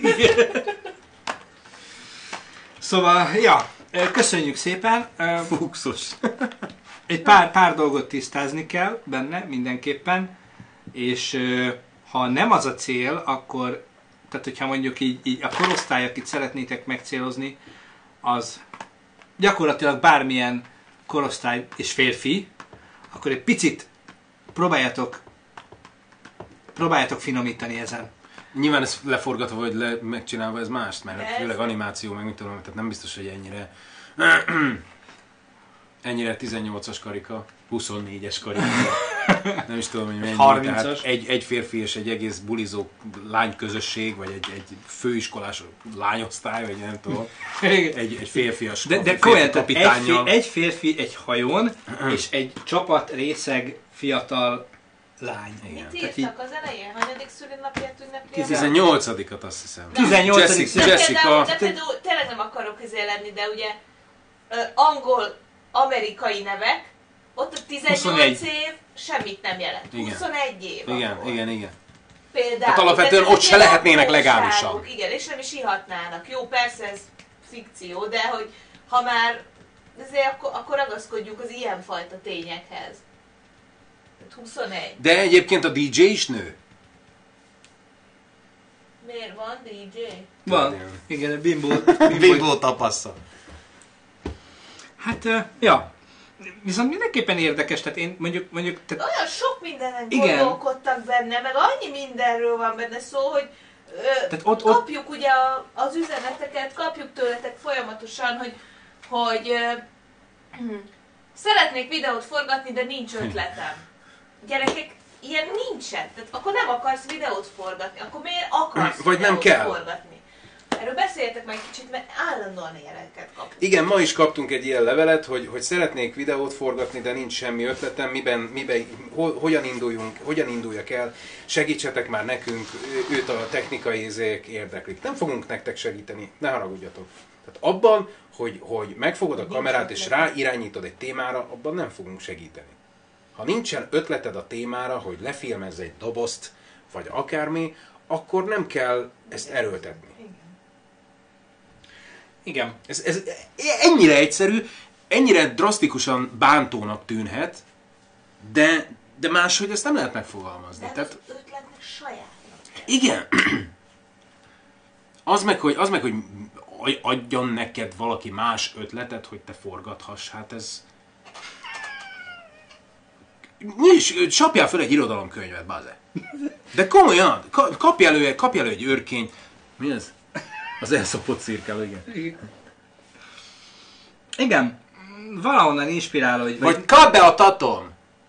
Szóval, ja, köszönjük szépen. Fuxos. Egy pár dolgot tisztázni kell benne mindenképpen, és ha nem az a cél, akkor, tehát hogyha mondjuk így a korosztály, akit szeretnétek megcélozni, az gyakorlatilag bármilyen korosztály és férfi, akkor egy picit próbáljátok finomítani ezen. Nyilván ez leforgatva vagy megcsinálva ez mást, mert főleg animáció, meg mit tudom, tehát nem biztos, hogy ennyire 18-as karika, 24-es karika. Nem is tudom, hogy mennyi. 30-as. Tehát egy férfi és egy egész bulizó lányközösség, vagy egy főiskolás lányosztály, vagy nem tudom. Egy férfias de komolyan, egy férfi egy hajón, és egy csapat részeg fiatal lány. Igen. Mit írtak az elején? Hanyadik szülinapját ünnepli? 18-at azt hiszem. 18. Jessica. De például tényleg nem akarok lenni, de ugye angol, amerikai nevek, ott a 18 21. Év semmit nem jelent. Igen. 21 év. Igen. Például. Hát alapvetően ott se lehetnének legálisan. Igen, és nem is ihatnának. Jó, persze ez fikció, de hogy ha már azért akkor ragaszkodjuk az ilyenfajta tényekhez. 21. De egyébként a DJ is nő. Miért van DJ? Van. Igen, Bimbo tapassza. Hát, ja. Viszont mindenképpen érdekes, tehát én mondjuk tehát... Olyan sok mindenen gondolkodtak benne, meg annyi mindenről van benne szó, hogy kapjuk ugye az üzeneteket, kapjuk tőletek folyamatosan, hogy szeretnék videót forgatni, de nincs ötletem. Gyerekek, ilyen nincsen. Tehát akkor nem akarsz videót forgatni, akkor miért akarsz vagy videót nem kell forgatni? Erről beszéljetek meg kicsit, mert állandóan ilyeneket kapunk. Igen, ma is kaptunk egy ilyen levelet, hogy szeretnék videót forgatni, de nincs semmi ötletem, hogyan induljak el, segítsetek már nekünk, őt a technikai izék érdeklik. Nem fogunk nektek segíteni, ne haragudjatok. Tehát abban, hogy megfogod a kamerát és ráirányítod egy témára, abban nem fogunk segíteni. Ha nincsen ötleted a témára, hogy lefilmezz egy dobozt, vagy akármi, akkor nem kell ezt erőltetni. Igen. Ez ennyire egyszerű, ennyire drasztikusan bántónak tűnhet, de máshogy ezt nem lehet megfogalmazni. De tehát, az ötletnek sajátnak. Igen. Az meg, hogy adjon neked valaki más ötletet, hogy te forgathass, hát ez... Csapjál fel egy irodalomkönyvet, baze. De komolyan, kapjál elő egy őrkényt. Mi ez? Az elszopott cirkel, igen. Igen. Valahonnan inspiráló, hogy... Vagy kap be a tatom!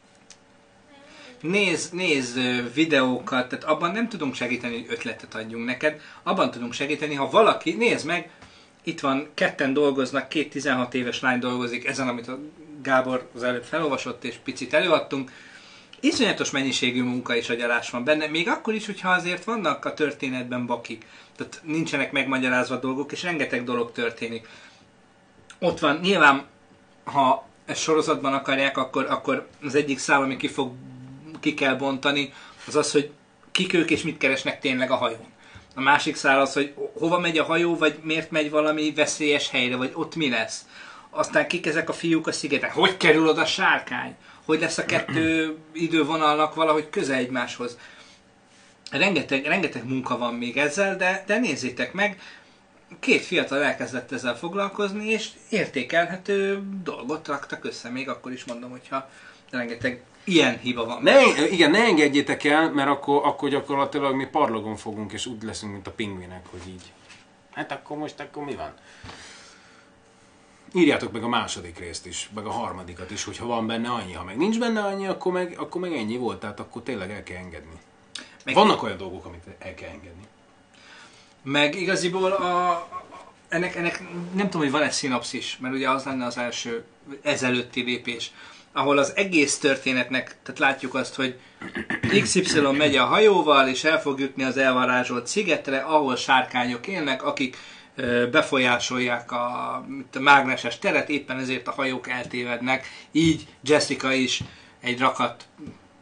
Nézz videókat, tehát abban nem tudunk segíteni, hogy ötletet adjunk neked. Abban tudunk segíteni, ha valaki, nézd meg, itt van, ketten dolgoznak, 2 16 éves lány dolgozik ezen, amit a Gábor az előbb felolvasott és picit előadtunk. Iszonyatos mennyiségű munka és agyalás van benne, még akkor is, hogyha azért vannak a történetben bakik. Tehát nincsenek megmagyarázva dolgok, és rengeteg dolog történik. Ott van, nyilván, ha ezt sorozatban akarják, akkor az egyik szál, ami ki kell bontani, az az, hogy kik ők és mit keresnek tényleg a hajón. A másik szál az, hogy hova megy a hajó, vagy miért megy valami veszélyes helyre, vagy ott mi lesz. Aztán kik ezek a fiúk a szigeten, hogy kerül oda sárkány, hogy lesz a 2 idővonalnak valahogy közel egymáshoz. Rengeteg munka van még ezzel, de nézzétek meg, 2 fiatal elkezdett ezzel foglalkozni, és értékelhető dolgot raktak össze, még akkor is mondom, hogyha rengeteg ilyen hiba van. Ne engedjétek el, mert akkor gyakorlatilag mi parlagon fogunk, és úgy leszünk, mint a pingvinek, hogy így. Hát akkor mi van? Írjátok meg a második részt is, meg a harmadikat is, hogyha van benne annyi. Ha meg nincs benne annyi, akkor meg ennyi volt, tehát akkor tényleg el kell engedni. Vannak olyan dolgok, amit el kell engedni. Meg igaziból ennek nem tudom, hogy van-e szinopszis, mert ugye az lenne az első ezelőtti lépés, ahol az egész történetnek, tehát látjuk azt, hogy XY megy a hajóval, és el fog jutni az elvarázsolt szigetre, ahol sárkányok élnek, akik befolyásolják a mágneses teret, éppen ezért a hajók eltévednek. Így Jessica is egy rakat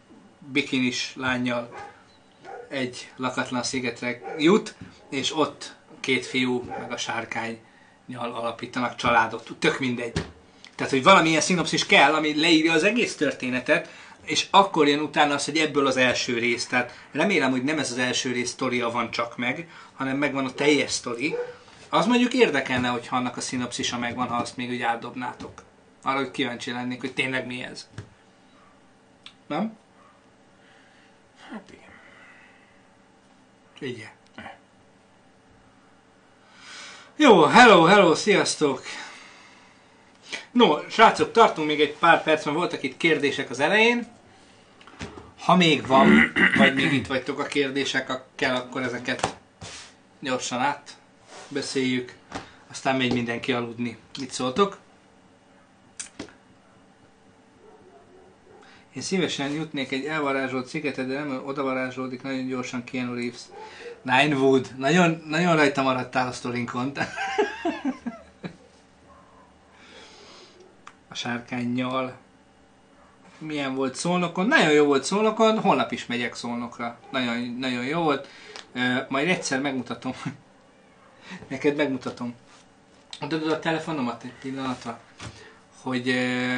bikinis lánnyal egy lakatlan szigetre jut, és ott 2 fiú meg a sárkánnyal alapítanak családot. Tök mindegy. Tehát, hogy valamilyen szinopszis kell, ami leírja az egész történetet, és akkor jön utána az, hogy ebből az első rész. Tehát remélem, hogy nem ez az első rész sztoria van csak meg, hanem megvan a teljes sztori. Az mondjuk érdekelne, hogyha annak a szinopszisa megvan, ha azt még úgy átdobnátok. Arra, hogy kíváncsi lennék, hogy tényleg mi ez. Nem? Hát igen. Igen. Jó, hello, sziasztok! No, srácok, tartunk még egy pár perc, mert voltak itt kérdések az elején. Ha még van, vagy még itt vagytok a kérdésekkel, akkor ezeket gyorsan átbeszéljük. Aztán megy mindenki aludni. Mit szóltok? Én szívesen jutnék egy elvarázsolt szigetre, de nem odavarázsolódik nagyon gyorsan Keanu Reeves. Ninewood. Nagyon rajta maradtál a sztorinkon. A sárkánnyal. Milyen volt Szolnokon? Nagyon jó volt Szolnokon, holnap is megyek Szolnokra. Nagyon jó volt. Majd egyszer megmutatom. Neked megmutatom. Adod a telefonomat egy pillanatra, hogy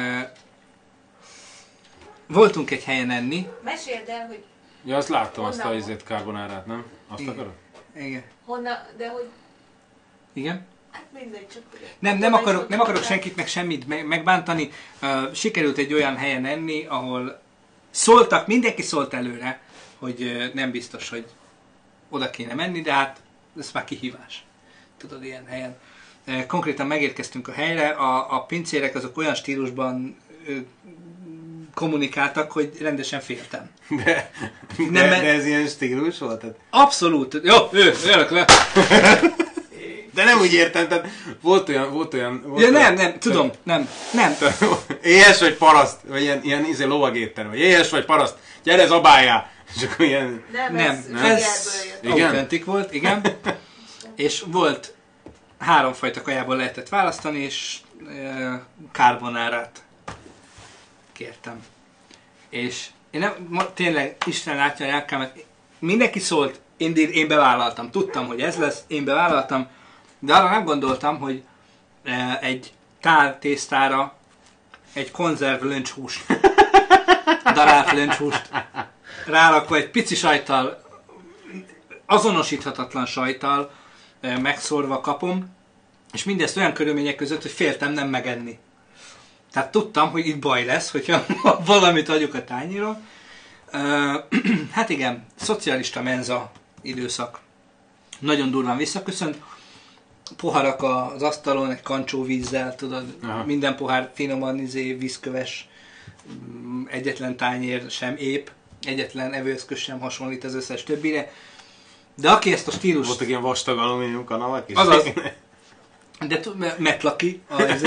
voltunk egy helyen enni. Meséld el, hogy... Ja, azt láttam, azt a izét carbonárát, nem? Azt Igen. akarod? Igen. Honnan, de hogy... Igen? Hát mindegy, csak... Nem akarok senkit meg semmit megbántani. Sikerült egy olyan helyen enni, ahol szóltak, mindenki szólt előre, hogy nem biztos, hogy oda kéne menni, de hát ez már kihívás. Tudod, ilyen helyen. Konkrétan megérkeztünk a helyre, a pincérek azok olyan stílusban kommunikáltak, hogy rendesen féltem. De ez ilyen stílus volt? Abszolút. Jó, jönök le. De nem úgy értem, tehát volt olyan... Ja, nem, tudom, nem. Éhes vagy paraszt, vagy ilyen lovagétterem, vagy éhes vagy paraszt, gyere zabáljál! És akkor ilyen... Nem. Ez autentik volt, igen. És volt 3 fajta kajából lehetett választani, és carbonárát kértem. És én tényleg Isten látja a nyelkámat, mindenki szólt, én bevállaltam, tudtam, hogy ez lesz, én bevállaltam, de arra nem gondoltam, hogy egy tál tésztára egy konzerv löncshúst, darált löncshúst rárakva egy pici sajttal, azonosíthatatlan sajttal megszórva kapom, és mindezt olyan körülmények között, hogy féltem nem megenni. Tehát tudtam, hogy itt baj lesz, hogyha valamit adjuk a tányéról. Hát igen, szocialista menza időszak. Nagyon durván visszaköszönt. Poharak az asztalon, egy kancsóvízzel, tudod, aha. Minden pohár finoman, vízköves, egyetlen tányér sem ép, egyetlen evőeszköz sem hasonlít az összes többire. De aki ezt a stílust... Voltak ilyen vastag alumínium kanalak is. Azaz. De metlaki,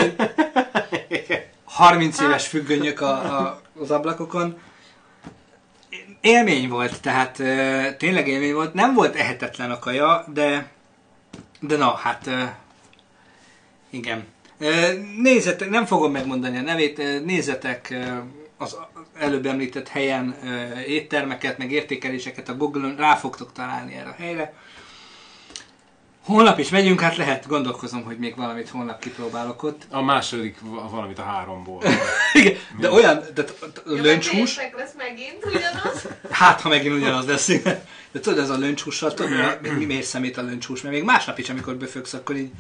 30 éves függönyök az ablakokon. Élmény volt, tehát tényleg élmény volt. Nem volt ehetetlen a kaja, de na, hát igen. Nézzetek, nem fogom megmondani a nevét, nézzetek az előbb említett helyen éttermeket, meg értékeléseket a Google-on, rá fogtok találni erre a helyre. Holnap is megyünk, hát lehet, gondolkozom, hogy még valamit holnap kipróbálok ott. A második valamit a 3-ból. Igen, de olyan, löncshús... lesz megint ugyanaz. Hát, ha megint ugyanaz lesz, igen. De tudod, ez a löncshússal, tudod, miért szemét a löncshús? Mert még másnap is, amikor beföksz, akkor így...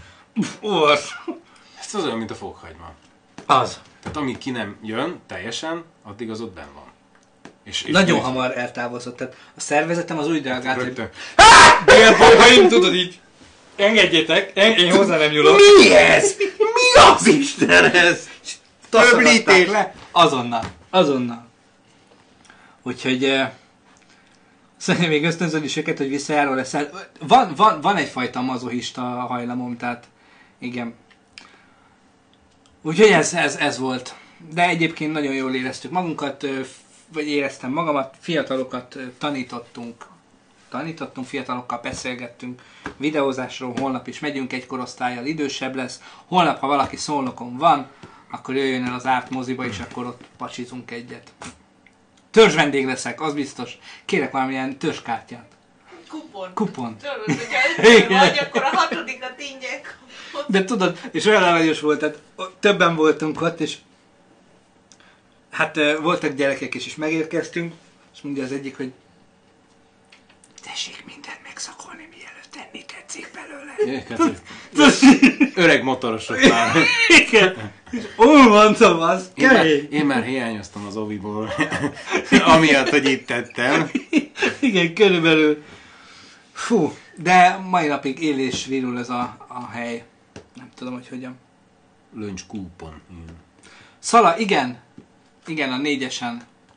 Ez az olyan, mint a fokhagyma. Az. Tehát amíg ki nem jön teljesen, addig az ott benn van. És nagyon hamar eltávozott. Tehát a szervezetem az úgy reagált, hogy... Bélfoghaim, tudod így... Engedjétek, én hozzá nem nyúlok. Mi ez? Mi az Isten ez? Töblítés le. Azonnal. Úgyhogy szerintem még ösztönzöd is őket, hogy visszajáró leszel. Van egyfajta mazochista hajlamom, tehát igen. Úgyhogy ez volt. De egyébként nagyon jól éreztük magunkat, vagy éreztem magamat, fiatalokat tanítottunk, fiatalokkal beszélgettünk videózásról, holnap is megyünk, egy korosztállyal idősebb lesz. Holnap, ha valaki Szolnokon van, akkor jöjjön el az Árt moziba, és akkor ott pacsizunk egyet. Törzs vendég leszek, az biztos. Kérek valamilyen törzskártyát. Kupon. Tudod, hogyha 5 vagy, akkor a 6-at ingyen kapod. De tudod, és olyan aranyos volt, tehát többen voltunk ott, és hát voltak gyerekek is megérkeztünk, és mondja az egyik, hogy tessék mindent megszakolni, mielőtt enni tetszik belőle. Öreg motorosok már. Igen. Mondtam, az kemény. Én már hiányoztam az oviból, amiatt, hogy itt tettem. Igen, körülbelül. Fú, de mai napig él és virul ez a hely. Nem tudom, hogy hogyan. Lunch coupon. Szala, igen. Igen, a 4-esen.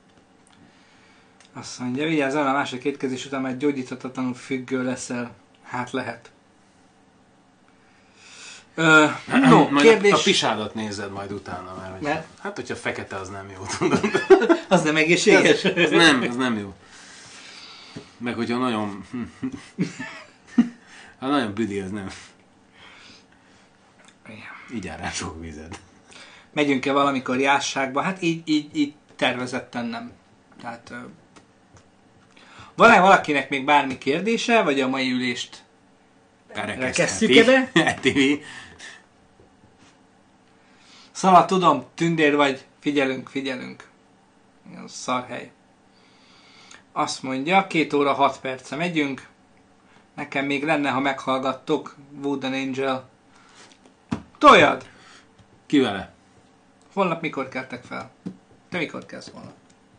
Azt mondja, vigyázz, a második étkezés után már gyógyíthatatlanul függő leszel. Hát lehet. No, kérdés... A pisádat nézed majd utána, mert hát, hogyha fekete, az nem jó, tudod. Az nem egészséges? Az nem jó. Meg hogyha nagyon... ha nagyon büdi, az nem. Így áll rá sok vized. Megyünk-e valamikor Jásságba? Hát így tervezetten nem. Tehát... van-e valakinek még bármi kérdése, vagy a mai ülést rekesszük-e be? Szala, tudom, tündér vagy, figyelünk. Ilyen szarhely. Azt mondja, 2 óra 6 perce megyünk. Nekem még lenne, ha meghallgattok, Wooden Angel. Toljad! Ki vele? Holnap mikor keltek fel? Te mikor kelsz holnap?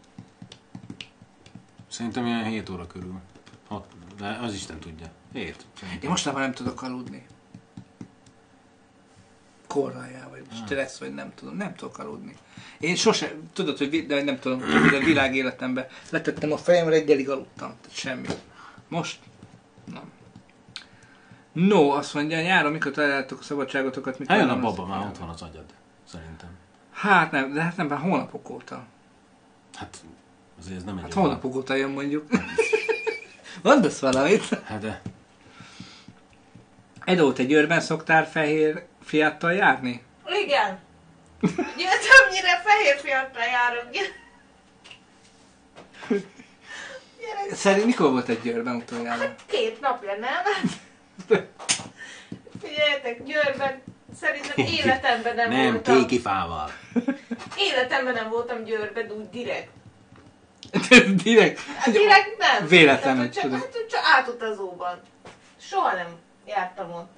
Szerintem ilyen 7 óra körül. 6, de az Isten tudja. 7. Én mostában nem tudok aludni. Korraljál, vagy stressz, vagy nem tudom. Nem tudok aludni. Én sose, tudod, hogy de nem tudom, hogy a világ életemben letettem a fejem, reggelig aludtam. Tehát semmi. Most? Nem. No, azt mondja, nyáron mikor találjátok a szabadságotokat? Eljön a baba, már ott van az agyad. Szerintem. Hát nem, de hát nem, már hónapok óta. Hát azért ez nem egy... Hát hónapok óta jön mondjuk. Mondasz valamit? Hát de... Edo, te Győrben szoktál fehér Fiattal járni? Igen. Ugye többnyire fehér Fiattal járok. Szerint mikor volt egy Győrben utoljára? Hát 2 napja, nem? Figyeljetek, Győrben szerintem életemben nem voltam. Nem, kékifával. Életemben nem voltam Győrben úgy direkt. Direkt? Hát direkt nem. Véletlenül, csak átutazóban. Soha nem jártam ott.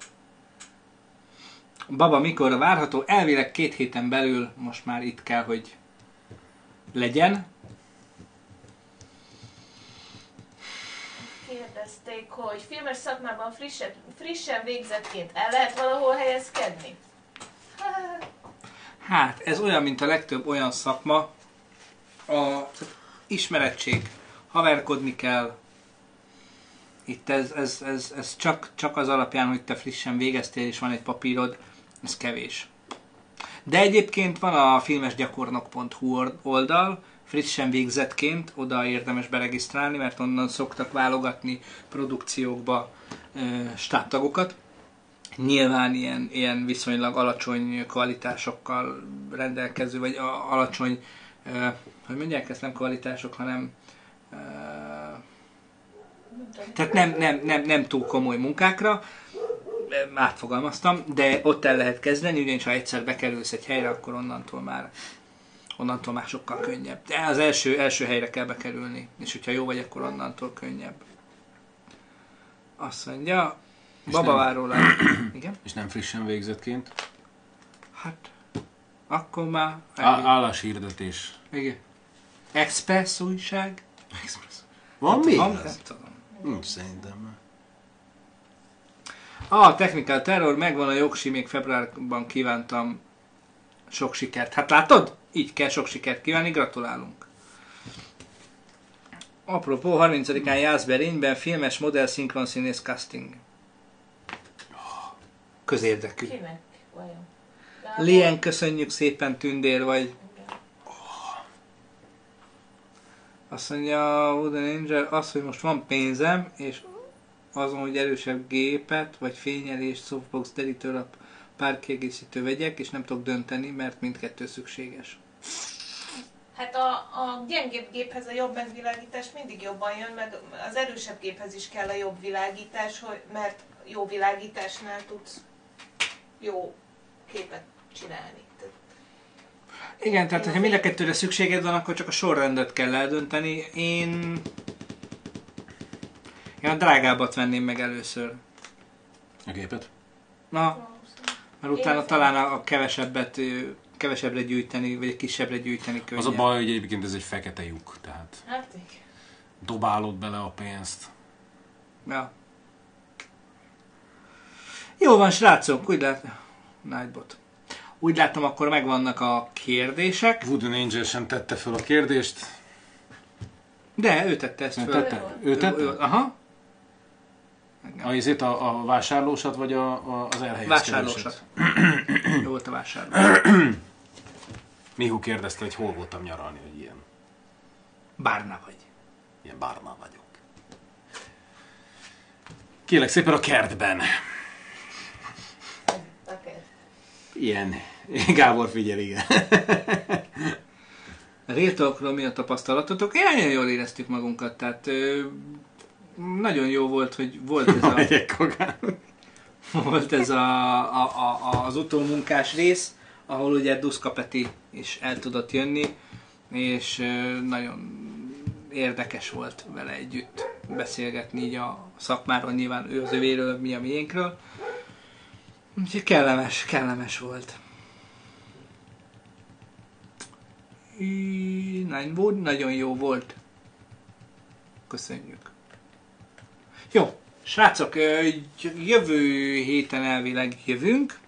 Baba mikorra várható? Elvileg 2 héten belül most már itt kell, hogy legyen. Kérdezték, hogy filmes szakmában frissen végzettként el lehet valahol helyezkedni? Hát, ez olyan, mint a legtöbb olyan szakma. Ismerettség. Haverkodni kell. Itt ez csak az alapján, hogy te frissen végeztél és van egy papírod, ez kevés. De egyébként van a filmesgyakornok.hu oldal, frissen végzettként, oda érdemes beregisztrálni, mert onnan szoktak válogatni produkciókba stábtagokat. Nyilván ilyen viszonylag alacsony kvalitásokkal rendelkező, vagy alacsony, hogy mondják ezt, nem kvalitások, hanem tehát nem túl komoly munkákra, átfogalmaztam, de ott el lehet kezdeni, ugyanis ha egyszer bekerülsz egy helyre, akkor onnantól már sokkal könnyebb. De az első helyre kell bekerülni, és hogyha jó vagy, akkor onnantól könnyebb. Azt mondja, babaváról igen? És nem frissen végzettként? Hát, akkor már... Álláshirdetés. Igen. Express újság? Van még? Nem tudom. Nincs szerintem. Technical Terror, megvan a jogsi, még februárban kívántam sok sikert. Hát látod? Így kell sok sikert kívánni, gratulálunk. Apropó, 30-án Jászberényben filmes modell szinkronszínész casting. Közérdekű. Kinek vajon? Lien, köszönjük szépen, tündér vagy. Azt mondja, Wooden Angel, az, hogy most van pénzem, és azon, hogy erősebb gépet, vagy fényelést, softbox derítőre a pár kiegészítő vegyek, és nem tudok dönteni, mert mindkettő szükséges. Hát a gyengébb géphez a jobb megvilágítás mindig jobban jön, meg az erősebb géphez is kell a jobb világítás, mert jó világításnál tudsz jó képet csinálni. Igen, tehát ha mind a kettőre szükséged van, akkor csak a sorrendet kell eldönteni. Én a drágábbat venném meg először. A gépet? Na, mert utána talán a kevesebbre gyűjteni, vagy egy kisebbre gyűjteni könnyebb. Az a baj, hogy egyébként ez egy fekete lyuk, tehát Hát igen. dobálod bele a pénzt. Ja. Jó van, srácok, Nightbot. Úgy látom, akkor megvannak a kérdések. Wooden Angel sem tette fel a kérdést. De, ő tette ezt föl. Ő tette? Aha. A vásárlósat, vagy az elhelyezkedőset? Vásárlósat. Jó volt a vásárlós. Mihu kérdezte, hogy hol voltam nyaralni, hogy ilyen. Bárna vagy. Ilyen bárna vagyok. Kérlek szépen a kertben. Ilyen. Gábor figyel, igen. A Real Talkról mi a tapasztalatotok? Nagyon jól éreztük magunkat, tehát nagyon jó volt, hogy volt ez az utómunkás rész, ahol ugye Duszka Peti is el tudott jönni, és nagyon érdekes volt vele együtt beszélgetni így a szakmáról, nyilván ő az övéről, mi a miénkről. Úgyhogy kellemes volt. Ninewood nagyon jó volt. Köszönjük. Jó, srácok, jövő héten elvileg jövünk.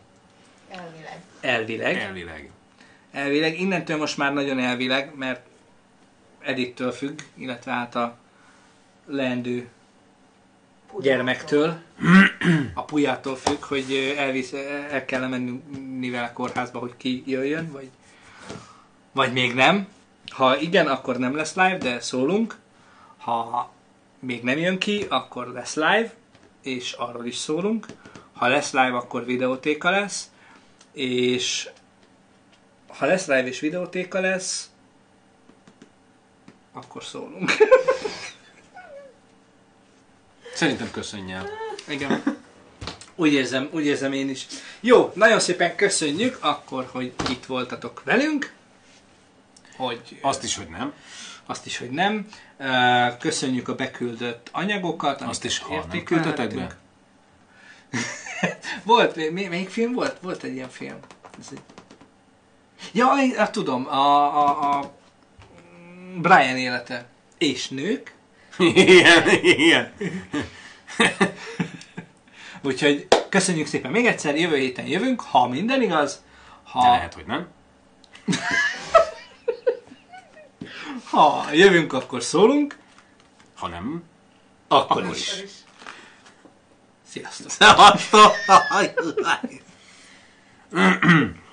Elvileg. Innentől most már nagyon elvileg, mert Edittől függ, illetve hát a leendő gyermektől, a pujától függ, hogy el kell menni vele kórházba, hogy ki jöjjön, vagy még nem. Ha igen, akkor nem lesz live, de szólunk. Ha még nem jön ki, akkor lesz live, és arról is szólunk. Ha lesz live, akkor videótéka lesz, és ha lesz live és videótéka lesz, akkor szólunk. Szerintem köszönj el. Igen. Úgy érzem én is. Jó, nagyon szépen köszönjük akkor, hogy itt voltatok velünk. Azt is, hogy nem. Köszönjük a beküldött anyagokat. Azt is, ha nem küldtetek be. Volt, melyik film volt? Volt egy ilyen film. Ja, tudom, a Brian élete. És nők. Igen. Úgyhogy köszönjük szépen még egyszer, jövő héten jövünk, ha minden igaz. De lehet, hogy nem. Ha jövünk, akkor szólunk. Ha nem, akkor is. Sziasztok! Sziasztok!